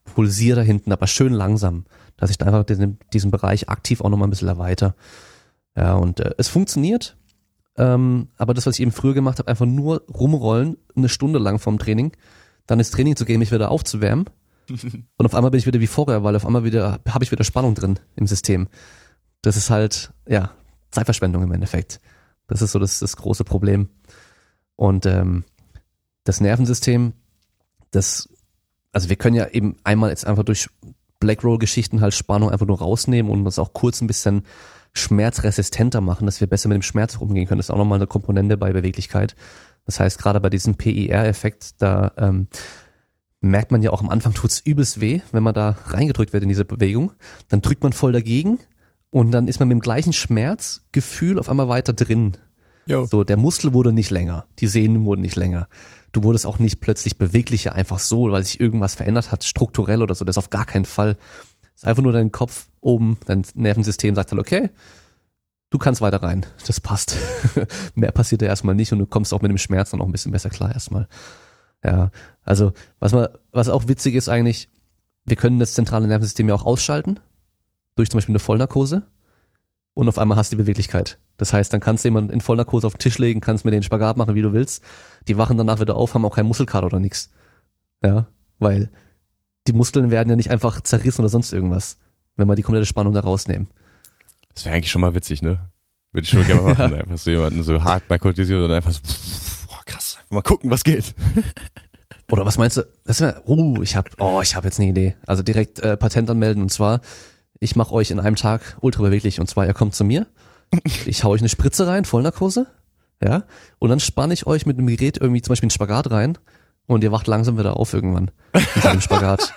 pulsiere da hinten, aber schön langsam, dass ich da einfach diesen, diesen Bereich aktiv auch nochmal ein bisschen erweitere. Ja, und äh, es funktioniert, ähm, aber das, was ich eben früher gemacht habe, einfach nur rumrollen, eine Stunde lang vorm Training, dann ins Training zu gehen, mich wieder aufzuwärmen und auf einmal bin ich wieder wie vorher, weil auf einmal wieder habe ich wieder Spannung drin im System. Das ist halt, ja, Zeitverschwendung im Endeffekt. Das ist so das, das große Problem. Und ähm, das Nervensystem, das, also wir können ja eben einmal jetzt einfach durch Blackroll-Geschichten halt Spannung einfach nur rausnehmen und uns auch kurz ein bisschen schmerzresistenter machen, dass wir besser mit dem Schmerz umgehen können. Das ist auch nochmal eine Komponente bei Beweglichkeit. Das heißt, gerade bei diesem P I R-Effekt, da ähm, merkt man ja auch am Anfang, tut's übelst weh, wenn man da reingedrückt wird in diese Bewegung. Dann drückt man voll dagegen und dann ist man mit dem gleichen Schmerzgefühl auf einmal weiter drin. Jo. So, der Muskel wurde nicht länger, die Sehnen wurden nicht länger. Du wurdest auch nicht plötzlich beweglicher, einfach so, weil sich irgendwas verändert hat, strukturell oder so. Das ist auf gar keinen Fall. Das ist einfach nur dein Kopf oben, dein Nervensystem sagt halt, okay, du kannst weiter rein, das passt. Mehr passiert ja erstmal nicht und du kommst auch mit dem Schmerz dann auch ein bisschen besser klar erstmal. Ja, also was man, was auch witzig ist eigentlich, wir können das zentrale Nervensystem ja auch ausschalten, durch zum Beispiel eine Vollnarkose und auf einmal hast du die Beweglichkeit. Das heißt, dann kannst du jemanden in Vollnarkose auf den Tisch legen, kannst mit den Spagat machen, wie du willst. Die wachen danach wieder auf, haben auch keinen Muskelkater oder nichts. Ja, weil die Muskeln werden ja nicht einfach zerrissen oder sonst irgendwas, wenn wir die komplette Spannung da rausnehmen.
Das wäre eigentlich schon mal witzig, ne? Würde ich schon gerne mal machen. Einfach so jemanden so hart narkotisiert und einfach so, boah, krass, mal gucken, was geht.
Oder was meinst du? Das wär, oh, ich hab, oh, ich habe jetzt eine Idee. Also direkt äh, Patent anmelden und zwar, ich mache euch in einem Tag ultra beweglich und zwar, ihr kommt zu mir, ich hau euch eine Spritze rein, Vollnarkose, ja, und dann spanne ich euch mit einem Gerät irgendwie zum Beispiel einen Spagat rein und ihr wacht langsam wieder auf irgendwann mit einem Spagat.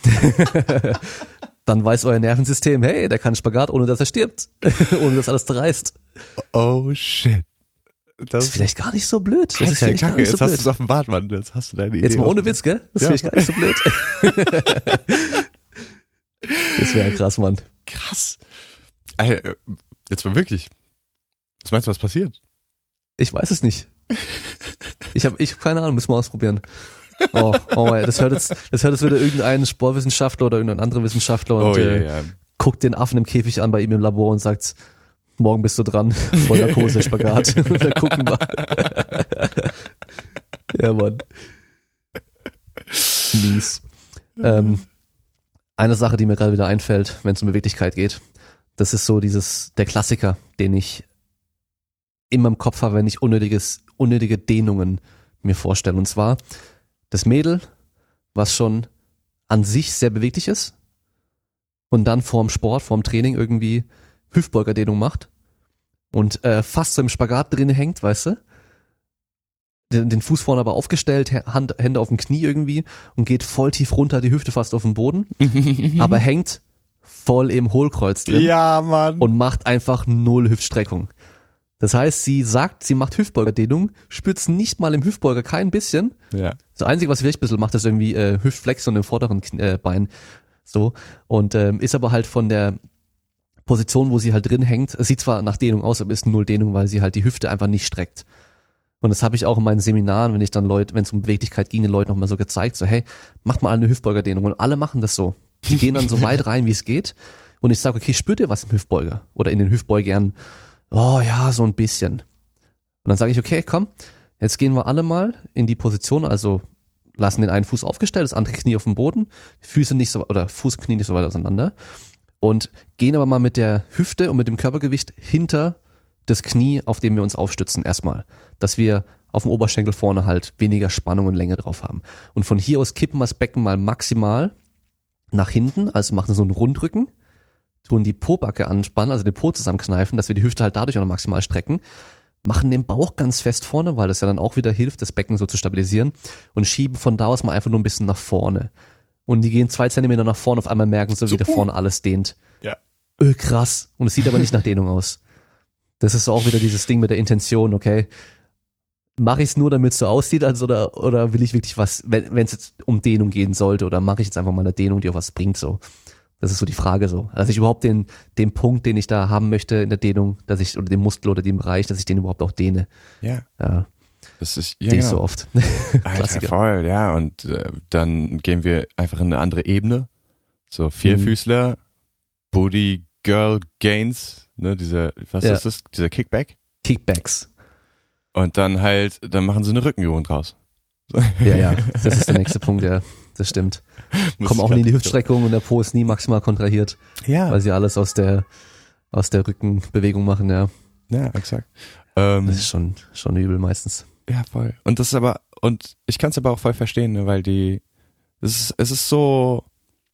Dann weiß euer Nervensystem, hey, der kann Spagat, ohne dass er stirbt, ohne dass alles zerreißt.
Oh shit.
Das, das ist vielleicht gar nicht so blöd.
Das ist ja kacke, jetzt so hast du es offenbart, Mann. Jetzt hast du deine Idee.
Jetzt mal ohne Witz, gell? Das ja. ist vielleicht gar nicht so blöd. Das wäre krass, Mann.
Krass. Alter, jetzt mal wirklich. Was meinst du, was passiert?
Ich weiß es nicht. Ich habe ich hab keine Ahnung, müssen wir ausprobieren. Oh, oh ey, das hört jetzt, das hört jetzt wieder irgendein Sportwissenschaftler oder irgendein anderer Wissenschaftler und
oh, yeah,
äh,
yeah.
guckt den Affen im Käfig an bei ihm im Labor und sagt, morgen bist du dran, Vollnarkose, Spagat. Und dann gucken wir. Ja, Mann. Mies. Ähm, eine Sache, die mir gerade wieder einfällt, wenn es um Beweglichkeit geht, das ist so dieses, der Klassiker, den ich immer im Kopf habe, wenn ich unnötiges, unnötige Dehnungen mir vorstelle. Und zwar das Mädel, was schon an sich sehr beweglich ist und dann vorm Sport, vorm Training irgendwie Hüftbeugerdehnung macht und äh, fast so im Spagat drin hängt, weißt du? Den, den Fuß vorne aber aufgestellt, Hand, Hände auf dem Knie irgendwie und geht voll tief runter, die Hüfte fast auf den Boden, aber hängt voll im Hohlkreuz drin.
Ja, Mann.
Und macht einfach null Hüftstreckung. Das heißt, sie sagt, sie macht Hüftbeugerdehnung, spürt's nicht mal im Hüftbeuger, kein bisschen.
Ja.
Das Einzige, was sie vielleicht ein bisschen macht, ist irgendwie äh, Hüftflexion im vorderen äh, Bein. So. Und ähm, ist aber halt von der Position, wo sie halt drin hängt, es sieht zwar nach Dehnung aus, aber ist null Dehnung, weil sie halt die Hüfte einfach nicht streckt. Und das habe ich auch in meinen Seminaren, wenn ich dann Leute, wenn es um Beweglichkeit ging, den Leuten nochmal so gezeigt, so hey, macht mal eine Hüftbeugerdehnung. Und alle machen das so. Die gehen dann so weit rein, wie es geht. Und ich sage, okay, spürt ihr was im Hüftbeuger? Oder in den Hüftbeugern? Oh ja, so ein bisschen. Und dann sage ich, okay, komm, jetzt gehen wir alle mal in die Position, also lassen den einen Fuß aufgestellt, das andere Knie auf dem Boden, Füße nicht so, oder Fuß, Knie nicht so weit auseinander und gehen aber mal mit der Hüfte und mit dem Körpergewicht hinter das Knie, auf dem wir uns aufstützen erstmal, dass wir auf dem Oberschenkel vorne halt weniger Spannung und Länge drauf haben. Und von hier aus kippen wir das Becken mal maximal nach hinten, also machen so einen Rundrücken, tun die Pobacke anspannen, also den Po zusammenkneifen, dass wir die Hüfte halt dadurch auch noch maximal strecken, machen den Bauch ganz fest vorne, weil das ja dann auch wieder hilft, das Becken so zu stabilisieren und schieben von da aus mal einfach nur ein bisschen nach vorne. Und die gehen zwei Zentimeter nach vorne, auf einmal merken so, wie da vorne alles dehnt.
Ja.
Öh, krass. Und es sieht aber nicht nach Dehnung aus. Das ist auch wieder dieses Ding mit der Intention, okay, mache ich es nur, damit es so aussieht, also oder, oder will ich wirklich was, wenn es jetzt um Dehnung gehen sollte, oder mache ich jetzt einfach mal eine Dehnung, die auch was bringt, so. Das ist so die Frage so. Dass ich überhaupt den, den Punkt, den ich da haben möchte in der Dehnung, dass ich, oder den Muskel oder den Bereich, dass ich den überhaupt auch dehne.
Ja.
Ja.
Das ist ja,
Nicht
genau.
so oft.
Alter, voll, ja. Und äh, dann gehen wir einfach in eine andere Ebene. So Vierfüßler, mhm. Booty Girl Gains, ne, dieser, was ja. ist das? Dieser Kickback?
Kickbacks.
Und dann halt, dann machen sie eine Rückenübung draus.
Ja, ja, das ist der nächste Punkt, ja. Das stimmt. Kommen auch nie in die Hüftstreckung und der Po ist nie maximal kontrahiert.
Ja.
Weil sie alles aus der, aus der Rückenbewegung machen, ja.
Ja, exakt. Ähm,
das ist schon, schon übel meistens.
Ja, voll. Und das ist aber, und ich kann es aber auch voll verstehen, ne, weil die, es ist, es ist so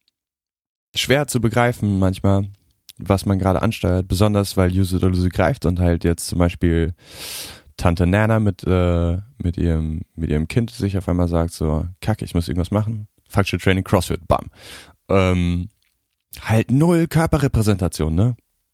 schwer zu begreifen manchmal, was man gerade ansteuert, besonders weil Use oder Lose greift und halt jetzt zum Beispiel Tante Nana mit, äh, mit ihrem, mit ihrem Kind sich auf einmal sagt so, kacke, ich muss irgendwas machen. Functional Training, CrossFit, bam. Ähm, halt null Körperrepräsentation, ne?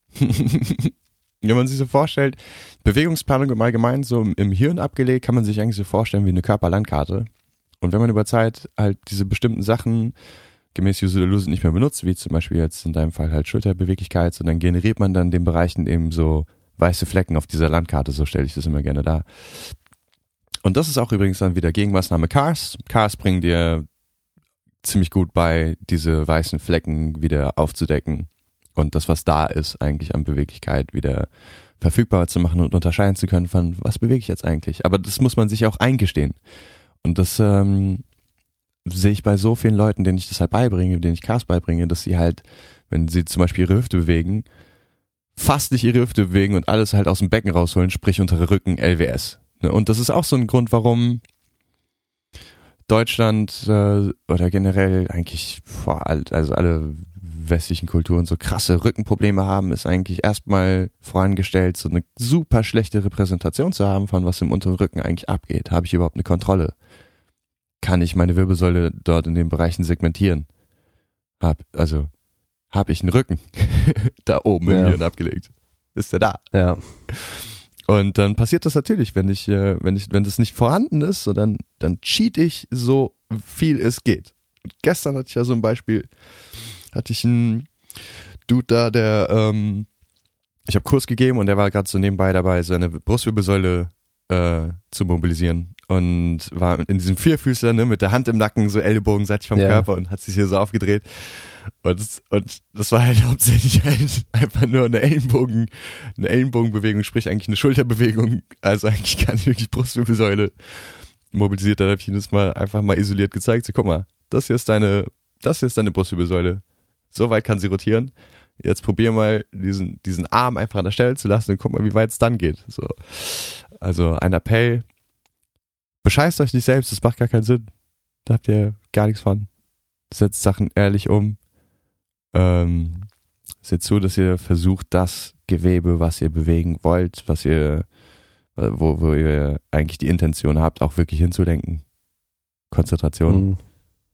Wenn man sich so vorstellt, Bewegungsplanung im Allgemeinen so im Hirn abgelegt, kann man sich eigentlich so vorstellen wie eine Körperlandkarte. Und wenn man über Zeit halt diese bestimmten Sachen gemäß Use oder Lose nicht mehr benutzt, wie zum Beispiel jetzt in deinem Fall halt Schulterbeweglichkeit, und dann generiert man dann den Bereichen eben so weiße Flecken auf dieser Landkarte, so stelle ich das immer gerne dar. Und das ist auch übrigens dann wieder Gegenmaßnahme C A R S. C A R S bringen dir ziemlich gut bei, diese weißen Flecken wieder aufzudecken und das, was da ist, eigentlich an Beweglichkeit wieder verfügbar zu machen und unterscheiden zu können von, was bewege ich jetzt eigentlich. Aber das muss man sich auch eingestehen. Und das ähm, sehe ich bei so vielen Leuten, denen ich das halt beibringe, denen ich C A R S beibringe, dass sie halt, wenn sie zum Beispiel ihre Hüfte bewegen, fast nicht ihre Hüfte bewegen und alles halt aus dem Becken rausholen, sprich untere Rücken, L W S. Und das ist auch so ein Grund, warum Deutschland äh, oder generell eigentlich vor all, also alle westlichen Kulturen so krasse Rückenprobleme haben, ist eigentlich erstmal vorangestellt, so eine super schlechte Repräsentation zu haben von was im unteren Rücken eigentlich abgeht. Habe ich überhaupt eine Kontrolle? Kann ich meine Wirbelsäule dort in den Bereichen segmentieren? Hab, also habe ich einen Rücken da oben im
ja.
Hirn abgelegt? Ist der da?
Ja.
Und dann passiert das natürlich, wenn ich, äh, wenn ich, wenn das nicht vorhanden ist, so dann, dann cheat ich so viel es geht. Und gestern hatte ich ja so ein Beispiel, hatte ich einen Dude da, der, ähm, ich habe Kurs gegeben und der war gerade so nebenbei dabei, seine Brustwirbelsäule äh, zu mobilisieren und war in diesem Vierfüßler, ne, mit der Hand im Nacken, so ellbogenseitig vom
ja.
Körper und hat sich hier so aufgedreht. Und das, und das war halt hauptsächlich halt einfach nur eine Ellenbogen, eine Ellenbogenbewegung, sprich eigentlich eine Schulterbewegung. Also eigentlich gar nicht wirklich Brustwirbelsäule mobilisiert. Da habe ich ihm das mal einfach mal isoliert gezeigt. So, guck mal, das hier ist deine, das hier ist deine Brustwirbelsäule. So weit kann sie rotieren. Jetzt probier mal diesen, diesen Arm einfach an der Stelle zu lassen und guck mal, wie weit es dann geht. So. Also ein Appell. Bescheißt euch nicht selbst, das macht gar keinen Sinn. Da habt ihr gar nichts von. Setzt Sachen ehrlich um. Ähm, seht zu, dass ihr versucht, das Gewebe, was ihr bewegen wollt, was ihr, wo, wo ihr eigentlich die Intention habt, auch wirklich hinzudenken. Konzentration.
Mhm.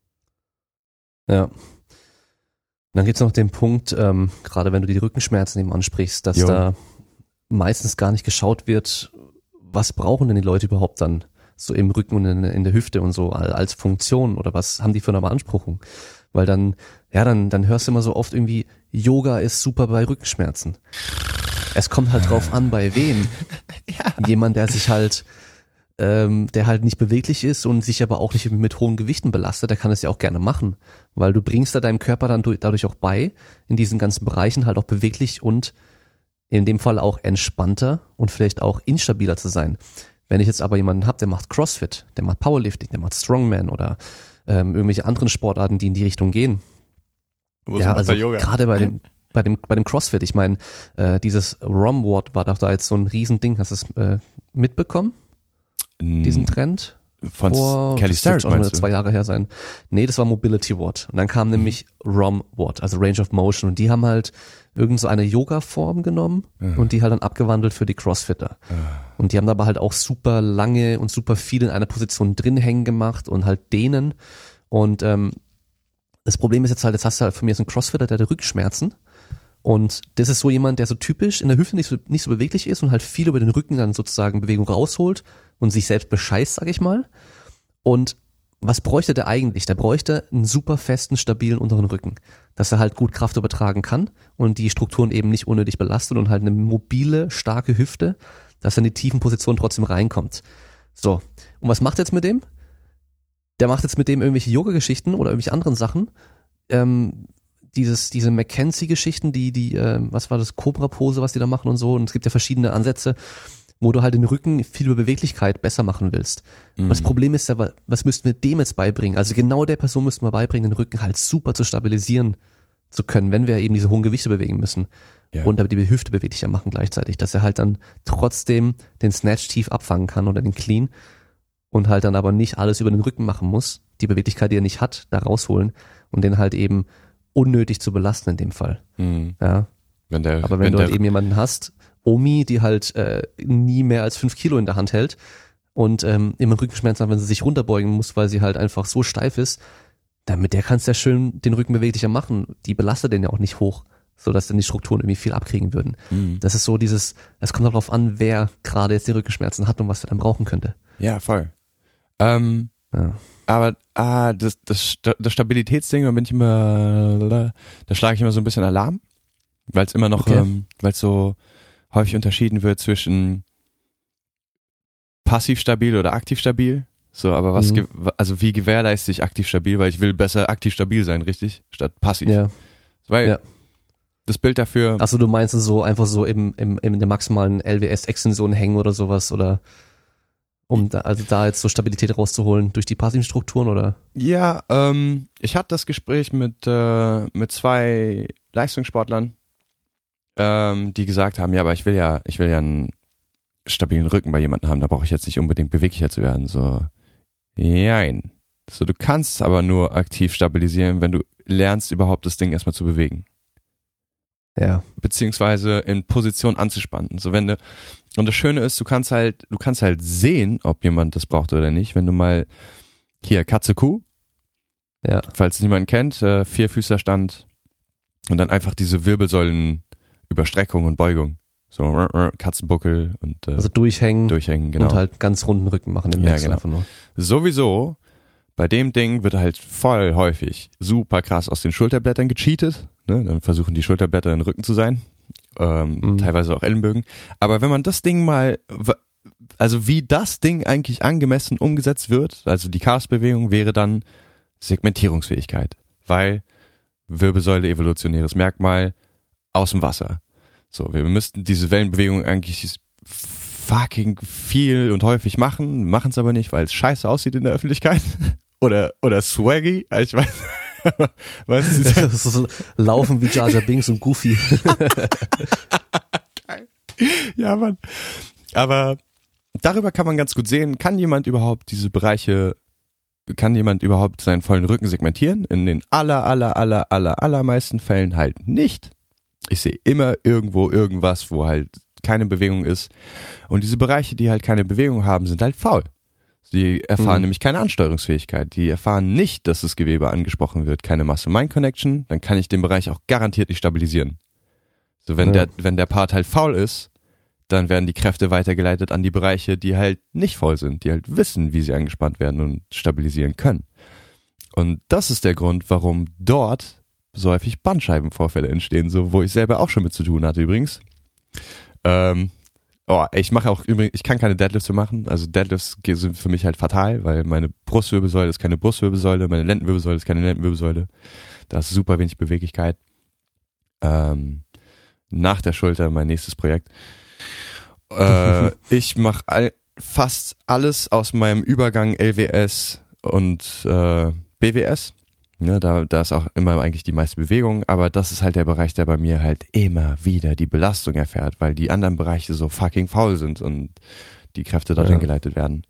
Ja. Und dann gibt's noch den Punkt, ähm, gerade wenn du die Rückenschmerzen eben ansprichst, dass jo. da meistens gar nicht geschaut wird, was brauchen denn die Leute überhaupt dann so im Rücken und in, in der Hüfte und so als Funktion oder was haben die für eine Beanspruchung? Weil dann, ja, dann, dann hörst du immer so oft irgendwie, Yoga ist super bei Rückenschmerzen. Es kommt halt drauf an, bei wem. Ja. Jemand, der sich halt, ähm, der halt nicht beweglich ist und sich aber auch nicht mit hohen Gewichten belastet, der kann es ja auch gerne machen. Weil du bringst da deinem Körper dann dadurch auch bei, in diesen ganzen Bereichen halt auch beweglich und in dem Fall auch entspannter und vielleicht auch instabiler zu sein. Wenn ich jetzt aber jemanden habe, der macht CrossFit, der macht Powerlifting, der macht Strongman oder ähm, irgendwelche anderen Sportarten, die in die Richtung gehen.
Wo
ja, also gerade bei dem bei dem bei dem CrossFit, ich meine, äh, dieses ROM-Wort war doch da jetzt so ein Riesending. Hast du es äh, mitbekommen? Mm. Diesen Trend?
Von
Vor,
Kelly Starrett meinst du?
Zwei Jahre her sein. Nee, das war Mobility Watt. Und dann kam nämlich ROM Watt, also Range of Motion. Und die haben halt irgend so eine Yoga-Form genommen uh. und die halt dann abgewandelt für die Crossfitter. Uh. Und die haben aber halt auch super lange und super viel in einer Position drin hängen gemacht und halt dehnen. Und ähm, das Problem ist jetzt halt, jetzt hast du halt von mir so einen Crossfitter, der hat Rückenschmerzen. Und das ist so jemand, der so typisch in der Hüfte nicht so, nicht so beweglich ist und halt viel über den Rücken dann sozusagen Bewegung rausholt und sich selbst bescheißt, sag ich mal. Und was bräuchte der eigentlich? Der bräuchte einen super festen, stabilen unteren Rücken, dass er halt gut Kraft übertragen kann und die Strukturen eben nicht unnötig belastet und halt eine mobile, starke Hüfte, dass er in die tiefen Positionen trotzdem reinkommt. So, und was macht er jetzt mit dem? Der macht jetzt mit dem irgendwelche Yoga-Geschichten oder irgendwelche anderen Sachen. Ähm, dieses, diese McKenzie-Geschichten, die, die, äh, was war das, Cobra-Pose, was die da machen und so. Und es gibt ja verschiedene Ansätze, wo du halt den Rücken viel über Beweglichkeit besser machen willst. Mhm. Das Problem ist ja, was müssten wir dem jetzt beibringen? Also genau der Person müssten wir beibringen, den Rücken halt super zu stabilisieren zu können, wenn wir eben diese hohen Gewichte bewegen müssen. Ja. Und aber die Hüfte beweglicher machen gleichzeitig, dass er halt dann trotzdem den Snatch tief abfangen kann oder den Clean und halt dann aber nicht alles über den Rücken machen muss, die Beweglichkeit, die er nicht hat, da rausholen und den halt eben unnötig zu belasten in dem Fall.
Mhm.
Ja.
Wenn der,
aber wenn, wenn du halt eben jemanden hast, Omi, die halt äh, nie mehr als fünf Kilo in der Hand hält und ähm, immer Rückenschmerzen hat, wenn sie sich runterbeugen muss, weil sie halt einfach so steif ist, dann mit der kannst du ja schön den Rücken beweglicher machen. Die belastet den ja auch nicht hoch, so dass dann die Strukturen irgendwie viel abkriegen würden. Mhm. Das ist so dieses, es kommt darauf an, wer gerade jetzt die Rückenschmerzen hat und was er dann brauchen könnte.
Ja, voll. Ähm, ja. Aber ah, das, das, das Stabilitätsding, da bin ich immer, da schlage ich immer so ein bisschen Alarm, weil es immer noch, okay. ähm, weil es so häufig unterschieden wird zwischen passiv stabil oder aktiv stabil. So, aber was, mhm. also wie gewährleiste ich aktiv stabil, weil ich will besser aktiv stabil sein, richtig? Statt passiv.
Ja.
Weil
ja.
das Bild dafür.
Achso, du meinst so einfach so im, im, in der maximalen L W S-Extension hängen oder sowas oder um da, also da jetzt so Stabilität rauszuholen durch die passiven Strukturen oder?
Ja, ähm, ich hatte das Gespräch mit, äh, mit zwei Leistungssportlern, ähm, die gesagt haben, ja, aber ich will ja, ich will ja einen stabilen Rücken bei jemandem haben, da brauche ich jetzt nicht unbedingt beweglicher zu werden. So, nein. So, du kannst aber nur aktiv stabilisieren, wenn du lernst, überhaupt das Ding erstmal zu bewegen.
Ja.
Beziehungsweise in Position anzuspannen. So, wenn du, und das Schöne ist, du kannst halt, du kannst halt sehen, ob jemand das braucht oder nicht, wenn du mal, hier, Katze, Kuh.
Ja.
Falls es niemand kennt, äh, Vierfüßlerstand und dann einfach diese Wirbelsäulenüberstreckung und Beugung. So, uh, uh, Katzenbuckel und äh,
also durchhängen,
durchhängen, genau.
Und halt ganz runden Rücken machen im
ja,
Wechsel
genau.
einfach nur.
Sowieso, bei dem Ding wird halt voll häufig super krass aus den Schulterblättern gecheatet. Ne? Dann versuchen die Schulterblätter in den Rücken zu sein. Ähm, mhm. Teilweise auch Ellenbögen. Aber wenn man das Ding mal, also wie das Ding eigentlich angemessen umgesetzt wird, also die Cast-Bewegung wäre dann Segmentierungsfähigkeit. Weil Wirbelsäule, evolutionäres Merkmal, aus dem Wasser. So, wir müssten diese Wellenbewegung eigentlich fucking viel und häufig machen, machen es aber nicht, weil es scheiße aussieht in der Öffentlichkeit. oder oder swaggy, ich weiß. Was ist das?
Das ist so Laufen wie Jar Jar Binks und Goofy.
Ja, Mann. Aber darüber kann man ganz gut sehen, kann jemand überhaupt diese Bereiche, kann jemand überhaupt seinen vollen Rücken segmentieren? In den aller, aller, aller, aller, allermeisten Fällen halt nicht. Ich sehe immer irgendwo irgendwas, wo halt keine Bewegung ist. Und diese Bereiche, die halt keine Bewegung haben, sind halt faul. Die erfahren mhm. nämlich keine Ansteuerungsfähigkeit. Die erfahren nicht, dass das Gewebe angesprochen wird. Keine Muscle-Mind-Connection. Dann kann ich den Bereich auch garantiert nicht stabilisieren. So, wenn ja. der, wenn der Part halt faul ist, dann werden die Kräfte weitergeleitet an die Bereiche, die halt nicht faul sind, die halt wissen, wie sie angespannt werden und stabilisieren können. Und das ist der Grund, warum dort so häufig Bandscheibenvorfälle entstehen, so, wo ich selber auch schon mit zu tun hatte übrigens. Ähm, oh, ich mache auch übrigens, ich kann keine Deadlifts mehr machen, also Deadlifts sind für mich halt fatal, weil meine Brustwirbelsäule ist keine Brustwirbelsäule, meine Lendenwirbelsäule ist keine Lendenwirbelsäule, da ist super wenig Beweglichkeit. Ähm, nach der Schulter mein nächstes Projekt. Äh, ich mache all, fast alles aus meinem Übergang L W S und äh, B W S. Ja, da, da ist auch immer eigentlich die meiste Bewegung, aber das ist halt der Bereich, der bei mir halt immer wieder die Belastung erfährt, weil die anderen Bereiche so fucking faul sind und die Kräfte dorthin ja. geleitet werden.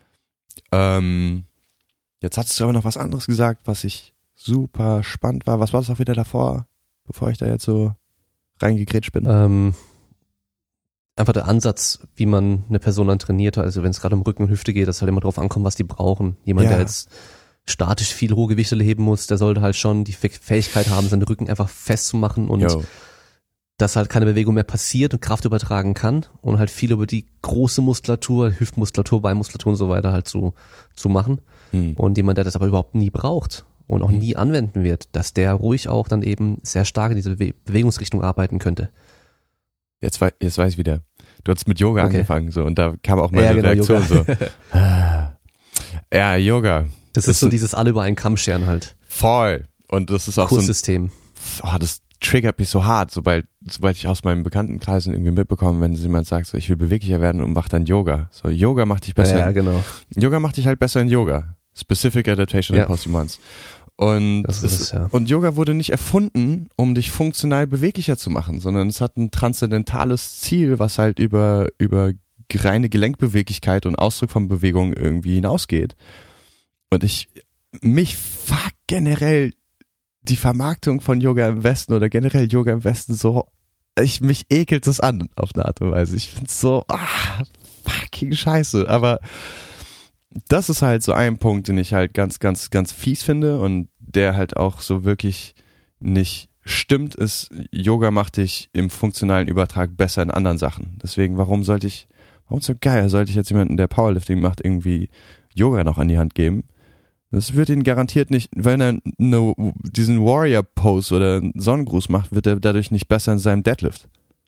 Ähm, jetzt hattest du aber noch was anderes gesagt, was ich super spannend war. Was war das auch wieder davor, bevor ich da jetzt so reingegrätscht bin?
Ähm, einfach der Ansatz, wie man eine Person dann trainiert, also wenn es gerade um Rücken und Hüfte geht, dass halt immer drauf ankommt, was die brauchen. Jemand, ja. der jetzt statisch viel hohe Gewichte heben muss, der sollte halt schon die Fähigkeit haben, seinen Rücken einfach festzumachen und Yo. dass halt keine Bewegung mehr passiert und Kraft übertragen kann und halt viel über die große Muskulatur, Hüftmuskulatur, Beinmuskulatur und so weiter halt zu, zu machen. Hm. Und jemand, der das aber überhaupt nie braucht und auch hm. nie anwenden wird, dass der ruhig auch dann eben sehr stark in diese Be- Bewegungsrichtung arbeiten könnte.
Jetzt, wei- jetzt weiß ich wieder. Du hast mit Yoga
Okay.
angefangen, so, und da kam auch meine
Ja, genau,
Reaktion
Yoga.
so. Ja, Yoga.
Das,
Das
ist so
ist-
dieses alle über einen Kamm scheren halt.
Voll. Und das ist auch so ein,
Kurssystem.
oh, das triggert mich so hart, sobald, sobald ich aus meinen Bekanntenkreisen irgendwie mitbekomme, wenn jemand sagt, so, ich will beweglicher werden und mach dann Yoga. So, Yoga macht dich besser.
Ja, genau.
Yoga macht dich halt besser in Yoga. Specific Adaptation
Ja.
and Posthumously. Und,
Das ist es, ja.
und Yoga wurde nicht erfunden, um dich funktional beweglicher zu machen, sondern es hat ein transzendentales Ziel, was halt über, über reine Gelenkbeweglichkeit und Ausdruck von Bewegung irgendwie hinausgeht. Und ich, mich fuck generell die Vermarktung von Yoga im Westen oder generell Yoga im Westen so, ich, mich ekelt es an, auf eine Art und Weise. Ich find's so, ah, fucking scheiße. Aber das ist halt so ein Punkt, den ich halt ganz, ganz, ganz fies finde und der halt auch so wirklich nicht stimmt, ist, Yoga macht dich im funktionalen Übertrag besser in anderen Sachen. Deswegen, warum sollte ich, warum so geil, sollte ich jetzt jemanden, der Powerlifting macht, irgendwie Yoga noch an die Hand geben? Das wird ihn garantiert nicht, wenn er eine, diesen Warrior-Pose oder einen Sonnengruß macht, wird er dadurch nicht besser in seinem Deadlift.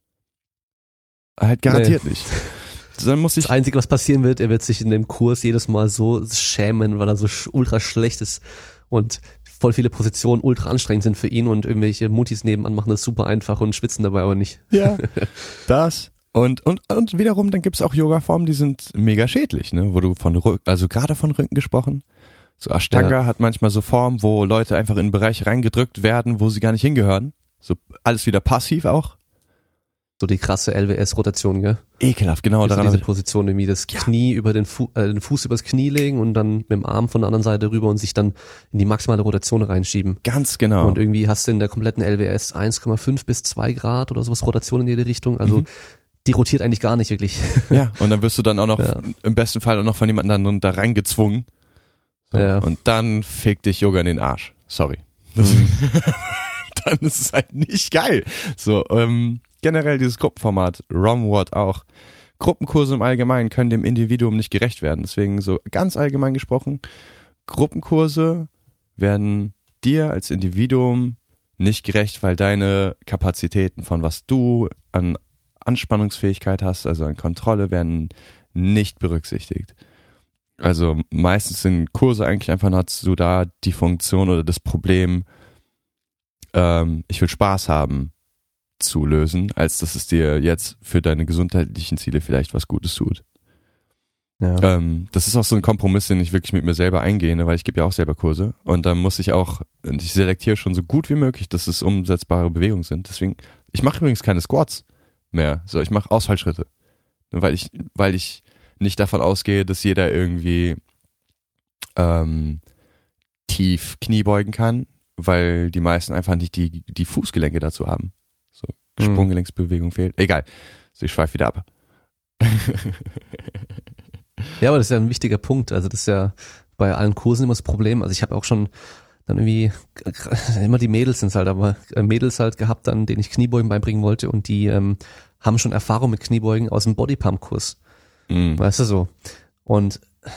Halt garantiert nicht. Dann muss ich
Das Einzige, was passieren wird, er wird sich in dem Kurs jedes Mal so schämen, weil er so sch- ultra schlecht ist und voll viele Positionen ultra anstrengend sind für ihn und irgendwelche Mutis nebenan machen das super einfach und schwitzen dabei aber nicht.
Ja, das. Und, und, und wiederum, dann gibt's auch Yoga-Formen, die sind mega schädlich, ne? Wo du von Rücken, also gerade von Rücken gesprochen. So Ashtanga
Ja.
hat manchmal so Formen, wo Leute einfach in einen Bereich reingedrückt werden, wo sie gar nicht hingehören. So alles wieder passiv auch.
So die krasse L W S-Rotation, gell?
Ekelhaft, genau.
Also
Daran
diese
hab ich,
Position, irgendwie das
Ja.
Knie über den, Fu äh, den Fuß übers Knie legen und dann mit dem Arm von der anderen Seite rüber und sich dann in die maximale Rotation reinschieben.
ganz genau.
Und irgendwie hast du in der kompletten L W S eins Komma fünf bis zwei Grad oder sowas Rotation in jede Richtung. Also
Mhm.
die rotiert eigentlich gar nicht wirklich.
Ja, und dann wirst du dann auch noch,
Ja.
im besten Fall auch noch von jemand anderem da reingezwungen. So,
Ja.
Und dann fickt dich Yoga in den Arsch. Sorry.
Mhm.
Dann ist es halt nicht geil. So, ähm, generell dieses Gruppenformat, ROMWOD auch. Gruppenkurse im Allgemeinen können dem Individuum nicht gerecht werden. Deswegen so ganz allgemein gesprochen, Gruppenkurse werden dir als Individuum nicht gerecht, weil deine Kapazitäten von was du an Anspannungsfähigkeit hast, also an Kontrolle, werden nicht berücksichtigt. Also meistens sind Kurse eigentlich einfach nur dazu da, die Funktion oder das Problem, ähm, ich will Spaß haben, zu lösen, als dass es dir jetzt für deine gesundheitlichen Ziele vielleicht was Gutes tut.
Ja.
Ähm, das ist auch so ein Kompromiss, den ich wirklich mit mir selber eingehe, ne, weil ich gebe ja auch selber Kurse und dann muss ich auch, und ich selektiere schon so gut wie möglich, dass es umsetzbare Bewegungen sind. Deswegen, ich mache übrigens keine Squats mehr, so ich mache Ausfallschritte, weil ich, weil ich nicht davon ausgehe, dass jeder irgendwie ähm, tief Knie beugen kann, weil die meisten einfach nicht die, die Fußgelenke dazu haben. So, Sprunggelenksbewegung fehlt. Egal. So, ich schweife wieder ab.
Ja, aber das ist ja ein wichtiger Punkt. Also das ist ja bei allen Kursen immer das Problem. Also ich habe auch schon dann irgendwie, immer die Mädels sind halt, aber Mädels halt gehabt dann, denen ich Kniebeugen beibringen wollte und die ähm, haben schon Erfahrung mit Kniebeugen aus dem Bodypump-Kurs.
Mhm.
Weißt du so. Und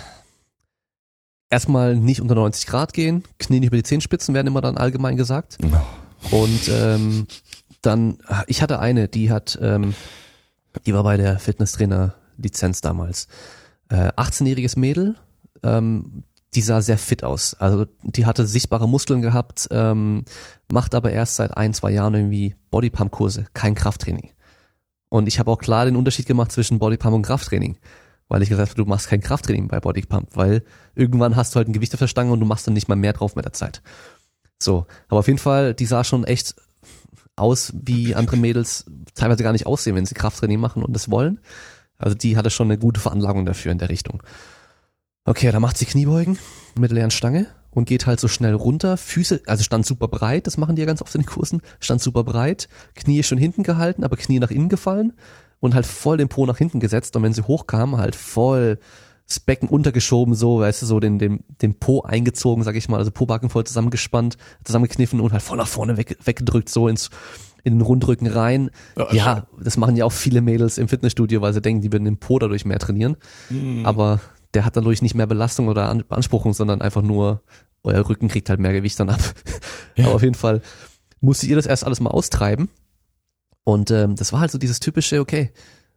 erstmal nicht unter neunzig Grad gehen, Knie nicht über die Zehenspitzen werden immer dann allgemein gesagt. Und ähm, dann, ich hatte eine, die hat, ähm, die war bei der Fitnesstrainer-Lizenz damals. Äh, achtzehnjähriges Mädel, ähm, die sah sehr fit aus. Also die hatte sichtbare Muskeln gehabt, ähm, macht aber erst seit ein, zwei Jahren irgendwie Bodypump-Kurse, kein Krafttraining. Und ich habe auch klar den Unterschied gemacht zwischen Bodypump und Krafttraining. Weil ich gesagt habe, du machst kein Krafttraining bei Bodypump, weil irgendwann hast du halt ein Gewicht auf der Stange und du machst dann nicht mal mehr drauf mit der Zeit. So, aber auf jeden Fall, die sah schon echt aus, wie andere Mädels teilweise gar nicht aussehen, wenn sie Krafttraining machen und das wollen. Also die hatte schon eine gute Veranlagung dafür in der Richtung. Okay, da macht sie Kniebeugen mit der leeren Stange und geht halt so schnell runter, Füße, also stand super breit, das machen die ja ganz oft in den Kursen, stand super breit, Knie schon hinten gehalten, aber Knie nach innen gefallen und halt voll den Po nach hinten gesetzt und wenn sie hochkam, halt voll das Becken untergeschoben, so, weißt du, so den, den, den Po eingezogen, sag ich mal, also Po-Backen voll zusammengespannt, zusammengekniffen und halt voll nach vorne weg, weggedrückt, so ins, in den Rundrücken rein.
Ja,
Ja, das machen ja auch viele Mädels im Fitnessstudio, weil sie denken, die würden den Po dadurch mehr trainieren.
Mhm.
Aber der hat dadurch nicht mehr Belastung oder An- Beanspruchung, sondern einfach nur, euer Rücken kriegt halt mehr Gewicht dann ab.
Ja.
Aber auf jeden Fall musste ihr das erst alles mal austreiben. Und ähm, das war halt so dieses typische, okay,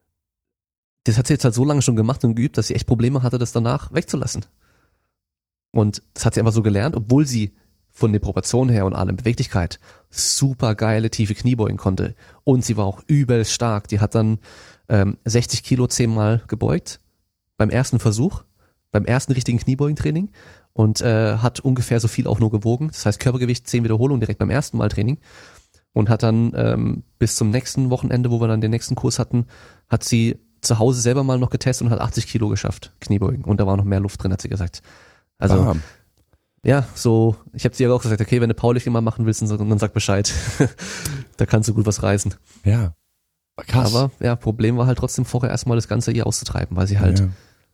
das hat sie jetzt halt so lange schon gemacht und geübt, dass sie echt Probleme hatte, das danach wegzulassen. Und das hat sie einfach so gelernt, obwohl sie von der Proportion her und allem Beweglichkeit super geile tiefe Kniebeugen konnte. Und sie war auch übelst stark. Die hat dann ähm, sechzig Kilo zehnmal gebeugt beim ersten Versuch, beim ersten richtigen Kniebeugentraining und äh, hat ungefähr so viel auch nur gewogen. Das heißt Körpergewicht zehn Wiederholungen direkt beim ersten Mal Training und hat dann ähm, bis zum nächsten Wochenende, wo wir dann den nächsten Kurs hatten, hat sie zu Hause selber mal noch getestet und hat achtzig Kilo geschafft, Kniebeugen. Und da war noch mehr Luft drin, hat sie gesagt. Also
Bam.
ja, so, ich habe dir auch gesagt, okay, wenn du Powerlifting mal machen willst, dann sag Bescheid. Da kannst du gut was reißen.
Ja, krass.
Aber ja, Problem war halt trotzdem vorher erstmal das Ganze ihr auszutreiben, weil sie halt
ja.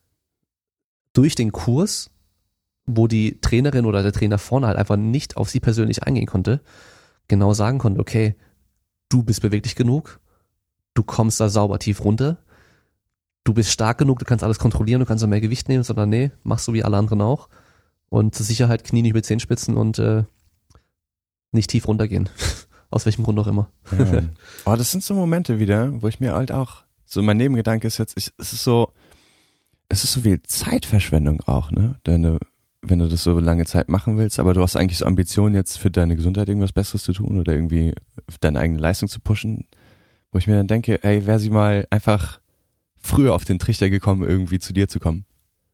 durch den Kurs, wo die Trainerin oder der Trainer vorne halt einfach nicht auf sie persönlich eingehen konnte, genau sagen konnte, okay, du bist beweglich genug, du kommst da sauber tief runter, du bist stark genug, du kannst alles kontrollieren, du kannst auch mehr Gewicht nehmen, sondern nee, machst du wie alle anderen auch. Und zur Sicherheit Knie nicht mit Zehenspitzen und äh, nicht tief runtergehen. Aus welchem Grund auch immer.
Ja. Oh, das sind so Momente wieder, wo ich mir halt auch, so mein Nebengedanke ist jetzt, ich, es ist so, es ist so viel Zeitverschwendung auch, ne? Deine, wenn du das so lange Zeit machen willst, aber du hast eigentlich so Ambitionen jetzt für deine Gesundheit irgendwas Besseres zu tun oder irgendwie deine eigene Leistung zu pushen, wo ich mir dann denke, ey, wäre sie mal einfach früher auf den Trichter gekommen, irgendwie zu dir zu kommen.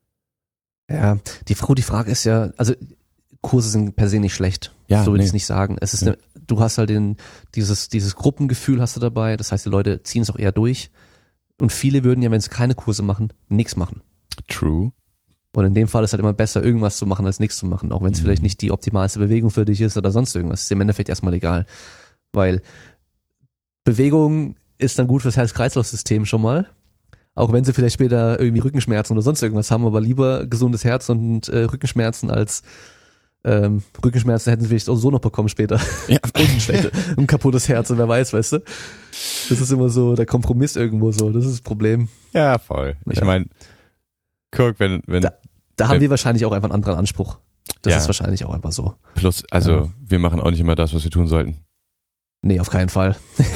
Ja, die Frau, die Frage ist ja, also Kurse sind per se nicht schlecht.
Ja,
so will
nee.
ich es nicht sagen. Es ist
Ja.
eine, du hast halt den, dieses, dieses Gruppengefühl hast du dabei. Das heißt, die Leute ziehen es auch eher durch. Und viele würden ja, wenn sie keine Kurse machen, nichts machen.
True.
Und in dem Fall ist es halt immer besser, irgendwas zu machen, als nichts zu machen. Auch wenn es
Mhm.
vielleicht nicht die optimalste Bewegung für dich ist oder sonst irgendwas. Ist im Endeffekt erstmal egal. Weil Bewegung ist dann gut fürs Herz-Kreislauf-System schon mal. Auch wenn sie vielleicht später irgendwie Rückenschmerzen oder sonst irgendwas haben, aber lieber gesundes Herz und äh, Rückenschmerzen als ähm, Rückenschmerzen hätten sie vielleicht auch so noch bekommen später.
Ja.
Und ein, schlechte, ein kaputtes Herz und wer weiß, weißt du. Das ist immer so der Kompromiss irgendwo so, das ist das Problem.
Ja, voll. Ich
Ja.
meine, guck, wenn, wenn
Da, da haben
wenn-
wir wahrscheinlich auch einfach einen anderen Anspruch. Das
Ja.
ist wahrscheinlich auch einfach so.
plus, also
Ja.
wir machen auch nicht immer das, was wir tun sollten.
Nee, auf keinen Fall.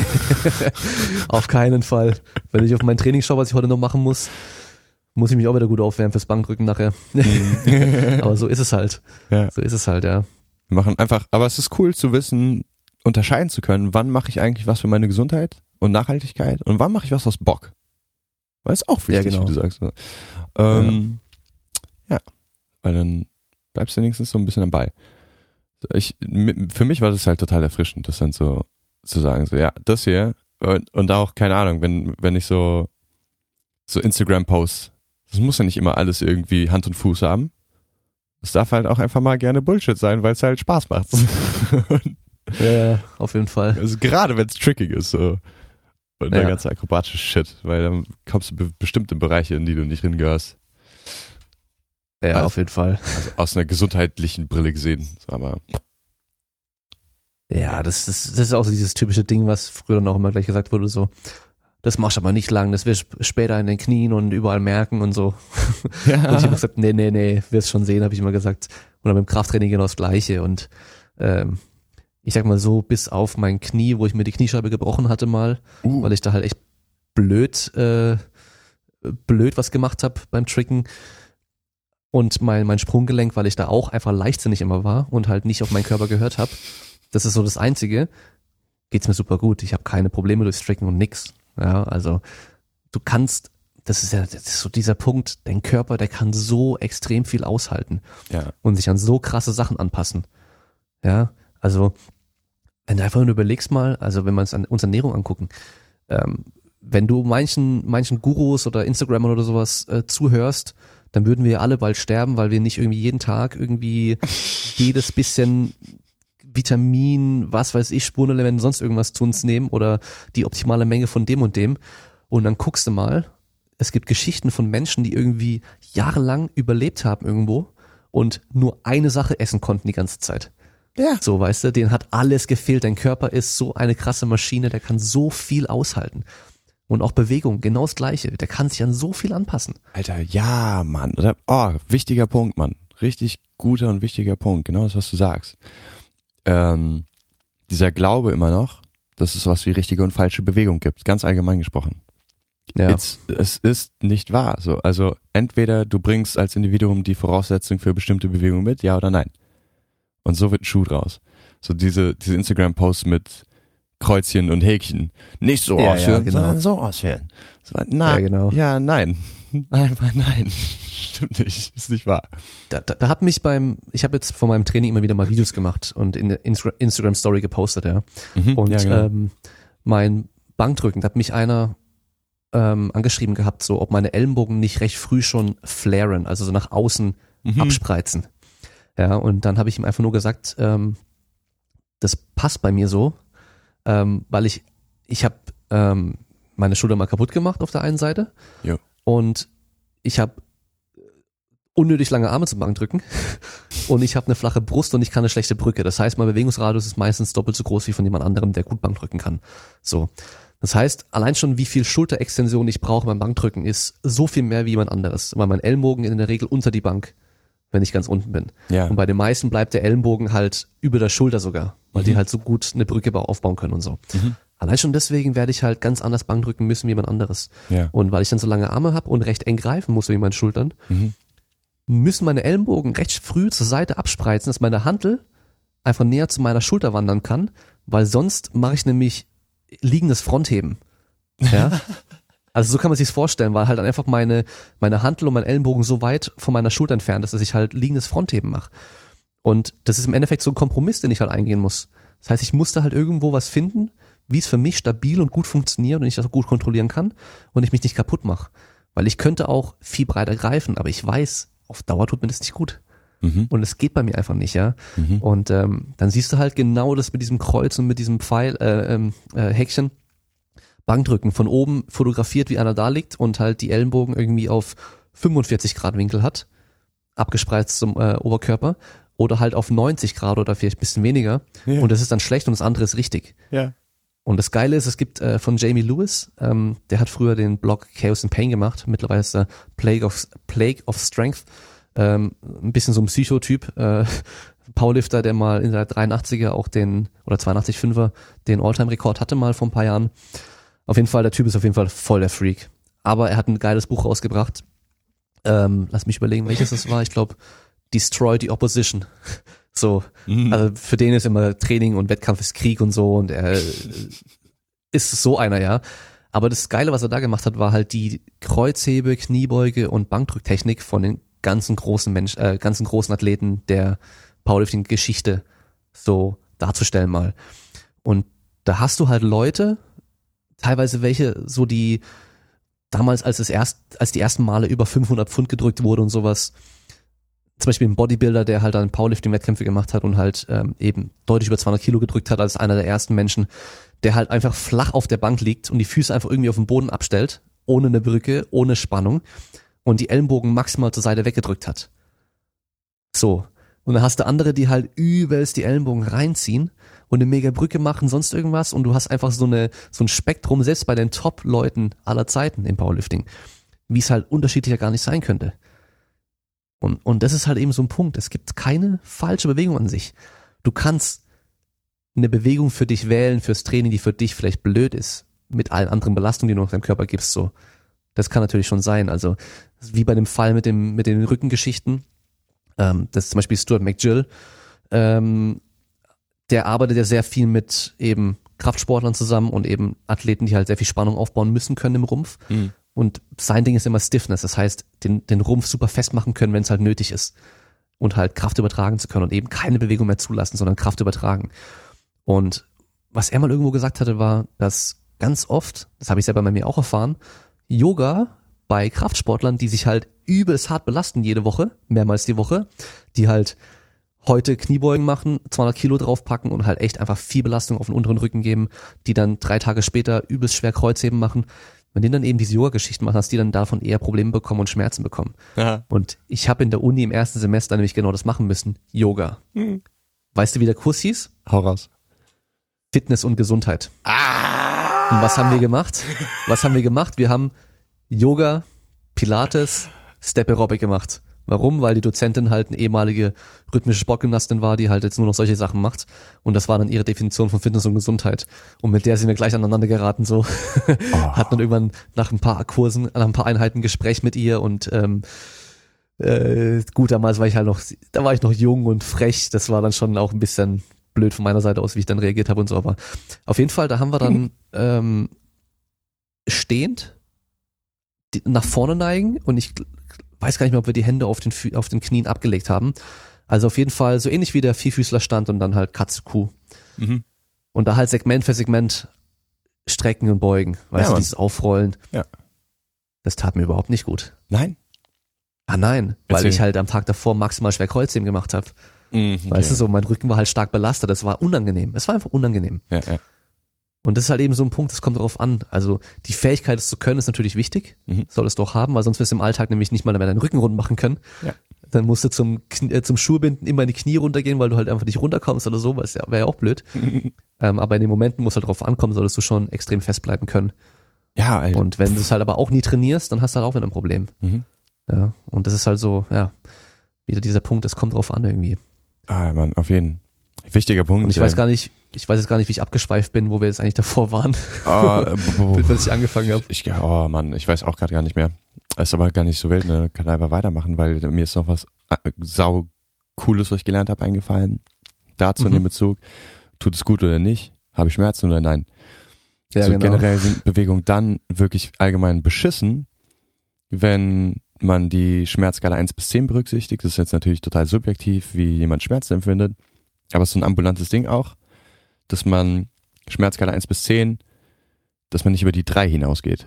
Auf keinen Fall. Wenn ich auf mein Training schaue, was ich heute noch machen muss, muss ich mich auch wieder gut aufwärmen fürs Bankdrücken nachher. Aber so ist es halt.
Ja.
So ist es halt, ja.
Wir machen einfach, aber es ist cool zu wissen, unterscheiden zu können, wann mache ich eigentlich was für meine Gesundheit und Nachhaltigkeit und wann mache ich was aus Bock. Weil es auch wichtig,
Ja, genau.
wie du sagst. Ähm, ja. ja, weil dann bleibst du wenigstens so ein bisschen am Ball. Ich, für mich war das halt total erfrischend, das dann so zu sagen, so ja, das hier und, und auch, keine Ahnung, wenn, wenn ich so so Instagram-Posts, das muss ja nicht immer alles irgendwie Hand und Fuß haben. Es darf halt auch einfach mal gerne Bullshit sein, weil es halt Spaß macht.
Ja, auf jeden Fall.
Also gerade wenn es tricky ist, so. Und der
Ja.
ganze akrobatische Shit, weil dann kommst du be- bestimmte Bereiche, in die du nicht hingehörst.
Ja,
Also-
auf jeden Fall.
Also aus einer gesundheitlichen Brille gesehen. So, aber
Ja, das, das, das ist auch so dieses typische Ding, was früher dann auch immer gleich gesagt wurde, so, das machst du aber nicht lang, das wirst du später in den Knien und überall merken und so. Und ich habe gesagt, nee, nee, nee, wirst schon sehen, habe ich immer gesagt. Und dann beim Krafttraining genau das Gleiche. Und ähm, ich sag mal so, bis auf mein Knie, wo ich mir die Kniescheibe gebrochen hatte mal,
uh,
weil ich da halt echt blöd, äh, blöd was gemacht habe beim Tricken. Und mein, mein Sprunggelenk, weil ich da auch einfach leichtsinnig immer war und halt nicht auf meinen Körper gehört habe. Das ist so das Einzige. Geht's mir super gut. Ich habe keine Probleme durchs Tricken und nix. Ja, also du kannst, das ist ja das ist so dieser Punkt, dein Körper, der kann so extrem viel aushalten
ja.
und sich an so krasse Sachen anpassen. Ja, also wenn du einfach nur überlegst mal, also wenn wir uns an unsere Ernährung angucken, ähm, wenn du manchen manchen Gurus oder Instagramern oder sowas äh, zuhörst, dann würden wir alle bald sterben, weil wir nicht irgendwie jeden Tag irgendwie jedes bisschen Vitamin, was weiß ich, Spurenelement, sonst irgendwas zu uns nehmen oder die optimale Menge von dem und dem. Und dann guckst du mal, es gibt Geschichten von Menschen, die irgendwie jahrelang überlebt haben irgendwo und nur eine Sache essen konnten die ganze Zeit.
Ja.
So, weißt du, denen hat alles gefehlt. Dein Körper ist so eine krasse Maschine, der kann so viel aushalten. Und auch Bewegung, genau das Gleiche. Der kann sich an so viel anpassen.
Alter, ja, Mann. Oder? Oh, wichtiger Punkt, Mann. Richtig guter und wichtiger Punkt. Genau das, was du sagst. Ähm, dieser Glaube immer noch, dass es was wie richtige und falsche Bewegung gibt, ganz allgemein gesprochen.
Ja.
It's, es ist nicht wahr. So. Also entweder du bringst als Individuum die Voraussetzung für bestimmte Bewegungen mit, ja oder nein. Und so wird ein Schuh draus. So diese, diese Instagram-Posts mit Kreuzchen und Häkchen. Nicht so
ja,
ausführen,
ja, genau.
sondern so ausführen. So, na,
Ja, genau.
ja, nein. Einfach nein. Stimmt nicht. Ist nicht wahr.
Da, da, da hat mich beim, ich habe jetzt vor meinem Training immer wieder mal Videos gemacht und in der Insta- Instagram-Story gepostet, ja.
Mhm,
Und
ja, genau.
ähm, mein Bankdrücken, da hat mich einer ähm, angeschrieben gehabt, so ob meine Ellenbogen nicht recht früh schon flaren, also so nach außen
Mhm.
abspreizen. Ja, und dann habe ich ihm einfach nur gesagt, ähm, das passt bei mir so, ähm, weil ich, ich habe ähm, meine Schulter mal kaputt gemacht auf der einen Seite
Jo.
und ich habe unnötig lange Arme zum Bankdrücken und ich habe eine flache Brust und ich kann eine schlechte Brücke. Das heißt, mein Bewegungsradius ist meistens doppelt so groß wie von jemand anderem, der gut Bankdrücken kann. So. Das heißt, allein schon wie viel Schulterextension ich brauche beim Bankdrücken ist so viel mehr wie jemand anderes, weil mein Ellenbogen in der Regel unter die Bank, wenn ich ganz unten bin.
Ja.
Und bei den meisten bleibt der Ellenbogen halt über der Schulter sogar, weil
Mhm.
die halt so gut eine Brücke aufbauen können und so.
Mhm.
Allein schon deswegen werde ich halt ganz anders Bankdrücken müssen wie jemand anderes.
Ja.
Und weil ich dann so lange Arme habe und recht eng greifen muss wie meine Schultern,
Mhm.
müssen meine Ellenbogen recht früh zur Seite abspreizen, dass meine Hantel einfach näher zu meiner Schulter wandern kann, weil sonst mache ich nämlich liegendes Frontheben. Ja? Also so kann man sich's vorstellen, weil halt dann einfach meine, meine Hantel und mein Ellenbogen so weit von meiner Schulter entfernt ist, dass ich halt liegendes Frontheben mache. Und das ist im Endeffekt so ein Kompromiss, den ich halt eingehen muss. Das heißt, ich musste halt irgendwo was finden, wie es für mich stabil und gut funktioniert und ich das auch gut kontrollieren kann und ich mich nicht kaputt mache. Weil ich könnte auch viel breiter greifen, aber ich weiß, auf Dauer tut mir das nicht gut.
Mhm.
Und es geht bei mir einfach nicht, ja.
Mhm.
Und ähm, dann siehst du halt genau das mit diesem Kreuz und mit diesem Pfeil, äh, ähm, äh, Häkchen, Bankdrücken, von oben fotografiert, wie einer da liegt und halt die Ellenbogen irgendwie auf fünfundvierzig Grad Winkel hat, abgespreizt zum äh, Oberkörper, oder halt auf neunzig Grad oder vielleicht ein bisschen weniger.
Ja.
Und das ist dann schlecht und das andere ist richtig.
Ja.
Und das Geile ist, es gibt äh, von Jamie Lewis, ähm, der hat früher den Blog Chaos and Pain gemacht, mittlerweile ist er Plague of, Plague of Strength, ähm, ein bisschen so ein Psychotyp, äh, Powerlifter, der mal in der dreiundachtziger auch den, oder zweiundachtzig Komma fünfer den All-Time-Rekord hatte mal vor ein paar Jahren. Auf jeden Fall, der Typ ist auf jeden Fall voll der Freak. Aber er hat ein geiles Buch rausgebracht. Ähm, lass mich überlegen, welches das war. Ich glaube, Destroy the Opposition. So,
Mhm.
also für den ist immer Training und Wettkampf ist Krieg und so und er ist so einer, ja. Aber das Geile, was er da gemacht hat, war halt die Kreuzhebe, Kniebeuge und Bankdrücktechnik von den ganzen großen Menschen, äh, ganzen großen Athleten der Powerlifting-Geschichte so darzustellen mal. Und da hast du halt Leute, teilweise welche, so die damals, als es erst, als die ersten Male über fünfhundert Pfund gedrückt wurde und sowas, zum Beispiel ein Bodybuilder, der halt dann Powerlifting-Wettkämpfe gemacht hat und halt ähm, eben deutlich über zweihundert Kilo gedrückt hat, als einer der ersten Menschen, der halt einfach flach auf der Bank liegt und die Füße einfach irgendwie auf den Boden abstellt, ohne eine Brücke, ohne Spannung und die Ellenbogen maximal zur Seite weggedrückt hat. So. Und dann hast du andere, die halt übelst die Ellenbogen reinziehen und eine mega Brücke machen, sonst irgendwas und du hast einfach so eine so ein Spektrum, selbst bei den Top-Leuten aller Zeiten im Powerlifting, wie es halt unterschiedlicher gar nicht sein könnte. Und, und das ist halt eben so ein Punkt. Es gibt keine falsche Bewegung an sich. Du kannst eine Bewegung für dich wählen, fürs Training, die für dich vielleicht blöd ist, mit allen anderen Belastungen, die du noch deinem Körper gibst, so. Das kann natürlich schon sein. Also, wie bei dem Fall mit dem, mit den Rückengeschichten. Ähm, das ist zum Beispiel Stuart McGill. Ähm, der arbeitet ja sehr viel mit eben Kraftsportlern zusammen und eben Athleten, die halt sehr viel Spannung aufbauen müssen können im Rumpf.
Mhm.
Und sein Ding ist immer Stiffness, das heißt, den, den Rumpf super festmachen können, wenn es halt nötig ist. Und halt Kraft übertragen zu können und eben keine Bewegung mehr zulassen, sondern Kraft übertragen. Und was er mal irgendwo gesagt hatte, war, dass ganz oft, das habe ich selber bei mir auch erfahren, Yoga bei Kraftsportlern, die sich halt übelst hart belasten jede Woche, mehrmals die Woche, die halt heute Kniebeugen machen, zweihundert Kilo draufpacken und halt echt einfach viel Belastung auf den unteren Rücken geben, die dann drei Tage später übelst schwer Kreuzheben machen. Wenn die dann eben diese Yoga-Geschichten machen, dass die dann davon eher Probleme bekommen und Schmerzen bekommen.
Aha.
Und ich habe in der Uni im ersten Semester nämlich genau das machen müssen. Yoga.
Mhm.
Weißt du, wie der Kurs hieß?
Hau raus.
Fitness und Gesundheit.
Ah!
Und was haben wir gemacht? Was haben wir gemacht? Wir haben Yoga, Pilates, Step Aerobic gemacht. Warum? Weil die Dozentin halt eine ehemalige rhythmische Sportgymnastin war, die halt jetzt nur noch solche Sachen macht. Und das war dann ihre Definition von Fitness und Gesundheit. Und mit der sind wir gleich aneinander geraten. So oh. Hat dann irgendwann nach ein paar Kursen, nach ein paar Einheiten Gespräch mit ihr und ähm, äh, gut, damals war ich halt noch, da war ich noch jung und frech. Das war dann schon auch ein bisschen blöd von meiner Seite aus, wie ich dann reagiert habe und so. Aber auf jeden Fall, da haben wir dann mhm. ähm, stehend die, nach vorne neigen und ich weiß gar nicht mehr, ob wir die Hände auf den, auf den Knien abgelegt haben. Also auf jeden Fall so ähnlich wie der Vierfüßler stand und dann halt Katze, Kuh. Mhm. Und da halt Segment für Segment strecken und beugen. Weißt ja, du, dieses Aufrollen.
Ja.
Das tat mir überhaupt nicht gut.
Nein?
Ah nein, weil
Erzähl.
ich halt am Tag davor maximal schwer Kreuzheben gemacht habe. Mhm, okay. Weißt du, so mein Rücken war halt stark belastet. Das war unangenehm. Es war einfach unangenehm.
Ja, ja.
Und das ist halt eben so ein Punkt, das kommt darauf an. Also die Fähigkeit, es zu können, ist natürlich wichtig. Mhm. Solltest du auch haben, weil sonst wirst du im Alltag nämlich nicht mal mehr deinen Rücken rund machen können.
Ja.
Dann musst du zum, äh, zum Schuhbinden immer in die Knie runtergehen, weil du halt einfach nicht runterkommst oder so, weil es ja, wäre ja auch blöd. Mhm. Ähm, aber in den Momenten, wo es halt drauf ankommen, solltest du schon extrem fest bleiben können.
Ja, Alter.
Und wenn du es halt aber auch nie trainierst, dann hast du halt auch wieder ein Problem.
Mhm.
Ja. Und das ist halt so, ja, wieder dieser Punkt, es kommt drauf an irgendwie.
Ah, Mann, auf jeden Fall. Wichtiger Punkt.
Und ich weiß gar nicht, ich weiß jetzt gar nicht, wie ich abgeschweift bin, wo wir jetzt eigentlich davor waren.
Ah, äh,
bis ich angefangen habe.
Ich, oh Mann, ich weiß auch gerade gar nicht mehr. Ist aber gar nicht so wild, ne? Kann einfach weitermachen, weil mir ist noch was äh, sau Cooles, was ich gelernt habe, eingefallen. Dazu mhm. in dem Bezug. Tut es gut oder nicht? Habe ich Schmerzen oder nein?
Ja,
so
genau.
Generell sind Bewegungen dann wirklich allgemein beschissen, wenn man die Schmerzskala eins bis zehn berücksichtigt. Das ist jetzt natürlich total subjektiv, wie jemand Schmerzen empfindet. Aber es ist so ein ambulantes Ding auch, dass man Schmerzskala eins bis zehn, dass man nicht über die drei hinausgeht.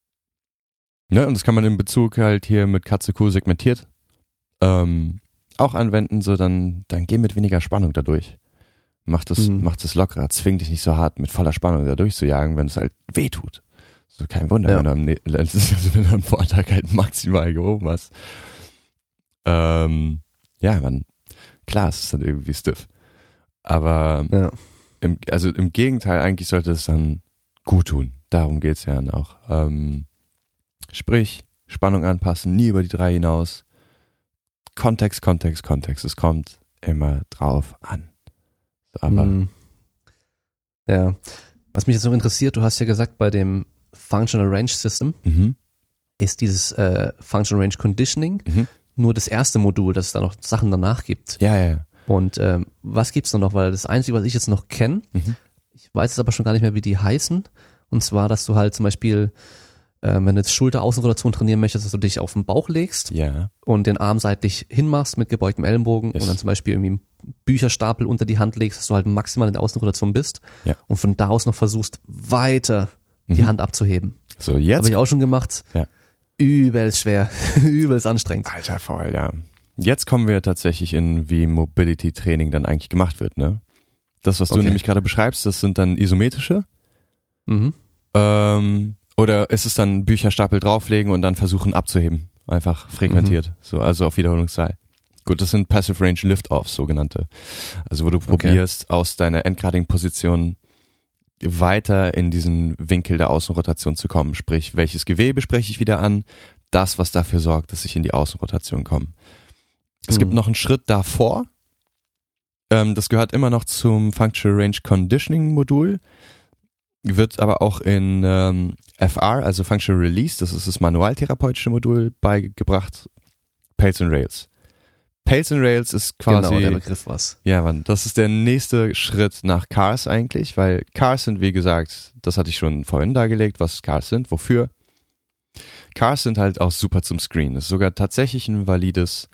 Ne? Und das kann man in Bezug halt hier mit Katze, Kuh segmentiert ähm, auch anwenden, so dann, dann geh mit weniger Spannung dadurch. Mach das, mhm. mach das lockerer, zwing dich nicht so hart mit voller Spannung da durchzujagen, wenn es halt weh tut. So kein Wunder,
ja.
wenn, du am, wenn du am Vortag halt maximal gehoben hast. Ähm, ja, man, klar, es ist dann irgendwie stiff. Aber
ja.
im, also im Gegenteil, eigentlich sollte es dann gut tun. Darum geht's ja dann auch. Ähm, sprich, Spannung anpassen, nie über die drei hinaus. Kontext, Kontext, Kontext. Es kommt immer drauf an. Aber
mhm. ja, was mich jetzt noch interessiert, du hast ja gesagt, bei dem Functional Range System
mhm.
ist dieses äh, Functional Range Conditioning
mhm.
nur das erste Modul, dass es da noch Sachen danach gibt.
Ja, ja, ja.
Und ähm, was gibt's da noch? Weil das Einzige, was ich jetzt noch kenne,
mhm.
ich weiß jetzt aber schon gar nicht mehr, wie die heißen. Und zwar, dass du halt zum Beispiel, äh, wenn du jetzt Schulteraußenrotation trainieren möchtest, dass du dich auf den Bauch legst
ja.
und den Arm seitlich hinmachst mit gebeugtem Ellenbogen
yes.
und dann zum Beispiel irgendwie einen Bücherstapel unter die Hand legst, dass du halt maximal in der Außenrotation bist
ja.
und von da aus noch versuchst, weiter mhm. die Hand abzuheben.
So, jetzt.
Habe ich auch schon gemacht.
Ja.
Übelst schwer, übelst anstrengend.
Alter, voll, ja. Jetzt kommen wir tatsächlich in, wie Mobility-Training dann eigentlich gemacht wird, ne? Das, was du
okay.
nämlich gerade beschreibst, das sind dann isometrische.
Mhm.
Ähm, oder ist es dann Bücherstapel drauflegen und dann versuchen abzuheben? Einfach frequentiert. Mhm. So, also auf Wiederholungszahl. Gut, das sind Passive Range Lift-Offs, sogenannte. Also wo du okay. probierst, aus deiner endgradigen Position weiter in diesen Winkel der Außenrotation zu kommen. Sprich, welches Gewebe spreche ich wieder an? Das, was dafür sorgt, dass ich in die Außenrotation komme. Es mhm. gibt noch einen Schritt davor. Ähm, das gehört immer noch zum Functional Range Conditioning Modul. Wird aber auch in ähm, F R, also Functional Release, das ist das manualtherapeutische Modul, beigebracht. Pails and Rails. Pails and Rails ist quasi...
Genau, der Begriff was.
Ja, Mann, das ist der nächste Schritt nach C A R S eigentlich, weil C A R S sind, wie gesagt, das hatte ich schon vorhin dargelegt, was C A R S sind, wofür. C A R S sind halt auch super zum Screenen. Das ist sogar tatsächlich ein valides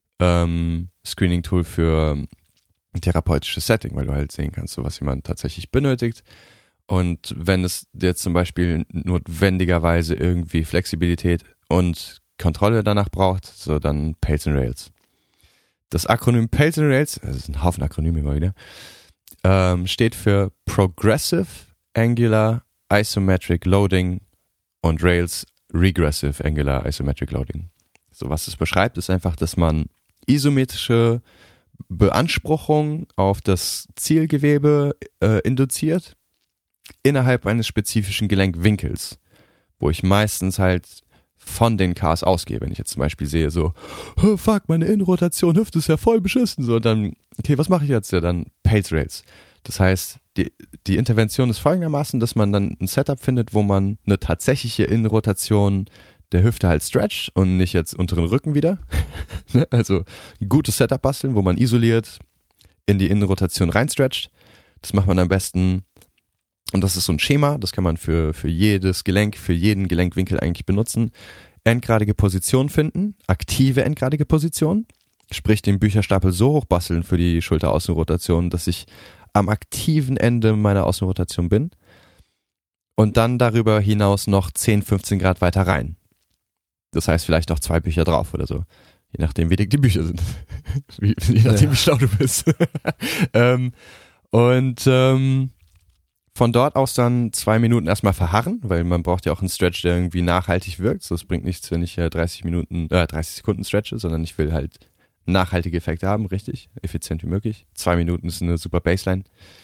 ähm, Screening-Tool für ein therapeutisches Setting, weil du halt sehen kannst, so was jemand tatsächlich benötigt. Und wenn es jetzt zum Beispiel notwendigerweise irgendwie Flexibilität und Kontrolle danach braucht, so dann Pails and Rails. Das Akronym Pails and Rails, das ist ein Haufen Akronyme immer wieder, ähm, steht für Progressive Angular Isometric Loading und Rails Regressive Angular Isometric Loading. So, was es beschreibt, ist einfach, dass man isometrische Beanspruchung auf das Zielgewebe äh, induziert innerhalb eines spezifischen Gelenkwinkels, wo ich meistens halt von den Cars ausgehe. Wenn ich jetzt zum Beispiel sehe so, oh fuck, meine Innenrotation, Hüfte ist ja voll beschissen. So, dann, okay, was mache ich jetzt? Ja, dann Pace Rails. Das heißt, die, die Intervention ist folgendermaßen, dass man dann ein Setup findet, wo man eine tatsächliche Innenrotation der Hüfte halt stretcht und nicht jetzt unteren Rücken wieder. Also ein gutes Setup basteln, wo man isoliert in die Innenrotation reinstretcht. Das macht man am besten, und das ist so ein Schema, das kann man für, für jedes Gelenk, für jeden Gelenkwinkel eigentlich benutzen. Endgradige Position finden, aktive endgradige Position, sprich den Bücherstapel so hoch basteln für die Schulteraußenrotation, dass ich am aktiven Ende meiner Außenrotation bin und dann darüber hinaus noch zehn, fünfzehn Grad weiter rein. Das heißt vielleicht auch zwei Bücher drauf oder so. Je nachdem, wie dick die Bücher sind. wie, je nachdem, ja. wie schlau du bist. ähm, und ähm, von dort aus dann zwei Minuten erstmal verharren, weil man braucht ja auch einen Stretch, der irgendwie nachhaltig wirkt. So, es bringt nichts, wenn ich äh, dreißig Minuten, äh, dreißig Sekunden stretche, sondern ich will halt nachhaltige Effekte haben, richtig, effizient wie möglich. Zwei Minuten ist eine super Baseline.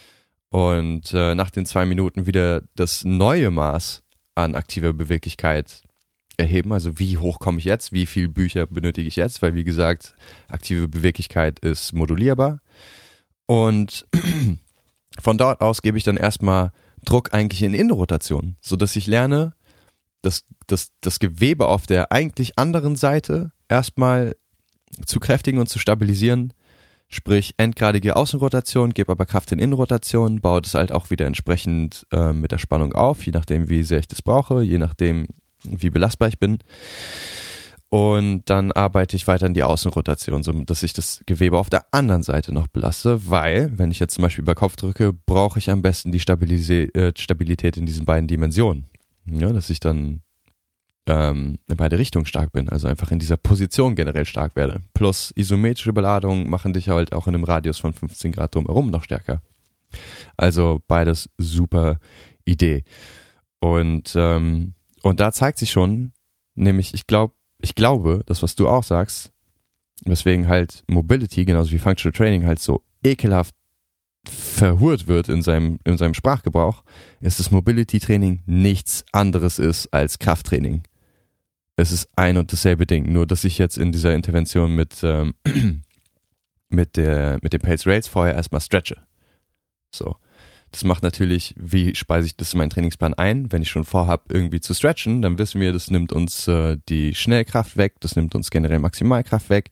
Und äh, nach den zwei Minuten wieder das neue Maß an aktiver Beweglichkeit erheben, also wie hoch komme ich jetzt, wie viele Bücher benötige ich jetzt, weil wie gesagt, aktive Beweglichkeit ist modulierbar und von dort aus gebe ich dann erstmal Druck eigentlich in Innenrotation, sodass ich lerne, das, das, das Gewebe auf der eigentlich anderen Seite erstmal zu kräftigen und zu stabilisieren, sprich endgradige Außenrotation, gebe aber Kraft in Innenrotation, baue das halt auch wieder entsprechend äh, mit der Spannung auf, je nachdem wie sehr ich das brauche, je nachdem wie belastbar ich bin. Und dann arbeite ich weiter in die Außenrotation, so dass ich das Gewebe auf der anderen Seite noch belaste, weil, wenn ich jetzt zum Beispiel über Kopf drücke, brauche ich am besten die Stabilise- äh, Stabilität in diesen beiden Dimensionen. Ja, dass ich dann ähm, in beide Richtungen stark bin, also einfach in dieser Position generell stark werde. Plus isometrische Beladungen machen dich halt auch in einem Radius von fünfzehn Grad drumherum noch stärker. Also beides super Idee. Und ähm, Und da zeigt sich schon, nämlich ich glaube, ich glaube, das was du auch sagst, weswegen halt Mobility, genauso wie Functional Training halt so ekelhaft verhurt wird in seinem, in seinem Sprachgebrauch, ist, dass Mobility Training nichts anderes ist als Krafttraining. Es ist ein und dasselbe Ding, nur dass ich jetzt in dieser Intervention mit, ähm, mit der, mit den Pace Rails vorher erstmal stretche. So. Das macht natürlich, wie speise ich das in meinen Trainingsplan ein? Wenn ich schon vorhabe, irgendwie zu stretchen, dann wissen wir, das nimmt uns äh, die Schnellkraft weg, das nimmt uns generell Maximalkraft weg.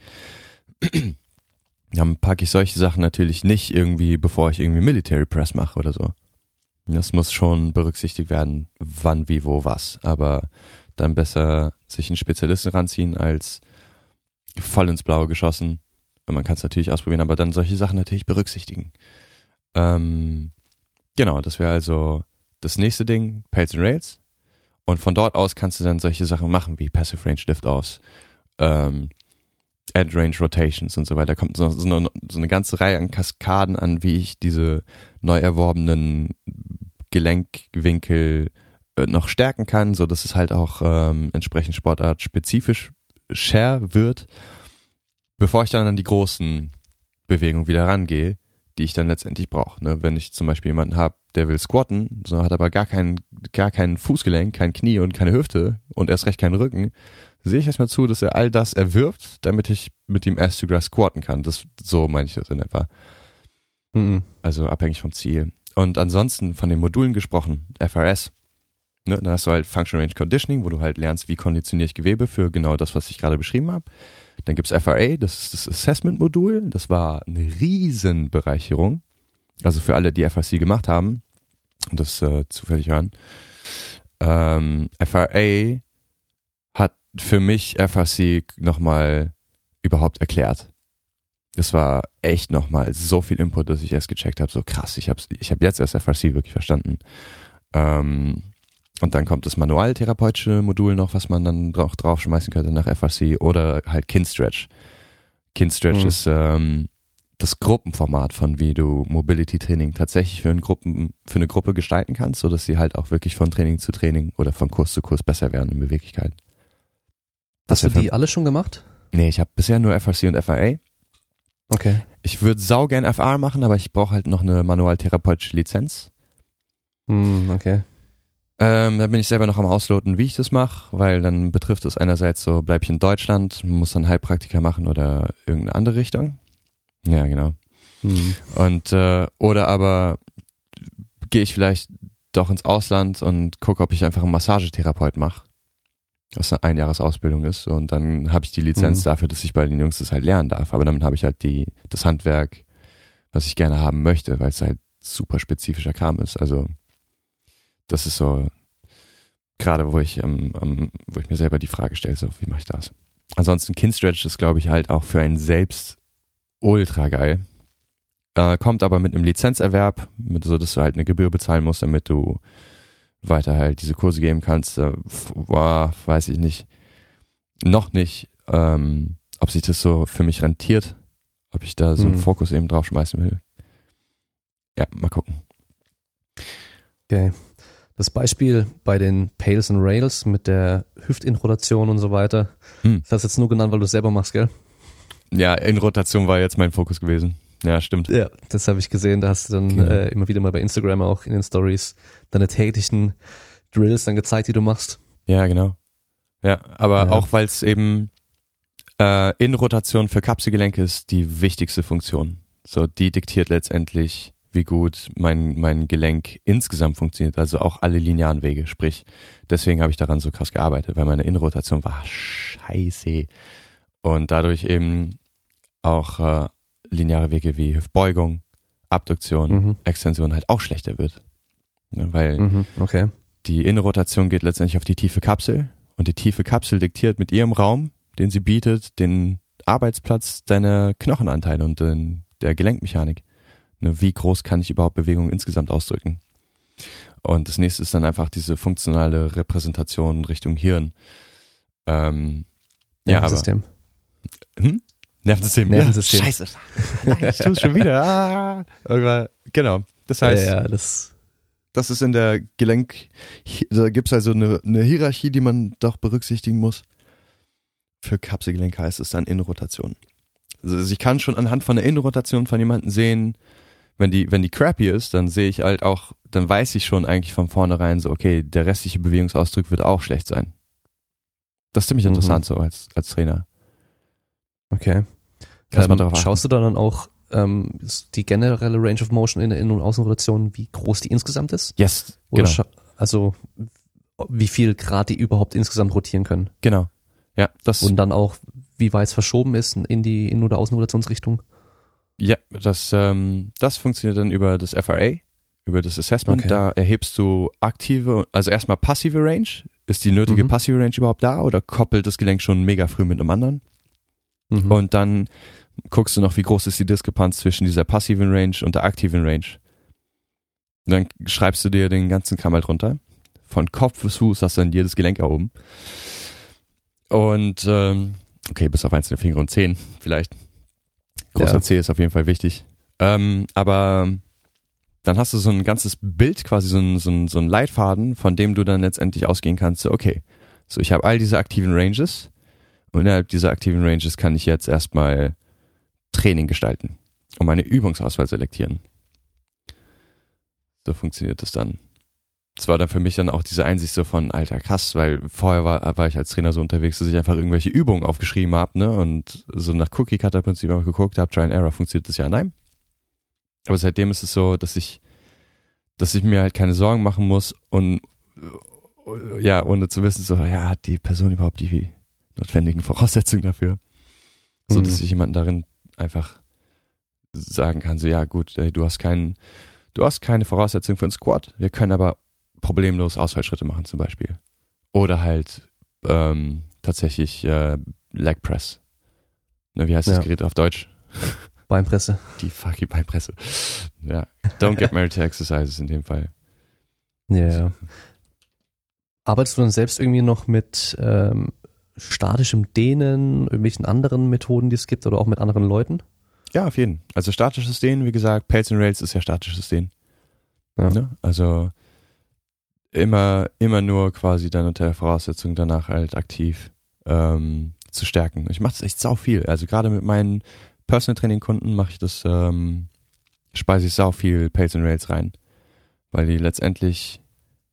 Dann packe ich solche Sachen natürlich nicht irgendwie, bevor ich irgendwie Military Press mache oder so. Das muss schon berücksichtigt werden, wann, wie, wo, was. Aber dann besser sich einen Spezialisten ranziehen, als voll ins Blaue geschossen. Und man kann es natürlich ausprobieren, aber dann solche Sachen natürlich berücksichtigen. Ähm... Genau, das wäre also das nächste Ding, Pace and Rails. Und von dort aus kannst du dann solche Sachen machen wie Passive Range Lift-Offs, ähm, End Range Rotations und so weiter. Da kommt so, so, eine, so eine ganze Reihe an Kaskaden an, wie ich diese neu erworbenen Gelenkwinkel äh, noch stärken kann, so dass es halt auch ähm, entsprechend sportartspezifisch share wird, bevor ich dann an die großen Bewegungen wieder rangehe, die ich dann letztendlich brauche. Ne? Wenn ich zum Beispiel jemanden habe, der will squatten, so hat aber gar kein, gar kein Fußgelenk, kein Knie und keine Hüfte und erst recht keinen Rücken, sehe ich erstmal zu, dass er all das erwirbt, damit ich mit ihm Ass to Grass squatten kann. Das, so meine ich das in etwa. Mhm. Also abhängig vom Ziel. Und ansonsten von den Modulen gesprochen, F R S. Ne? Dann hast du halt Functional Range Conditioning, wo du halt lernst, wie konditioniere ich Gewebe für genau das, was ich gerade beschrieben habe. Dann gibt's F R A, das ist das Assessment-Modul. Das war eine Riesenbereicherung. Also für alle, die F R C gemacht haben und das äh, zufällig hören. Ähm, F R A hat für mich F R C nochmal überhaupt erklärt. Das war echt nochmal so viel Input, dass ich erst gecheckt habe. So krass, ich habe ich hab jetzt erst F R C wirklich verstanden. Ähm, Und dann kommt das manualtherapeutische Modul noch, was man dann auch draufschmeißen könnte nach F R C oder halt Kinstretch. Kinstretch mhm. ist ähm, das Gruppenformat von wie du Mobility Training tatsächlich für, einen Gruppen, für eine Gruppe gestalten kannst, sodass sie halt auch wirklich von Training zu Training oder von Kurs zu Kurs besser werden in Beweglichkeit.
Hast du die alle schon gemacht?
Nee, ich habe bisher nur F R C und F R A.
Okay.
Ich würde saugern F R machen, aber ich brauche halt noch eine manualtherapeutische Lizenz.
Mhm, okay.
Ähm, da bin ich selber noch am Ausloten, wie ich das mache, weil dann betrifft es einerseits so, bleib ich in Deutschland, muss dann Heilpraktiker machen oder irgendeine andere Richtung. Ja, genau.
Hm.
Und äh, oder aber gehe ich vielleicht doch ins Ausland und gucke, ob ich einfach einen Massagetherapeut mache, was eine Einjahresausbildung ist, und dann habe ich die Lizenz
Mhm.
dafür, dass ich bei den Jungs das halt lernen darf, aber damit habe ich halt die das Handwerk, was ich gerne haben möchte, weil es halt super spezifischer Kram ist. Also das ist so gerade, wo ich ähm, ähm, wo ich mir selber die Frage stelle, so, wie mache ich das? Ansonsten Kinstretch ist, glaube ich, halt auch für einen selbst ultra geil. Äh, kommt aber mit einem Lizenzerwerb, mit, so dass du halt eine Gebühr bezahlen musst, damit du weiter halt diese Kurse geben kannst. Äh, boah, weiß ich nicht. Noch nicht, ähm, ob sich das so für mich rentiert, ob ich da so einen
Mhm.
Fokus eben drauf schmeißen will. Ja, mal gucken.
Okay. Das Beispiel bei den Pails and Rails mit der Hüftinrotation und so weiter,
Hm.
das hast du jetzt nur genannt, weil du es selber machst, gell?
Ja, in Rotation war jetzt mein Fokus gewesen. Ja, stimmt.
Ja, das habe ich gesehen. Da hast du dann
Genau.
äh, immer wieder mal bei Instagram auch in den Stories deine täglichen Drills dann gezeigt, die du machst.
Ja, genau. Ja, aber
Ja.
auch weil es eben äh, in Rotation für Kapselgelenke ist die wichtigste Funktion. So, die diktiert letztendlich, wie gut mein mein Gelenk insgesamt funktioniert, also auch alle linearen Wege. Sprich, deswegen habe ich daran so krass gearbeitet, weil meine Innenrotation war scheiße. Und dadurch eben auch äh, lineare Wege wie Hüftbeugung, Abduktion,
Mhm.
Extension halt auch schlechter wird. Ne, weil
Mhm. Okay.
die Innenrotation geht letztendlich auf die tiefe Kapsel, und die tiefe Kapsel diktiert mit ihrem Raum, den sie bietet, den Arbeitsplatz deiner Knochenanteile und den, der Gelenkmechanik. Ne, wie groß kann ich überhaupt Bewegung insgesamt ausdrücken? Und das nächste ist dann einfach diese funktionale Repräsentation Richtung Hirn. Ähm, ja, aber
Nervensystem.
hm? Nervensystem.
Nervensystem.
Ja, scheiße. Nein, ich tu's schon wieder. Ah. Aber, genau. Das heißt,
ja, ja, das.
das ist in der Gelenk, da gibt's also eine, eine Hierarchie, die man doch berücksichtigen muss. Für Kapselgelenk heißt es dann Innenrotation. Also ich kann schon anhand von der Innenrotation von jemandem sehen, wenn die, wenn die crappy ist, dann sehe ich halt auch, dann weiß ich schon eigentlich von vornherein so, okay, der restliche Bewegungsausdruck wird auch schlecht sein. Das ist ziemlich
Mhm.
interessant so als, als Trainer.
Okay.
Kannst mal
Ähm,
drauf achten.
schaust du da dann auch ähm, die generelle Range of Motion in der Innen- und Außenrotation, wie groß die insgesamt ist?
Yes,
Oder
genau.
scha- also wie viel Grad die überhaupt insgesamt rotieren können?
Genau. Ja, das,
Und dann auch, wie weit es verschoben ist in die Innen- oder Außenrotationsrichtung?
ja, das, ähm, das funktioniert dann über das F R A, über das Assessment.
Okay.
Da erhebst du aktive, also erstmal passive Range. Ist die nötige
Mhm.
passive Range überhaupt da oder koppelt das Gelenk schon mega früh mit einem anderen?
Mhm.
Und dann guckst du noch, wie groß ist die Diskrepanz zwischen dieser passiven Range und der aktiven Range. Und dann schreibst du dir den ganzen Kram halt runter. Von Kopf bis Fuß hast du dann jedes Gelenk erhoben. Und, ähm, okay, bis auf einzelne Finger und Zehen vielleicht. Großer
Ja.
C ist auf jeden Fall wichtig. Ähm, aber dann hast du so ein ganzes Bild, quasi so ein, so ein, so ein Leitfaden, von dem du dann letztendlich ausgehen kannst, so, okay, so ich habe all diese aktiven Ranges und innerhalb dieser aktiven Ranges kann ich jetzt erstmal Training gestalten und meine Übungsauswahl selektieren. So funktioniert das dann. Das war dann für mich dann auch diese Einsicht so von, alter krass, weil vorher war, war ich als Trainer so unterwegs, dass ich einfach irgendwelche Übungen aufgeschrieben habe, ne, und so nach Cookie-Cutter-Prinzip auch geguckt habe, Try and Error, funktioniert das ja? Nein. Aber seitdem ist es so, dass ich, dass ich mir halt keine Sorgen machen muss und, ja, ohne zu wissen, so, ja, hat die Person überhaupt die notwendigen Voraussetzungen dafür? So,
Mhm.
dass ich jemanden darin einfach sagen kann, so, ja, gut, ey, du hast keinen, du hast keine Voraussetzungen für einen Squat, wir können aber problemlos Ausfallschritte machen zum Beispiel. Oder halt ähm, tatsächlich äh, Leg Press. Ne, wie heißt das
Ja.
Gerät auf Deutsch?
Beinpresse.
Die fucking Beinpresse. Ja. Don't get married to exercises in dem Fall.
Ja, ja. Arbeitest du dann selbst irgendwie noch mit ähm, statischem Dehnen, irgendwelchen anderen Methoden, die es gibt, oder auch mit anderen Leuten?
Ja, auf jeden. Also statisches Dehnen, wie gesagt, Pails and Rails ist ja statisches Dehnen.
Ja.
Ne? Also immer, immer nur quasi dann unter der Voraussetzung danach halt aktiv ähm, zu stärken. Ich mache das echt sau viel. Also gerade mit meinen Personal Training Kunden mache ich das, ähm, speise ich sau viel Pails and Rails rein, weil die letztendlich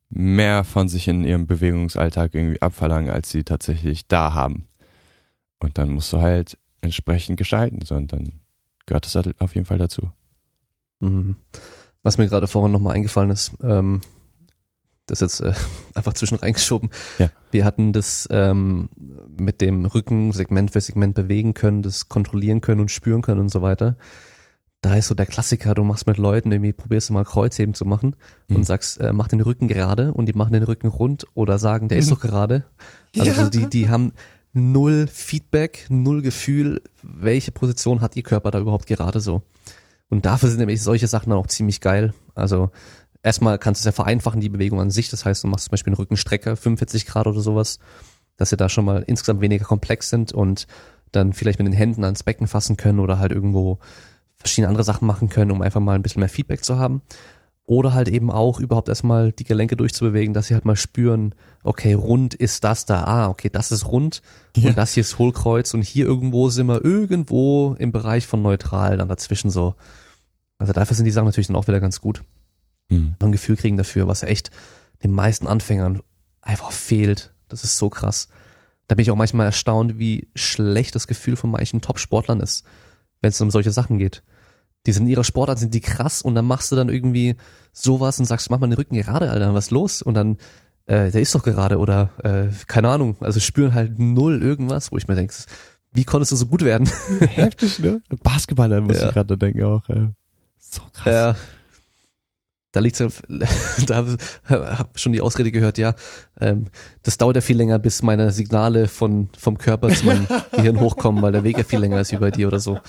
mehr von sich in ihrem Bewegungsalltag irgendwie abverlangen, als sie tatsächlich da haben. Und dann musst du halt entsprechend gestalten, so, und dann gehört das halt auf jeden Fall dazu.
Mhm. Was mir gerade vorhin nochmal eingefallen ist, ähm, das jetzt äh, einfach zwischen reingeschoben.
Ja.
Wir hatten das ähm, mit dem Rücken Segment für Segment bewegen können, das kontrollieren können und spüren können und so weiter. Da ist so der Klassiker, du machst mit Leuten irgendwie, probierst du mal Kreuzheben zu machen
Mhm.
und sagst, äh, mach den Rücken gerade und die machen den Rücken rund oder sagen, der ist doch gerade. Also
Ja.
so die, die haben null Feedback, null Gefühl, welche Position hat ihr Körper da überhaupt gerade so. Und dafür sind nämlich solche Sachen dann auch ziemlich geil. Also erstmal kannst du es ja vereinfachen, die Bewegung an sich. Das heißt, du machst zum Beispiel einen Rückenstrecker, fünfundvierzig Grad oder sowas, dass sie da schon mal insgesamt weniger komplex sind und dann vielleicht mit den Händen ans Becken fassen können oder halt irgendwo verschiedene andere Sachen machen können, um einfach mal ein bisschen mehr Feedback zu haben. Oder halt eben auch überhaupt erstmal die Gelenke durchzubewegen, dass sie halt mal spüren, okay, rund ist das da, ah, okay, das ist rund
Ja.
und das hier ist Hohlkreuz und hier irgendwo sind wir irgendwo im Bereich von neutral, dann dazwischen so. Also dafür sind die Sachen natürlich dann auch wieder ganz gut.
Mhm.
Ein Gefühl kriegen dafür, was echt den meisten Anfängern einfach fehlt. Das ist so krass. Da bin ich auch manchmal erstaunt, wie schlecht das Gefühl von manchen Top-Sportlern ist, wenn es um solche Sachen geht. Die sind in ihrer Sportart, sind die krass und dann machst du dann irgendwie sowas und sagst, mach mal den Rücken gerade, Alter, was ist los? Und dann, äh, der ist doch gerade oder äh, keine Ahnung, also spüren halt null irgendwas, wo ich mir denke, wie konntest du so gut werden?
Heftig, ne? Basketballer muss
Ja.
ich gerade denken auch. Äh. So krass.
Ja. Da liegt's ja, da habe hab schon die Ausrede gehört, ja, ähm, das dauert ja viel länger, bis meine Signale von vom Körper zu meinem Gehirn hochkommen, weil der Weg ja viel länger ist wie bei dir oder so.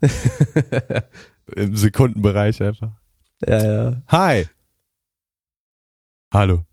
Im Sekundenbereich einfach.
Ja, ja.
Hi. Hallo.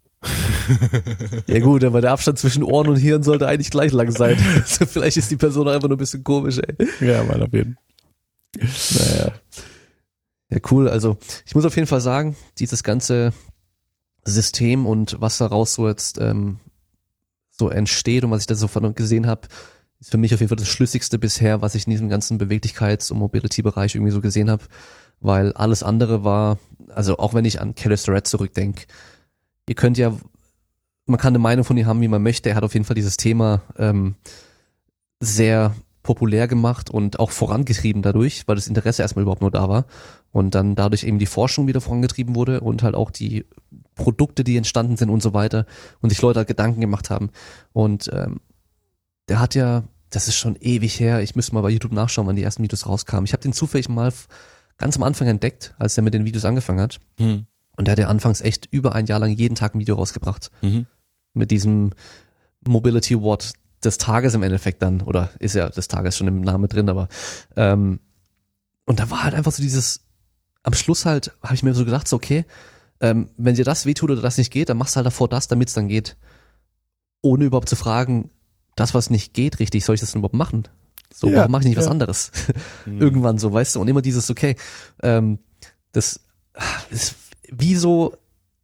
Ja gut, aber der Abstand zwischen Ohren und Hirn sollte eigentlich gleich lang sein. Also vielleicht ist die Person einfach nur ein bisschen komisch, ey.
Ja, mal auf jeden
Naja. Ja, cool. Also ich muss auf jeden Fall sagen, dieses ganze System und was daraus so jetzt ähm, so entsteht und was ich da so von gesehen habe, ist für mich auf jeden Fall das Schlüssigste bisher, was ich in diesem ganzen Beweglichkeits- und Mobility-Bereich irgendwie so gesehen habe, weil alles andere war, also auch wenn ich an Kelly Starrett zurückdenke, ihr könnt ja, man kann eine Meinung von ihm haben, wie man möchte, er hat auf jeden Fall dieses Thema ähm, sehr populär gemacht und auch vorangetrieben dadurch, weil das Interesse erstmal überhaupt nur da war und dann dadurch eben die Forschung wieder vorangetrieben wurde und halt auch die Produkte, die entstanden sind und so weiter und sich Leute halt Gedanken gemacht haben und ähm, der hat ja, das ist schon ewig her, ich müsste mal bei YouTube nachschauen, wann die ersten Videos rauskamen. Ich habe den zufällig mal ganz am Anfang entdeckt, als er mit den Videos angefangen hat
Mhm.
und der hat ja anfangs echt über ein Jahr lang jeden Tag ein Video rausgebracht
Mhm.
mit diesem Mobility Watt des Tages im Endeffekt dann, oder ist ja des Tages schon im Namen drin, aber ähm, und da war halt einfach so dieses, am Schluss halt, habe ich mir so gedacht, so okay, ähm, wenn dir das wehtut oder das nicht geht, dann machst du halt davor das, damit es dann geht. Ohne überhaupt zu fragen, das, was nicht geht, richtig, soll ich das denn überhaupt machen? So,
Ja,
warum mache ich nicht was
ja.
anderes?
Mhm.
Irgendwann so, weißt du, und immer dieses, okay, ähm, das ist wie so,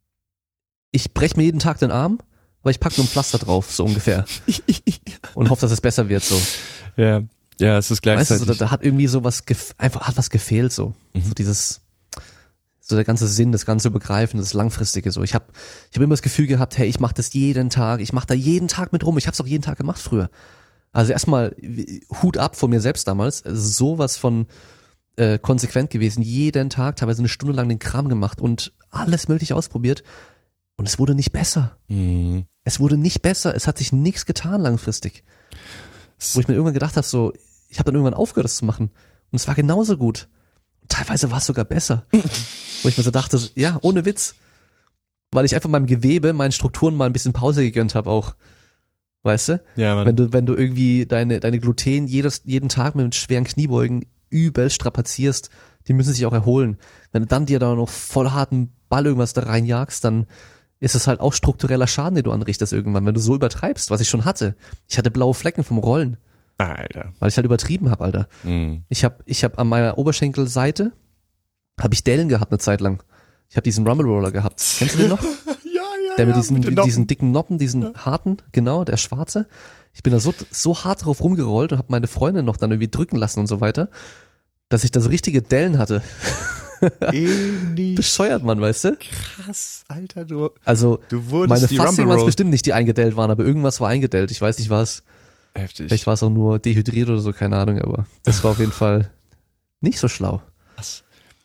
ich brech mir jeden Tag den Arm, aber ich packe nur ein Pflaster drauf, so ungefähr. Und hoffe, dass es besser wird, so.
Ja, ja, es ist
Weißt du,
gleichzeitig.
so, da, da hat irgendwie so was, gef- einfach hat was gefehlt, so.
Mhm.
So dieses, so der ganze Sinn, das ganze Begreifen, das Langfristige, so. Ich habe ich hab immer das Gefühl gehabt, hey, ich mache das jeden Tag, ich mache da jeden Tag mit rum, ich habe es auch jeden Tag gemacht früher. Also erstmal Hut ab von mir selbst damals, also sowas von äh, konsequent gewesen, jeden Tag, teilweise eine Stunde lang den Kram gemacht und alles mögliche ausprobiert und es wurde nicht besser.
Mhm.
Es wurde nicht besser, es hat sich nichts getan langfristig. Wo ich mir irgendwann gedacht habe, so, ich habe dann irgendwann aufgehört, das zu machen. Und es war genauso gut. Und teilweise war es sogar besser. Wo ich mir so dachte, ja, ohne Witz. Weil ich einfach meinem Gewebe, meinen Strukturen mal ein bisschen Pause gegönnt habe auch. Weißt du?
Ja, man.
Wenn du, wenn du irgendwie deine, deine Gluten jedes, jeden Tag mit schweren Kniebeugen übel strapazierst, die müssen sich auch erholen. Wenn du dann dir da noch voll harten Ball irgendwas da reinjagst, dann ist es halt auch struktureller Schaden, den du anrichtest irgendwann, wenn du so übertreibst, was ich schon hatte. Ich hatte blaue Flecken vom Rollen,
Alter.
weil ich halt übertrieben habe, Alter.
Mhm.
Ich habe ich hab an meiner Oberschenkelseite habe ich Dellen gehabt eine Zeit lang. Ich habe diesen Rumble Roller gehabt. Kennst du den noch?
Ja, ja,
Der mit
ja,
diesen,
mit den
mit diesen
Noppen.
dicken Noppen, diesen harten, genau, der schwarze. Ich bin da so, so hart drauf rumgerollt und habe meine Freundin noch dann irgendwie drücken lassen und so weiter, dass ich da so richtige Dellen hatte.
Ähnlich.
Bescheuert, Mann, weißt du?
Krass, Alter, du.
Also,
Du wurdest
meine
die
Fasten
Rumble
waren es
Road.
bestimmt nicht, die eingedellt waren, aber irgendwas war eingedellt. Ich weiß nicht was.
Heftig.
Vielleicht war es auch nur dehydriert oder so, keine Ahnung, aber das war auf jeden Fall nicht so schlau.
Krass.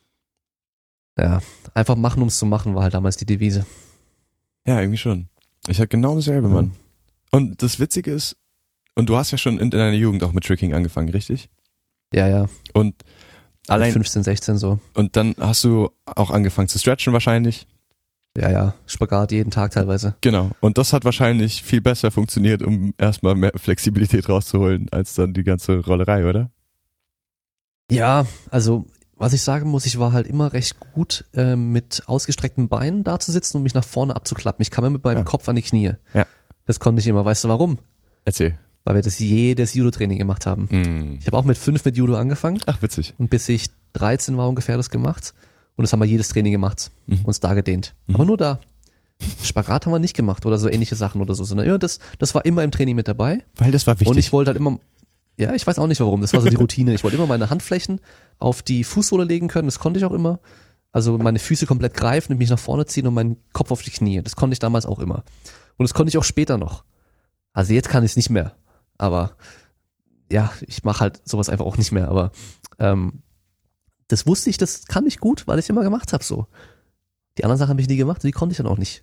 Ja, einfach machen, ums zu machen, war halt damals die Devise.
Ja, irgendwie schon. Ich hatte genau dasselbe, Mann. Und das Witzige ist, und du hast ja schon in deiner Jugend auch mit Tricking angefangen, richtig?
Ja, ja.
Und
Allein
allein,
fünfzehn, sechzehn so.
und dann hast du auch angefangen zu stretchen wahrscheinlich.
Ja, ja. Spagat jeden Tag teilweise.
Genau. Und das hat wahrscheinlich viel besser funktioniert, um erstmal mehr Flexibilität rauszuholen, als dann die ganze Rollerei, oder?
Ja, also was ich sagen muss, ich war halt immer recht gut äh, mit ausgestreckten Beinen da zu sitzen und mich nach vorne abzuklappen. Ich kam immer mit meinem
Ja.
Kopf an die Knie.
Ja.
Das konnte ich immer. Weißt du warum?
Erzähl.
Weil wir das jedes Judo-Training gemacht haben.
Hm.
Ich habe auch mit fünf mit Judo angefangen
Ach, witzig.
und bis ich dreizehn war ungefähr das gemacht. Und das haben wir jedes Training gemacht,
Mhm.
uns da gedehnt.
Mhm.
Aber nur da. Spagat haben wir nicht gemacht oder so ähnliche Sachen oder so, sondern ja, das, das war immer im Training mit dabei.
Weil das war wichtig.
Und ich wollte halt immer, ja, ich weiß auch nicht warum, das war so die Routine. Ich wollte immer meine Handflächen auf die Fußsohle legen können, das konnte ich auch immer. Also meine Füße komplett greifen und mich nach vorne ziehen und meinen Kopf auf die Knie. Das konnte ich damals auch immer. Und das konnte ich auch später noch. Also jetzt kann ich es nicht mehr. Aber ja, ich mache halt sowas einfach auch nicht mehr. Aber ähm, das wusste ich, das kann ich gut, weil ich immer gemacht habe so. Die anderen Sachen habe ich nie gemacht und die konnte ich dann auch nicht.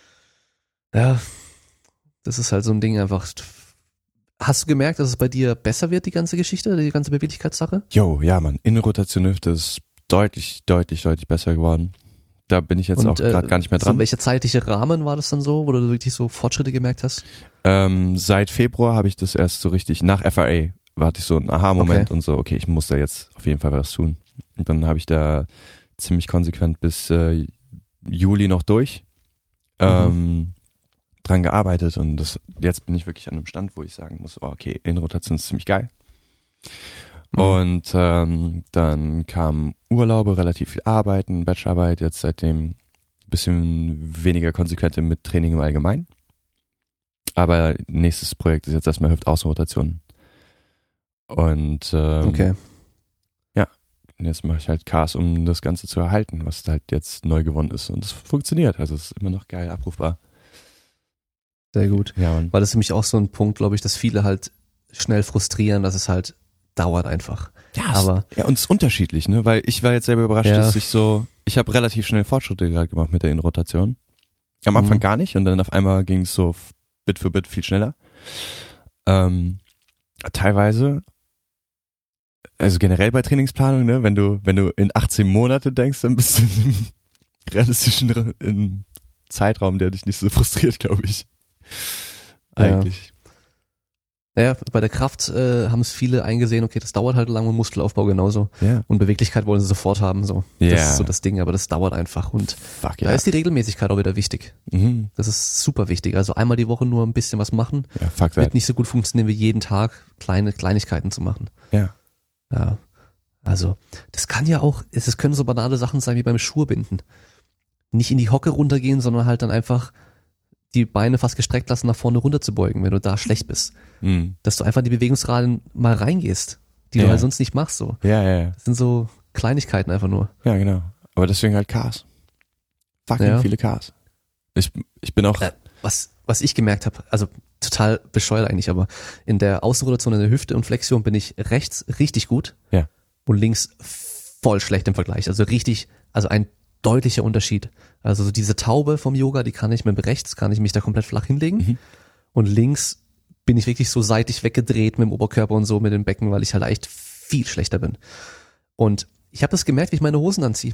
Ja, das ist halt so ein Ding einfach. Hast du gemerkt, dass es bei dir besser wird, die ganze Geschichte, die ganze Beweglichkeitssache?
Jo, ja, Mann. Innenrotation Hüfte ist deutlich, deutlich, deutlich besser geworden. Da bin ich jetzt
Und,
auch gerade
äh,
gar nicht mehr
So,
dran.
welcher zeitliche Rahmen war das dann so, wo du wirklich so Fortschritte gemerkt hast?
Ähm, seit Februar habe ich das erst so richtig, nach F R A hatte ich so einen Aha-Moment
Okay.
und so, okay, ich muss da jetzt auf jeden Fall was tun. Und dann habe ich da ziemlich konsequent bis äh, Juli noch durch ähm, dran gearbeitet und das, jetzt bin ich wirklich an einem Stand, wo ich sagen muss, oh, okay, Innenrotation ist ziemlich geil.
Mhm.
Und ähm, dann kamen Urlaube, relativ viel Arbeiten, Bachelorarbeit, jetzt seitdem ein bisschen weniger konsequent mit Training im Allgemeinen. Aber nächstes Projekt ist jetzt erstmal Hüftaußenrotation. Und ähm,
Okay.
und jetzt mache ich halt Cars, um das Ganze zu erhalten, was halt jetzt neu gewonnen ist. Und es funktioniert, also es ist immer noch geil abrufbar.
Sehr gut.
Ja, Mann.
Weil das ist nämlich auch so ein Punkt, glaube ich, dass viele halt schnell frustrieren, dass es halt dauert einfach.
Ja,
Aber
ja, und es ist unterschiedlich, ne? Weil ich war jetzt selber überrascht,
Ja.
dass ich so, ich habe relativ schnell Fortschritte gerade gemacht mit der Innenrotation. Am Anfang
Mhm.
gar nicht und dann auf einmal ging es so Bit für Bit viel schneller. Ähm, teilweise, also generell bei Trainingsplanung, ne, wenn du, wenn du in achtzehn Monate denkst, dann bist du in einem realistischen Ra- in Zeitraum, der dich nicht so frustriert, glaube ich.
Ja.
Eigentlich.
naja, bei der Kraft äh, haben es viele eingesehen, okay, das dauert halt lang und Muskelaufbau genauso.
Ja.
Und Beweglichkeit wollen sie sofort haben, so. Das
Ja.
ist so das Ding, aber das dauert einfach. Und
Fuck
da
ja.
ist die Regelmäßigkeit auch wieder wichtig.
Mhm.
Das ist super wichtig. Also einmal die Woche nur ein bisschen was machen,
Ja, fuck
wird
that.
nicht so gut funktionieren wie jeden Tag kleine Kleinigkeiten zu machen.
Ja.
Ja. Also, das kann ja auch, es es können so banale Sachen sein wie beim Schuhbinden. Nicht in die Hocke runtergehen, sondern halt dann einfach die Beine fast gestreckt lassen, nach vorne runter zu beugen, wenn du da schlecht bist.
Mhm.
Dass du einfach in die Bewegungsraden mal reingehst, die du
Ja.
halt sonst nicht machst, so.
Ja, ja, ja.
Das sind so Kleinigkeiten einfach nur.
Ja, genau. Aber deswegen halt Cars. Fucking
Ja.
viele Cars. Ich, ich bin auch,
Äh, was, was ich gemerkt habe, also total bescheuert eigentlich, aber in der Außenrotation in der Hüfte und Flexion bin ich rechts richtig gut
Ja.
und links voll schlecht im Vergleich. Also richtig, also ein deutlicher Unterschied. Also so diese Taube vom Yoga, die kann ich mit rechts, kann ich mich da komplett flach hinlegen
Mhm.
und links bin ich wirklich so seitlich weggedreht mit dem Oberkörper und so mit dem Becken, weil ich halt echt viel schlechter bin. Und ich habe das gemerkt, wie ich meine Hosen anziehe.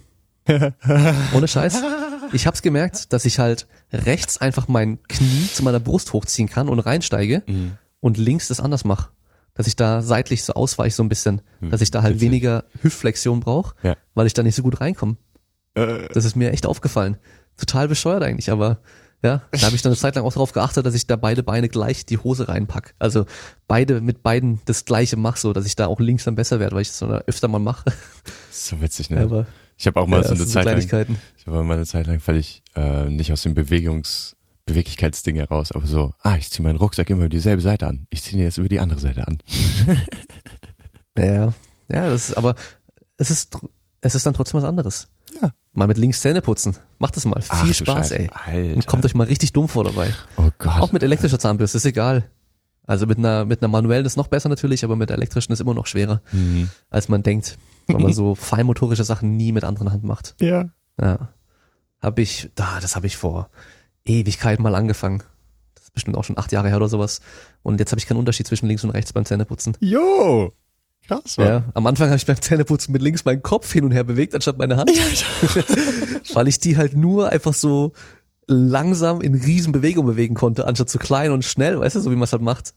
Ohne Scheiß. Ich habe es gemerkt, dass ich halt rechts einfach mein Knie zu meiner Brust hochziehen kann und reinsteige
Mhm.
und links das anders mache. Dass ich da seitlich so ausweiche so ein bisschen, dass ich da halt
Witzig.
weniger Hüftflexion brauche,
Ja.
weil ich da nicht so gut reinkomme.
Äh,
Das ist mir echt aufgefallen. Total bescheuert eigentlich, aber ja, da habe ich dann eine Zeit lang auch darauf geachtet, dass ich da beide Beine gleich die Hose reinpack. Also beide mit beiden das gleiche mache, so dass ich da auch links dann besser werde, weil ich das dann öfter mal mache.
so witzig, ne?
Aber
Ich habe auch mal
ja,
so
das
eine
sind so
Zeit lang,
Kleinigkeiten.
ich habe mal eine Zeit lang völlig äh, nicht aus dem Bewegungs Beweglichkeitsding heraus, aber so, ah, ich ziehe meinen Rucksack immer über dieselbe Seite an. Ich ziehe ihn jetzt über die andere Seite an.
Ja, ja, das ist, aber es ist, es ist dann trotzdem was anderes.
Ja.
Mal mit links Zähne putzen. Macht das mal.
Ach,
Viel
du
Spaß,
Scheiße.
ey.
Alter.
Und kommt euch mal richtig dumm vor dabei.
Oh Gott.
Auch mit elektrischer Zahnbürste, ist egal. Also mit einer, mit einer manuellen ist noch besser natürlich, aber mit der elektrischen ist immer noch schwerer,
Mhm.
als man denkt, weil man so feinmotorische Sachen nie mit anderen Hand macht.
Ja.
Ja. Hab ich, da, das habe ich vor Ewigkeiten mal angefangen. Das ist bestimmt auch schon acht Jahre her oder sowas. Und jetzt habe ich keinen Unterschied zwischen links und rechts beim Zähneputzen.
Jo. Krass, Mann.
Ja, am Anfang habe ich beim Zähneputzen mit links meinen Kopf hin und her bewegt, anstatt meine Hand. Weil ich die halt nur einfach so langsam in Riesenbewegung bewegen konnte, anstatt so klein und schnell, weißt du, so wie man es halt macht.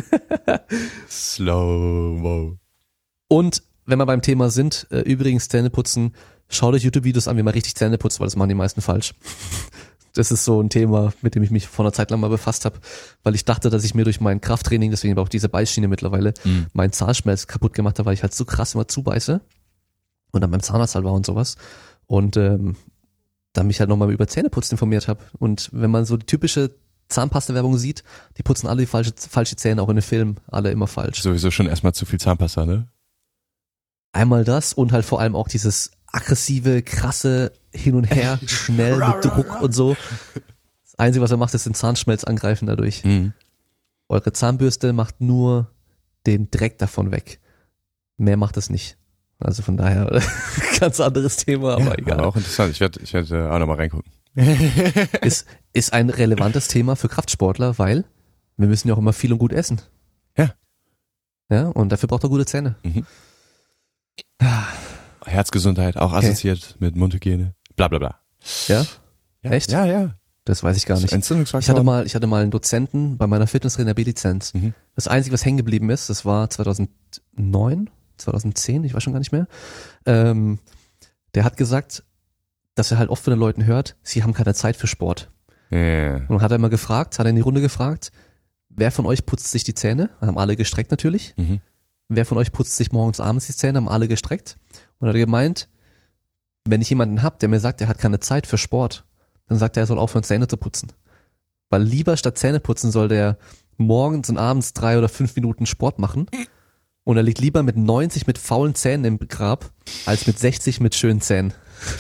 Slow-mo.
Und wenn wir beim Thema sind, äh, übrigens Zähneputzen, schaut euch YouTube-Videos an, wie man richtig Zähne putzt, weil das machen die meisten falsch. Das ist so ein Thema, mit dem ich mich vor einer Zeit lang mal befasst habe, weil ich dachte, dass ich mir durch mein Krafttraining, deswegen aber auch diese Beißschiene mittlerweile,
Mhm.
meinen Zahnschmelz kaputt gemacht habe, weil ich halt so krass immer zubeiße und dann beim Zahnarzt halt war und sowas. Und ähm, dann mich halt nochmal über Zähneputzen informiert habe. Und wenn man so die typische Zahnpasta-Werbung sieht, die putzen alle die falsche, falsche Zähne, auch in den Filmen, alle immer falsch.
Sowieso schon erstmal zu viel Zahnpasta, ne?
Einmal das und halt vor allem auch dieses aggressive, krasse Hin und Her, schnell mit Druck und so. Das Einzige, was er macht, ist den Zahnschmelz angreifen dadurch.
Mhm.
Eure Zahnbürste macht nur den Dreck davon weg. Mehr macht es nicht. Also von daher, ganz anderes Thema, aber
Ja,
egal.
aber auch interessant. Ich werde ich werd, äh, auch nochmal reingucken.
Ist, ist ein relevantes Thema für Kraftsportler, weil wir müssen ja auch immer viel und gut essen.
Ja.
Ja, und dafür braucht er gute Zähne.
Mhm. Herzgesundheit, auch
Okay.
assoziiert mit Mundhygiene. Bla bla bla.
Ja?
Ja.
Echt?
Ja, ja.
Das weiß ich gar nicht.
Entzündungsfaktor.
Ich hatte mal, ich hatte mal einen Dozenten bei meiner Fitnesstrainer B-Lizenz.
Mhm.
Das Einzige, was hängen geblieben ist, das war zweitausendneun, zweitausendzehn, ich weiß schon gar nicht mehr. Ähm, der hat gesagt, dass er halt oft von den Leuten hört, sie haben keine Zeit für Sport.
Ja.
Und dann hat er immer gefragt, hat er in die Runde gefragt, wer von euch putzt sich die Zähne? Dann haben alle gestreckt natürlich.
Mhm.
Wer von euch putzt sich morgens, abends die Zähne? Haben alle gestreckt. Und er hat gemeint, wenn ich jemanden hab, der mir sagt, er hat keine Zeit für Sport, dann sagt er, er soll aufhören, Zähne zu putzen. Weil lieber statt Zähne putzen soll der morgens und abends drei oder fünf Minuten Sport machen. Und er liegt lieber mit neunzig mit faulen Zähnen im Grab, als mit sechzig mit schönen Zähnen.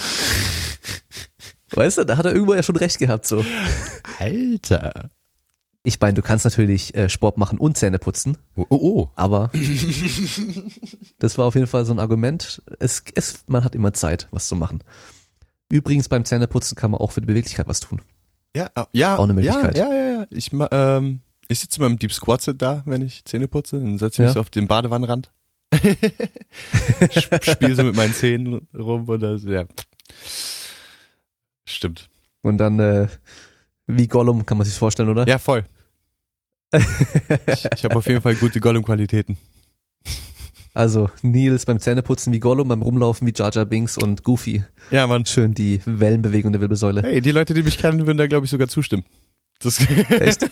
Weißt du, da hat er irgendwo ja schon recht gehabt, so.
Alter.
Ich meine, du kannst natürlich äh, Sport machen und Zähne putzen,
Oh, oh, oh.
aber das war auf jeden Fall so ein Argument. Es, es, man hat immer Zeit, was zu machen. Übrigens beim Zähneputzen kann man auch für die Beweglichkeit was tun.
Ja, äh, ja,
Auch eine Möglichkeit.
Ja, ja, ja. Ich, ma- ähm, ich sitze beim Deep Squat Sit da, wenn ich Zähne putze, dann setze ich mich
Ja.
so auf den Badewannenrand. Spiele so mit meinen Zähnen rum und das, ja. Stimmt.
Und dann äh, wie Gollum, kann man sich vorstellen, oder?
Ja, voll. Ich, ich habe auf jeden Fall gute Gollum-Qualitäten.
Also Nils beim Zähneputzen wie Gollum, beim Rumlaufen wie Jar Jar Binks und Goofy.
Ja, Mann.
Schön die Wellenbewegung der Wirbelsäule.
Hey, die Leute, die mich kennen, würden da, glaube ich, sogar zustimmen. Das
Echt?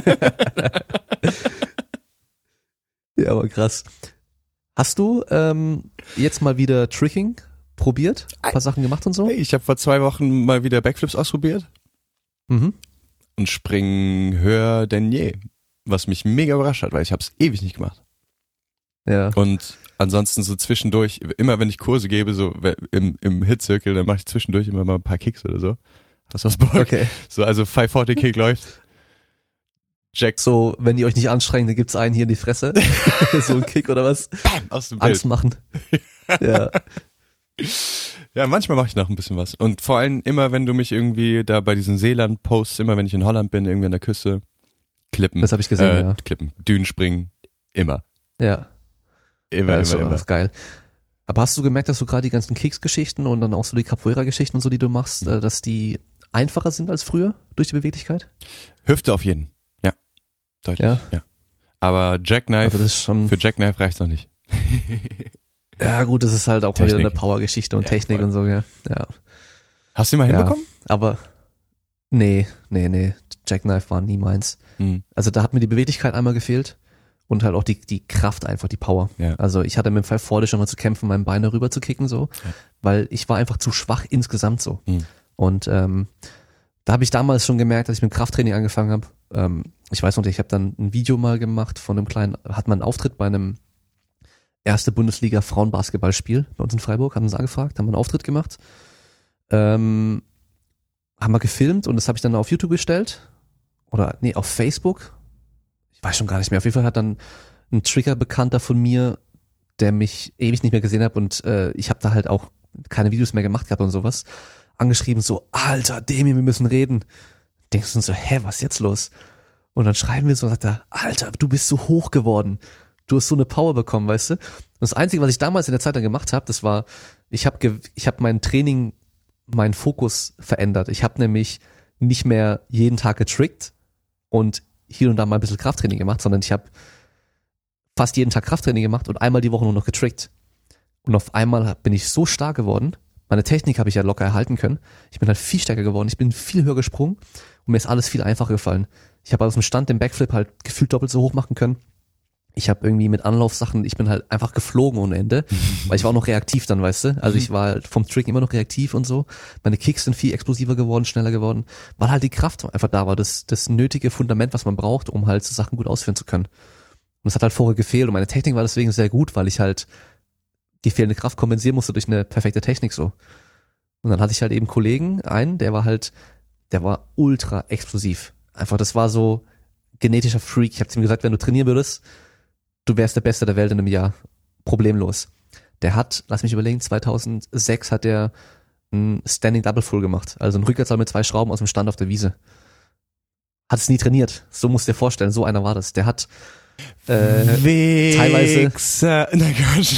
Ja, aber krass. Hast du ähm, jetzt mal wieder Tricking probiert? Ein paar Sachen gemacht und so?
Hey, ich habe vor zwei Wochen mal wieder Backflips ausprobiert
Mhm.
und springen höher denn je. Was mich mega überrascht hat, weil ich habe es ewig nicht gemacht.
Ja.
Und ansonsten so zwischendurch, immer wenn ich Kurse gebe, so im, im Hit-Circle, dann mache ich zwischendurch immer mal ein paar Kicks oder so. Hast du was Bock?
Okay.
So, also fünfhundertvierzig Kick läuft. Jack
So, wenn die euch nicht anstrengen, dann gibt's einen hier in die Fresse. So ein Kick oder was?
bam, aus dem Bild.
Angst machen. Ja.
Ja, manchmal mache ich noch ein bisschen was. Und vor allem immer, wenn du mich irgendwie da bei diesen Seeland-Posts, immer wenn ich in Holland bin, irgendwie an der Küste, Klippen.
Das habe ich gesehen,
äh,
ja.
Klippen, Dünen springen, immer.
Ja.
Immer,
Ja, ist
immer,
schon
immer.
was geil. Aber hast du gemerkt, dass du gerade die ganzen Keks-Geschichten und dann auch so die Capoeira-Geschichten und so, die du machst, äh, dass die einfacher sind als früher durch die Beweglichkeit?
Hüfte auf jeden. Ja. Deutlich.
Ja?
Ja. Aber Jackknife,
Also das ist schon,
für Jackknife reicht's noch nicht.
ja gut, das ist halt auch wieder
Technik.
eine Power-Geschichte und
Ja,
Technik
voll.
und so, ja. Ja.
Hast du ihn mal
Ja.
hinbekommen?
Aber nee, nee, nee, Jackknife war nie meins.
Hm.
Also da hat mir die Beweglichkeit einmal gefehlt und halt auch die, die Kraft einfach, die Power.
Ja.
Also ich hatte mit dem Fall vor, schon mal zu kämpfen, mein Bein darüber zu kicken so,
Ja.
weil ich war einfach zu schwach insgesamt so.
Hm.
Und ähm, da habe ich damals schon gemerkt, als ich mit dem Krafttraining angefangen habe, ähm, ich weiß noch, ich habe dann ein Video mal gemacht von einem kleinen, hat man einen Auftritt bei einem erste Bundesliga Frauenbasketballspiel bei uns in Freiburg, haben uns angefragt, haben einen Auftritt gemacht, ähm, haben wir gefilmt und das habe ich dann auf YouTube gestellt oder nee, auf Facebook, ich weiß schon gar nicht mehr, auf jeden Fall hat dann ein Trigger-Bekannter von mir, der mich ewig nicht mehr gesehen hat und äh, ich habe da halt auch keine Videos mehr gemacht gehabt und sowas, angeschrieben so, Alter, Demi, wir müssen reden. Denkst du so, hä, was ist jetzt los? Und dann schreiben wir so und sagt er, Alter, du bist so hoch geworden. Du hast so eine Power bekommen, weißt du? Und das Einzige, was ich damals in der Zeit dann gemacht habe, das war, ich habe ge- ich habe mein Training, meinen Fokus verändert. Ich habe nämlich nicht mehr jeden Tag getrickt und hier und da mal ein bisschen Krafttraining gemacht, sondern ich habe fast jeden Tag Krafttraining gemacht und einmal die Woche nur noch getrickt. Und auf einmal bin ich so stark geworden, meine Technik habe ich ja locker erhalten können, ich bin halt viel stärker geworden, ich bin viel höher gesprungen und mir ist alles viel einfacher gefallen. Ich habe aus dem Stand den Backflip halt gefühlt doppelt so hoch machen können. Ich habe irgendwie mit Anlaufsachen, ich bin halt einfach geflogen ohne Ende, weil ich war auch noch reaktiv dann, weißt du? Also ich war halt vom Trick immer noch reaktiv und so. Meine Kicks sind viel explosiver geworden, schneller geworden, weil halt die Kraft einfach da war, das, das nötige Fundament, was man braucht, um halt so Sachen gut ausführen zu können. Und es hat halt vorher gefehlt und meine Technik war deswegen sehr gut, weil ich halt die fehlende Kraft kompensieren musste durch eine perfekte Technik so. Und dann hatte ich halt eben Kollegen, einen, der war halt, der war ultra explosiv. Einfach, das war so genetischer Freak. Ich habe zu ihm gesagt, wenn du trainieren würdest, du wärst der Beste der Welt in einem Jahr. Problemlos. Der hat, lass mich überlegen, zweitausendsechs hat der ein Standing Double Full gemacht. Also ein Rückwärtssalto mit zwei Schrauben aus dem Stand auf der Wiese. Hat es nie trainiert. So musst du dir vorstellen, so einer war das. Der hat äh, teilweise
Nein,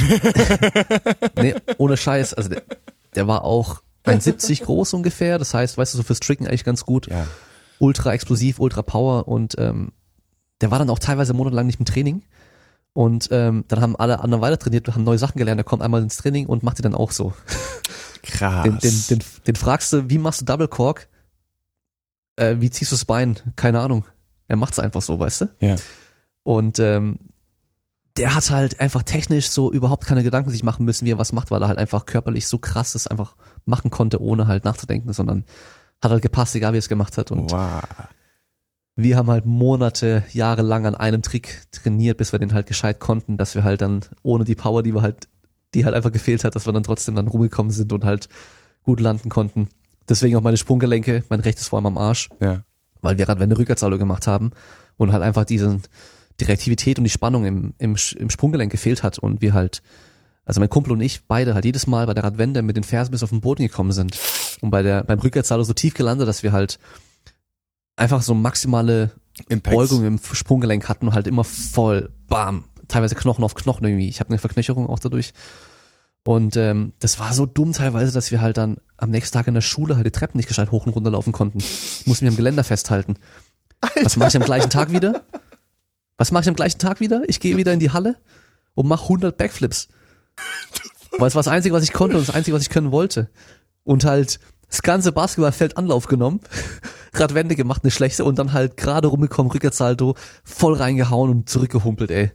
Gott.
nee, ohne Scheiß. Also der, der war auch eins siebzig groß ungefähr. Das heißt, weißt du, so fürs Tricken eigentlich ganz gut.
Ja.
Ultra explosiv, ultra Power und ähm, der war dann auch teilweise monatelang nicht im Training und ähm, dann haben alle anderen weiter trainiert und haben neue Sachen gelernt. Er kommt einmal ins Training und macht die dann auch so.
Krass.
Den, den, den, den fragst du, wie machst du Double Cork? Äh, wie ziehst du das Bein? Keine Ahnung. Er macht's einfach so, weißt du?
Ja.
Und ähm, der hat halt einfach technisch so überhaupt keine Gedanken sich machen müssen, wie er was macht, weil er halt einfach körperlich so krass das einfach machen konnte, ohne halt nachzudenken, sondern hat halt gepasst, egal wie er es gemacht hat. Und
wow.
wir haben halt Monate, Jahre lang an einem Trick trainiert, bis wir den halt gescheit konnten, dass wir halt dann ohne die Power, die wir halt, die halt einfach gefehlt hat, dass wir dann trotzdem dann rumgekommen sind und halt gut landen konnten. Deswegen auch meine Sprunggelenke, mein rechtes vor allem am Arsch,
Ja.
weil wir gerade eine Rückwärtssalto gemacht haben und halt einfach diesen, die Reaktivität und die Spannung im, im, im Sprunggelenk gefehlt hat und wir halt, also mein Kumpel und ich, beide halt jedes Mal bei der Radwende mit den Fersen bis auf den Boden gekommen sind und bei der, beim Rückwärtssalto so tief gelandet, dass wir halt einfach so maximale
Impacts.
Beugung im Sprunggelenk hatten und halt immer voll, bam, teilweise Knochen auf Knochen irgendwie. Ich habe eine Verknöcherung auch dadurch. Und ähm, das war so dumm teilweise, dass wir halt dann am nächsten Tag in der Schule halt die Treppen nicht gescheit hoch und runter laufen konnten. Ich musste mich am Geländer festhalten. Alter. Was mache ich am gleichen Tag wieder? Was mache ich am gleichen Tag wieder? Ich gehe wieder in die Halle und mache hundert Backflips. Weil es war das Einzige, was ich konnte und das Einzige, was ich können wollte. Und halt das ganze Basketballfeld Anlauf genommen, Radwende gemacht, eine schlechte und dann halt gerade rumgekommen, Rückwärtssalto, voll reingehauen und zurückgehumpelt, ey.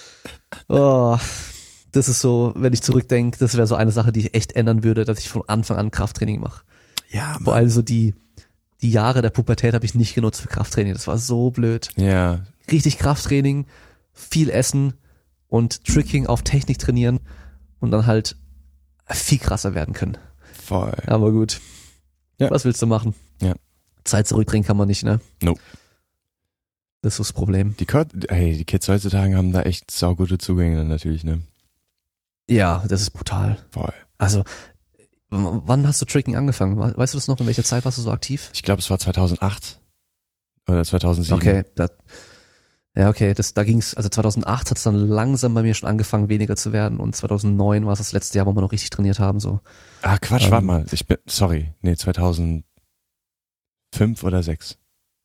Oh, das ist so, wenn ich zurückdenke, das wäre so eine Sache, die ich echt ändern würde, dass ich von Anfang an Krafttraining mache.
Ja, Mann.
Vor allem so die, die Jahre der Pubertät habe ich nicht genutzt für Krafttraining. Das war so blöd.
Ja.
Richtig Krafttraining, viel essen und Tricking auf Technik trainieren und dann halt viel krasser werden können.
Voll.
Aber gut.
Ja.
Was willst du machen?
Ja.
Zeit zurückdrehen kann man nicht, ne?
Nope.
Das ist so das Problem.
Die, Ko- hey, die Kids heutzutage haben da echt saugute Zugänge natürlich, ne?
Ja, das ist brutal.
Voll.
Also, w- wann hast du Tricking angefangen? Weißt du das noch? In welcher Zeit warst du so aktiv?
Ich glaube, es war zweitausendacht oder zweitausendsieben.
Okay, da, ja, okay, das, da ging's, also zweitausendacht hat es dann langsam bei mir schon angefangen, weniger zu werden und zweitausendneun war es das letzte Jahr, wo wir noch richtig trainiert haben, so.
Ah, Quatsch,
Ähm.
warte mal. Ich bin, sorry. Nee, zweitausendfünf oder sechs.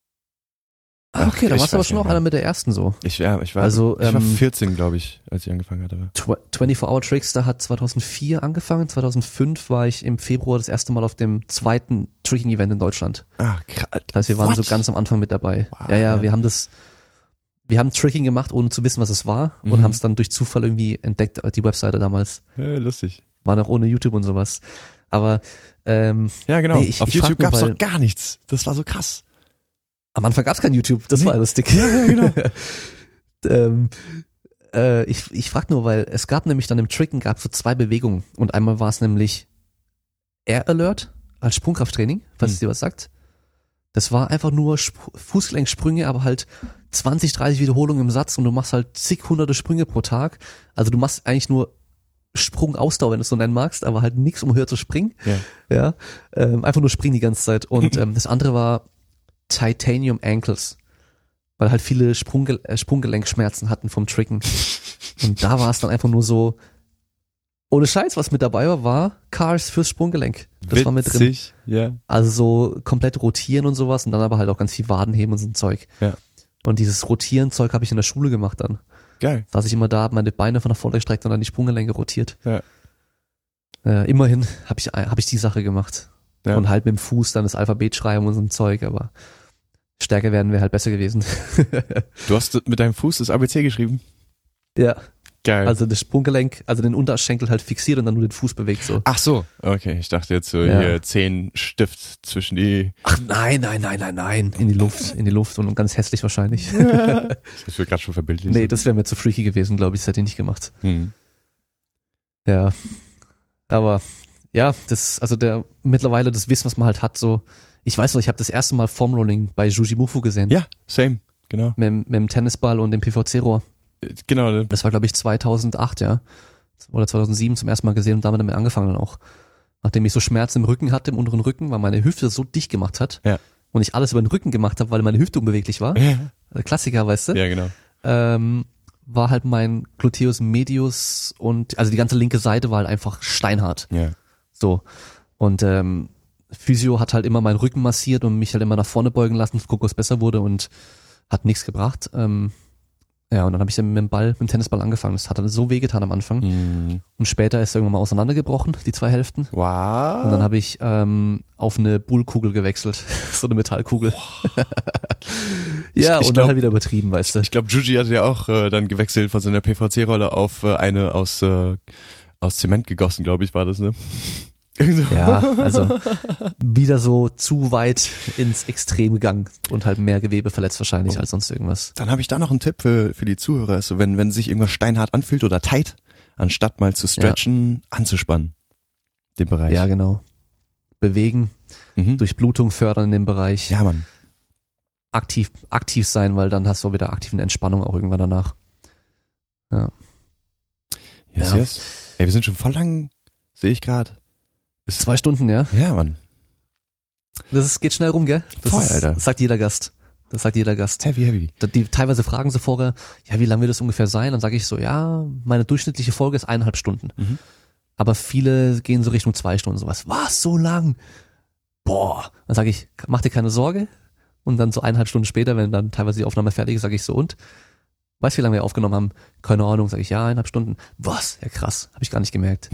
Ah, okay,
Ach,
da
ich
warst du aber
weiß
schon
nicht
auch
mehr.
einer mit der ersten so.
Ich, ja, ich war,
Also,
ich war
ähm,
vierzehn, glaube ich, als ich angefangen hatte.
vierundzwanzig Hour Trickster hat zweitausendvier angefangen, zweitausendfünf war ich im Februar das erste Mal auf dem zweiten Tricking-Event in Deutschland.
Ah, krass.
Das heißt, wir waren
What?
so ganz am Anfang mit dabei.
Wow.
Ja, ja, wir haben das, wir haben Tricking gemacht, ohne zu wissen, was es war und
Mhm.
haben es dann durch Zufall irgendwie entdeckt, die Webseite damals.
Ja, lustig.
War noch ohne YouTube und sowas. Aber ähm,
Ja, genau.
Nee, ich-
Auf
ich
YouTube
frag nur,
gab's
weil-
doch gar nichts. Das war so krass.
am Anfang gab's kein YouTube, das
Nee.
war lustig.
Ja, ja, genau.
ähm, Äh, ich ich frage nur, weil es gab nämlich dann im Tricken gab so zwei Bewegungen und einmal war es nämlich Air Alert als Sprungkrafttraining, falls
Hm.
es dir was sagt. Das war einfach nur Sp- Fußgelenksprünge, aber halt zwanzig, dreißig Wiederholungen im Satz und du machst halt zig hunderte Sprünge pro Tag. Also du machst eigentlich nur Sprungausdauer, wenn du es so nennen magst, aber halt nichts, um höher zu springen.
Ja.
Ja, ähm, einfach nur springen die ganze Zeit. Und ähm, das andere war Titanium Ankles, weil halt viele Sprungge- äh, Sprunggelenkschmerzen hatten vom Tricken. Und da war es dann einfach nur so, ohne Scheiß, was mit dabei war, war Cars fürs Sprunggelenk. Das
Witzig.
war mit drin.
Ja.
Also so komplett rotieren und sowas und dann aber halt auch ganz viel Wadenheben und so ein Zeug.
Ja.
Und dieses Rotieren-Zeug habe ich in der Schule gemacht dann.
Geil.
Saß ich immer da, hab meine Beine von nach vorne gestreckt und dann die Sprunggelenke rotiert.
Ja.
Äh, immerhin habe ich, hab ich die Sache gemacht.
Ja.
Und halt mit dem Fuß dann das Alphabet schreiben und so ein Zeug, aber stärker werden wäre halt besser gewesen.
Du hast mit deinem Fuß das A B C geschrieben?
Ja,
Geil.
also das Sprunggelenk, also den Unterschenkel halt fixiert und dann nur den Fuß bewegt so.
Ach so, okay. Ich dachte jetzt so
Ja.
hier zehn Stift zwischen die.
Ach nein, nein, nein, nein, nein, in die Luft, in die Luft und ganz hässlich wahrscheinlich.
Das wird gerade schon verbildlich.
Nee, das wäre mir zu freaky gewesen, glaube ich, das hätte ich nicht gemacht.
Hm.
Ja, aber ja, das, also der mittlerweile das Wissen, was man halt hat, so, ich weiß noch, ich habe das erste Mal Formrolling bei Jujimufu gesehen.
Ja, same, genau.
Mit, dem- mit dem Tennisball und dem P V C-Rohr.
Äh, Genau.
Das war, glaube ich, zweitausendacht, ja. Oder zweitausendsieben zum ersten Mal gesehen und damit damit angefangen dann auch. Nachdem ich so Schmerzen im Rücken hatte, im unteren Rücken, weil meine Hüfte so dicht gemacht hat.
Ja.
Und ich alles über den Rücken gemacht habe, weil meine Hüfte unbeweglich war.
Ja,
Der Klassiker, weißt du?
ja genau.
Ähm, war halt mein Gluteus medius und, also die ganze linke Seite war halt einfach steinhart.
Ja.
So. Und ähm, Physio hat halt immer meinen Rücken massiert und mich halt immer nach vorne beugen lassen, gucken, was besser wurde und hat nichts gebracht. Ähm, ja, und dann habe ich dann mit dem Ball, mit dem Tennisball angefangen. Das hat dann so wehgetan am Anfang.
Mhm.
Und später ist er irgendwann mal auseinandergebrochen, die zwei Hälften.
Wow.
Und dann habe ich ähm, auf eine Bullkugel gewechselt. So eine Metallkugel. ja,
Ich- ich
und
glaub-
dann halt wieder übertrieben, weißt du.
Ich glaube, Juji hat ja auch äh, dann gewechselt von seiner P V C-Rolle auf äh, eine aus, äh, aus Zement gegossen, glaube ich, war das, ne? Irgendwie so.
Ja, also wieder so zu weit ins Extrem gegangen und halt mehr Gewebe verletzt wahrscheinlich
Oh.
als sonst irgendwas.
Dann habe ich da noch einen Tipp für, für die Zuhörer. Also wenn, wenn sich irgendwas steinhart anfühlt oder tight, anstatt mal zu stretchen, anzuspannen. Den Bereich.
Ja, genau. Bewegen,
Mhm.
Durchblutung fördern in dem Bereich,
Ja, Mann.
aktiv aktiv sein, weil dann hast du auch wieder aktive Entspannung auch irgendwann danach. Ja.
Yes,
Ja.
yes. Ey, wir sind schon voll lang, sehe ich gerade.
Zwei Stunden, ja.
Ja, Mann.
Das ist, geht schnell rum, gell? Das,
Voll,
ist,
Alter.
das sagt jeder Gast. Das sagt jeder Gast.
Heavy, heavy.
Da- Die teilweise fragen so vorher, ja, wie lange wird das ungefähr sein? Dann sage ich so, ja, meine durchschnittliche Folge ist eineinhalb Stunden.
Mhm.
Aber viele gehen so Richtung zwei Stunden, sowas. Was, so lang? Boah. Dann sage ich, mach dir keine Sorge. Und dann so eineinhalb Stunden später, wenn dann teilweise die Aufnahme fertig ist, sage ich so, und? Weißt du, wie lange wir aufgenommen haben? Keine Ahnung, sage ich, ja, eineinhalb Stunden. Was? Ja, krass. Habe ich gar nicht gemerkt.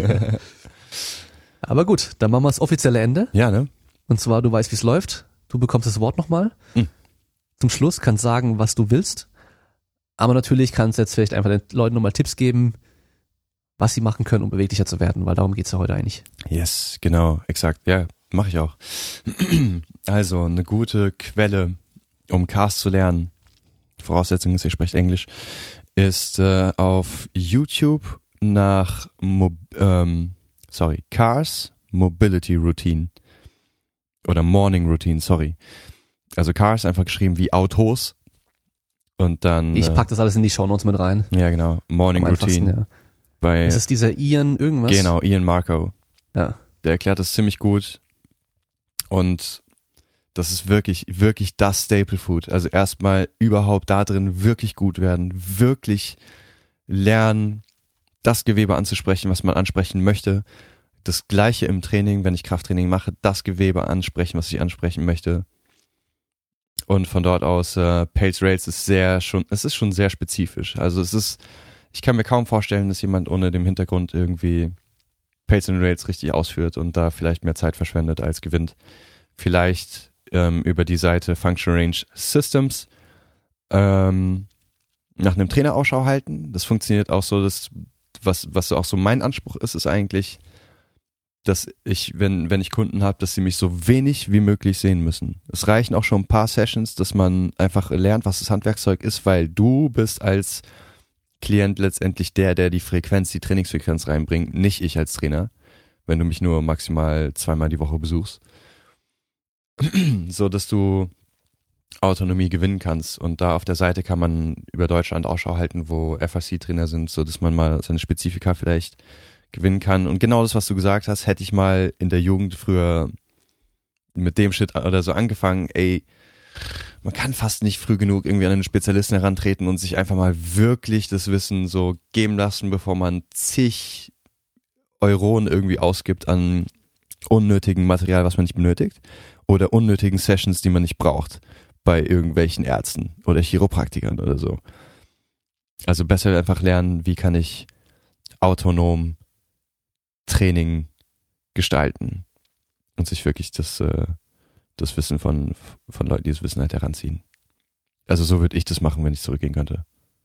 Aber gut, dann machen wir das offizielle Ende.
Ja, ne?
Und zwar, du weißt, wie es läuft. Du bekommst das Wort nochmal.
Mhm.
Zum Schluss kannst sagen, was du willst. Aber natürlich kannst du jetzt vielleicht einfach den Leuten nochmal Tipps geben, was sie machen können, um beweglicher zu werden, weil darum geht's ja heute eigentlich.
Yes, genau, exakt. Ja, mache ich auch. Also, eine gute Quelle, um Cars zu lernen, Voraussetzung ist, ihr sprecht Englisch, ist äh, auf YouTube nach Mo ähm, sorry, Cars Mobility Routine oder Morning Routine, sorry. Also Cars einfach geschrieben wie Autos und dann
Ich
äh,
pack das alles in die Shownotes mit rein.
ja genau, Morning
Am einfachsten,
Routine
ja.
bei
Das ist dieser Ian irgendwas.
genau, Ian Marco.
Ja.
Der erklärt das ziemlich gut und das ist wirklich, wirklich das Staple Food. Also erstmal überhaupt da drin wirklich gut werden, wirklich lernen, das Gewebe anzusprechen, was man ansprechen möchte. Das Gleiche im Training, wenn ich Krafttraining mache, das Gewebe ansprechen, was ich ansprechen möchte. Und von dort aus, äh, Pace Rails ist sehr schon, es ist schon sehr spezifisch. Also es ist, ich kann mir kaum vorstellen, dass jemand ohne dem Hintergrund irgendwie Pace and Rails richtig ausführt und da vielleicht mehr Zeit verschwendet als gewinnt. Vielleicht ähm, über die Seite Function Range Systems ähm, nach einem Trainer Ausschau halten. Das funktioniert auch so, dass was was auch so mein Anspruch ist, ist eigentlich, dass ich, wenn wenn ich Kunden habe, dass sie mich so wenig wie möglich sehen müssen. Es reichen auch schon ein paar Sessions, dass man einfach lernt, was das Handwerkszeug ist, weil du bist als Klient letztendlich der, der die Frequenz, die Trainingsfrequenz reinbringt, nicht ich als Trainer, wenn du mich nur maximal zweimal die Woche besuchst. So, dass du Autonomie gewinnen kannst. Und da auf der Seite kann man über Deutschland Ausschau halten, wo F R C-Trainer sind, so dass man mal seine Spezifika vielleicht gewinnen kann. Und genau das, was du gesagt hast, hätte ich mal in der Jugend früher mit dem Shit oder so angefangen, ey, man kann fast nicht früh genug irgendwie an einen Spezialisten herantreten und sich einfach mal wirklich das Wissen so geben lassen, bevor man zig Euronen irgendwie ausgibt an unnötigem Material, was man nicht benötigt, oder unnötigen Sessions, die man nicht braucht bei irgendwelchen Ärzten oder Chiropraktikern oder so. Also besser einfach lernen, wie kann ich autonom Training gestalten und sich wirklich das äh, das Wissen von von Leuten, die das Wissen halt heranziehen. Also so würde ich das machen, wenn ich zurückgehen könnte.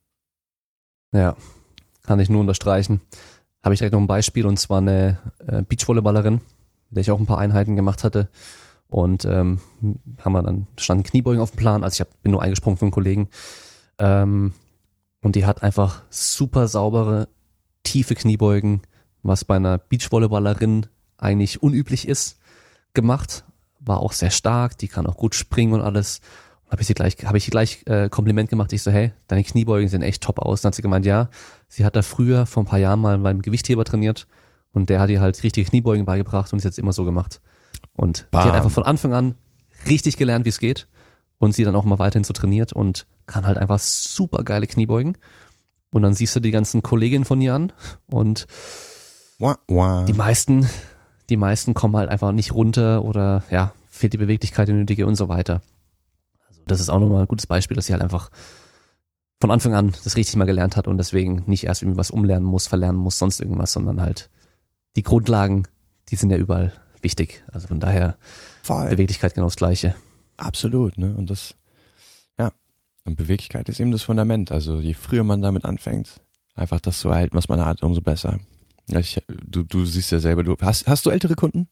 Ja, kann ich nur unterstreichen. Habe ich direkt noch ein Beispiel, und zwar eine äh, Beachvolleyballerin, mit der ich auch ein paar Einheiten gemacht hatte. Und ähm, haben wir dann standen Kniebeugen auf dem Plan. Also ich hab, bin nur eingesprungen für einen Kollegen. Ähm, und die hat einfach super saubere, tiefe Kniebeugen, was bei einer Beachvolleyballerin eigentlich unüblich ist, gemacht. War auch sehr stark, die kann auch gut springen und alles. Habe ich sie gleich, habe ich sie gleich äh, Kompliment gemacht. Ich so, hey, deine Kniebeugen sehen echt top aus. Dann hat sie gemeint, ja, sie hat da früher vor ein paar Jahren mal beim Gewichtheber trainiert und der hat ihr halt richtige Kniebeugen beigebracht und ist jetzt immer so gemacht. Und
Bam.
die hat einfach von Anfang an richtig gelernt, wie es geht, und sie dann auch mal weiterhin so trainiert und kann halt einfach super geile Kniebeugen. Und dann siehst du die ganzen Kolleginnen von ihr an und
Wah, wah.
die meisten, die meisten kommen halt einfach nicht runter oder ja, fehlt die Beweglichkeit, die nötige und so weiter. Also das ist auch nochmal ein gutes Beispiel, dass sie halt einfach von Anfang an das richtig mal gelernt hat und deswegen nicht erst irgendwie was umlernen muss, verlernen muss, sonst irgendwas, sondern halt die Grundlagen, die sind ja überall wichtig. Also von daher
Voll.
Beweglichkeit genau das Gleiche.
Absolut, ne? Und das, ja, und Beweglichkeit ist eben das Fundament. Also je früher man damit anfängt, einfach das zu erhalten, was man hat, umso besser. Ja, ich, du, du siehst ja selber, du hast, hast du ältere Kunden?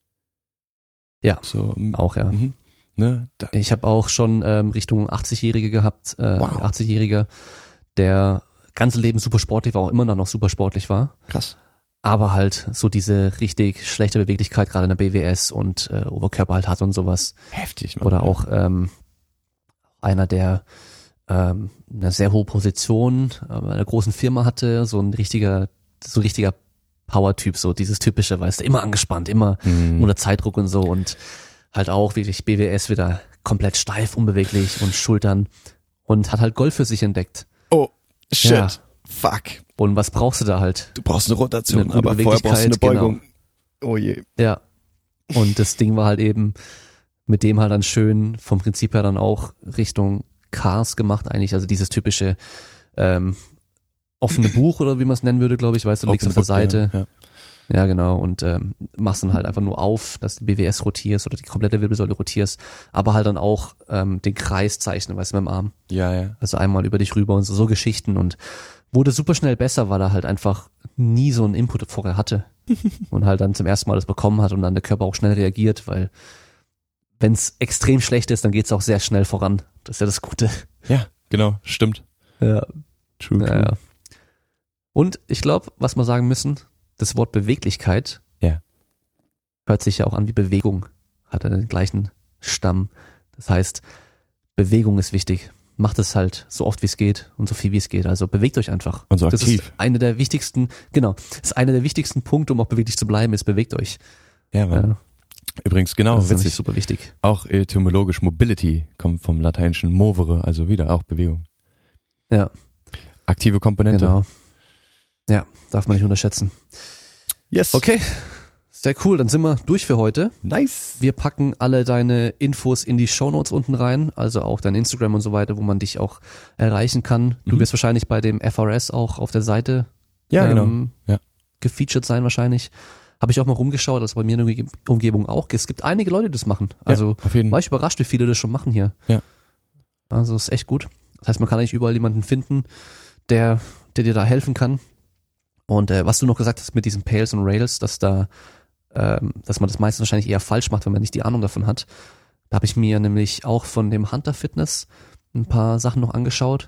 Ja,
so,
auch ja.
Mhm. Ne? Da,
Ich habe auch schon ähm, Richtung achtzig-Jährige gehabt, äh,
Wow.
achtzig-Jähriger, der ganze Leben super sportlich war, auch immer noch super sportlich war,
krass.
aber halt so diese richtig schlechte Beweglichkeit gerade in der B W S und äh, Oberkörper halt hat und sowas.
Heftig, Mann.
Oder auch ähm, einer, der ähm, eine sehr hohe Position äh, bei einer großen Firma hatte, so ein richtiger, so ein richtiger Power-Typ, so dieses typische, weißt du, immer angespannt, immer
Mhm.
unter Zeitdruck und so und halt auch wirklich B W S wieder komplett steif, unbeweglich und Schultern und hat halt Golf für sich entdeckt.
Oh, shit.
Ja.
Fuck.
Und was brauchst du da halt?
Du brauchst eine Rotation,
Eine gute
aber vorher brauchst du eine
Beweglichkeit,
Beugung. Oh je.
Ja. Und das Ding war halt eben mit dem halt dann schön vom Prinzip her dann auch Richtung Cars gemacht eigentlich, also dieses typische ähm, offene Buch oder wie man es nennen würde, glaube ich, weißt du, du liegst auf der Seite.
Ja, ja.
Ja, genau, und ähm, machst dann halt einfach nur auf, dass du B W S rotierst oder die komplette Wirbelsäule rotierst, aber halt dann auch ähm, den Kreis zeichnen, weißt du, mit dem Arm.
ja, ja.
Also einmal über dich rüber und so, so Geschichten und wurde super schnell besser, weil er halt einfach nie so einen Input vorher hatte und halt dann zum ersten Mal das bekommen hat und dann der Körper auch schnell reagiert, weil wenn es extrem schlecht ist, dann geht es auch sehr schnell voran. Das ist ja das Gute.
Ja, genau, stimmt.
Ja.
True,
Ja, ja. Und ich glaube, was wir sagen müssen, das Wort Beweglichkeit
Ja.
hört sich ja auch an wie Bewegung, hat er den gleichen Stamm. Das heißt, Bewegung ist wichtig. Macht es halt so oft wie es geht und so viel wie es geht. Also bewegt euch einfach.
Und so
Das
aktiv.
ist eine der wichtigsten, genau, das ist einer der wichtigsten Punkte, um auch beweglich zu bleiben, ist bewegt euch.
Ja, Mann.
Ja,
Übrigens, genau,
das ist
witzig.
natürlich super wichtig.
Auch etymologisch Mobility kommt vom lateinischen movere, also wieder auch Bewegung.
Ja,
Aktive Komponente.
genau. Ja, darf man nicht unterschätzen.
Yes.
Okay, sehr cool, dann sind wir durch für heute.
Nice.
Wir packen alle deine Infos in die Shownotes unten rein, also auch dein Instagram und so weiter, wo man dich auch erreichen kann. Du
Mhm.
wirst wahrscheinlich bei dem F R S auch auf der Seite
Ja,
ähm,
genau. Ja.
gefeatured sein wahrscheinlich. Habe ich auch mal rumgeschaut, also bei mir in der Umgebung auch. Es gibt einige Leute, die das machen. Also
ja, auf jeden
war ich überrascht, wie viele das schon machen hier.
Ja.
Also ist echt gut. Das heißt, man kann eigentlich überall jemanden finden, der, der dir da helfen kann. Und äh, was du noch gesagt hast mit diesen Pails und Rails, dass da, ähm, dass man das meistens wahrscheinlich eher falsch macht, wenn man nicht die Ahnung davon hat. Da habe ich mir nämlich auch von dem Hunter Fitness ein paar Sachen noch angeschaut.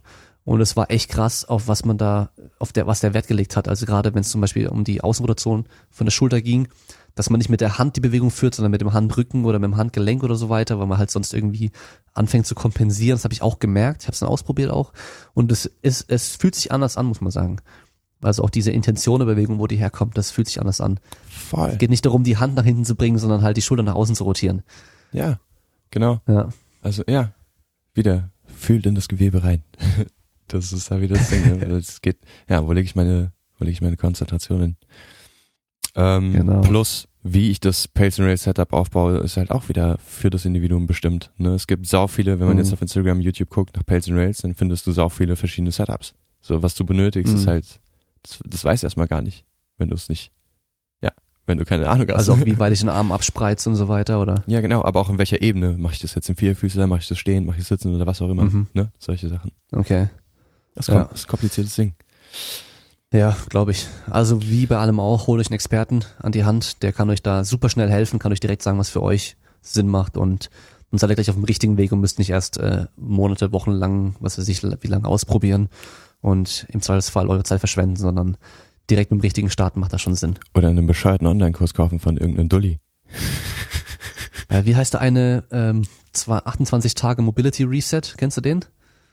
Und es war echt krass, auf was man da, auf der, was der Wert gelegt hat. Also gerade wenn es zum Beispiel um die Außenrotation von der Schulter ging, dass man nicht mit der Hand die Bewegung führt, sondern mit dem Handrücken oder mit dem Handgelenk oder so weiter, weil man halt sonst irgendwie anfängt zu kompensieren. Das habe ich auch gemerkt. Ich habe es dann ausprobiert auch. Und es ist, es fühlt sich anders an, muss man sagen. Also auch diese Intention der Bewegung, wo die herkommt, das fühlt sich anders an.
Voll.
Es geht nicht darum, die Hand nach hinten zu bringen, sondern halt die Schulter nach außen zu rotieren.
Ja, genau.
Ja.
Also ja, wieder fühlt in das Gewebe rein. Das ist da wieder das Ding. Ne? Das geht, ja, wo lege ich meine, wo lege ich meine Konzentration hin? Ähm,
Genau.
Plus, wie ich das Pace and Rail Setup aufbaue, ist halt auch wieder für das Individuum bestimmt. Ne? Es gibt sau viele, wenn man
Mhm.
jetzt auf Instagram, YouTube guckt nach Pace and Rails, dann findest du sau viele verschiedene Setups. So, was du benötigst,
Mhm.
ist halt, das, das weißt du erstmal gar nicht, wenn du es nicht, ja, wenn du keine Ahnung hast.
Also auch wie weit ich den Arm abspreize und so weiter, oder?
Ja, genau, aber auch in welcher Ebene. Mache ich das jetzt im Vierfüßler, mache ich das stehen, mache ich das sitzen oder was auch immer.
Mhm.
Ne? Solche Sachen.
Okay.
Das,
Ja.
kommt, das ist ein kompliziertes Ding.
Ja, glaube ich. Also wie bei allem auch, holt euch einen Experten an die Hand, der kann euch da super schnell helfen, kann euch direkt sagen, was für euch Sinn macht und dann seid ihr gleich auf dem richtigen Weg und müsst nicht erst äh, Monate, Wochen lang, was weiß ich, wie lange ausprobieren und im Zweifelsfall eure Zeit verschwenden, sondern direkt mit dem richtigen Starten macht das schon Sinn.
Oder einen bescheuerten Online-Kurs kaufen von irgendeinem Dulli.
Äh, wie heißt der eine ähm, zwar achtundzwanzig Tage Mobility Reset? Kennst du den?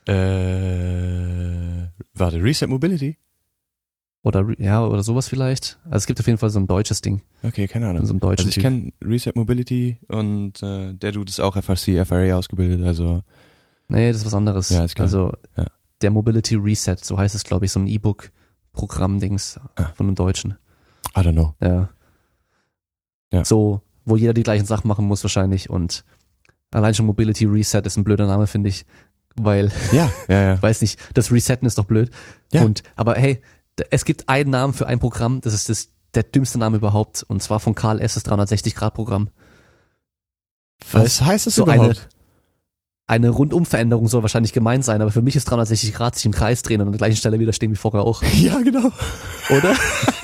Äh, warte, Reset Mobility?
Oder Re- ja, oder sowas vielleicht. Also es gibt auf jeden Fall so ein deutsches Ding.
Okay, keine Ahnung.
Von so einem deutschen
Also ich
Typ.
kenne Reset Mobility und äh, der Dude ist auch F R C, F R A ausgebildet, also
Nee, das ist was anderes.
Ja, ist klar.
Also
Ja.
der Mobility Reset, so heißt es, glaube ich, so ein E-Book-Programm-Dings
Ah.
von einem Deutschen.
I don't know.
Ja.
Ja.
So, wo jeder die gleichen Sachen machen muss wahrscheinlich und allein schon Mobility Reset ist ein blöder Name, finde ich, weil,
Ja, ja, ja.
weiß nicht, das Resetten ist doch blöd.
Ja.
Und, aber hey, d- es gibt einen Namen für ein Programm, das ist das, der dümmste Name überhaupt und zwar von Karl S., das dreihundertsechzig Grad Programm.
Was heißt das
so
überhaupt?
Eine Rundumveränderung soll wahrscheinlich gemeint sein, aber für mich ist dreihundertsechzig Grad sich im Kreis drehen und an der gleichen Stelle wieder stehen wie vorher auch,
Ja, genau.
oder?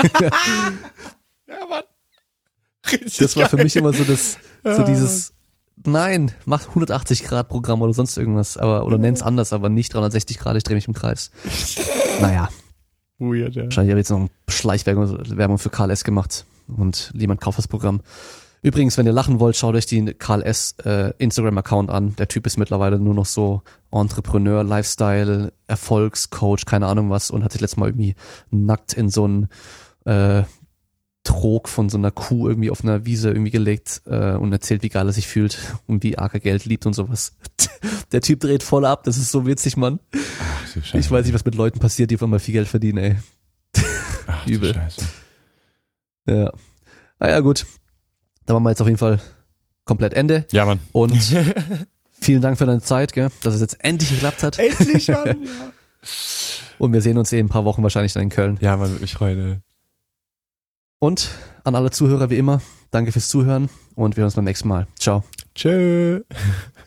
Ja, Mann.
Das war für mich immer so das, so
Ja,
dieses, nein, mach hundertachtzig Grad Programm oder sonst irgendwas, aber, oder nenn's anders, aber nicht dreihundertsechzig Grad, ich drehe mich im Kreis. Naja,
Weird, ja.
wahrscheinlich habe ich jetzt noch eine Schleichwerbung Werbung für Karl S. gemacht und jemand kauft das Programm. Übrigens, wenn ihr lachen wollt, schaut euch den Karl S. Äh, Instagram-Account an. Der Typ ist mittlerweile nur noch so Entrepreneur, Lifestyle, Erfolgscoach, keine Ahnung was und hat sich letztes Mal irgendwie nackt in so einen äh, Trog von so einer Kuh irgendwie auf einer Wiese irgendwie gelegt äh, und erzählt, wie geil er sich fühlt und wie arg er Geld liebt und sowas. Der Typ dreht voll ab, das ist so witzig, Mann.
Ach, du Scheiße.
Ich weiß nicht, was mit Leuten passiert, die auf einmal viel Geld verdienen, ey.
Ach, du
übel.
Scheiße.
Ja. Naja, gut. Da machen wir jetzt auf jeden Fall komplett Ende.
Ja, Mann.
Und vielen Dank für deine Zeit, gell, dass es jetzt endlich geklappt hat.
Endlich, Mann. Ja.
Und wir sehen uns eh in ein paar Wochen wahrscheinlich dann in Köln.
Ja, Mann, würde mich freuen. ey.
Und an alle Zuhörer wie immer, danke fürs Zuhören und wir hören uns beim nächsten Mal. Ciao.
Tschö.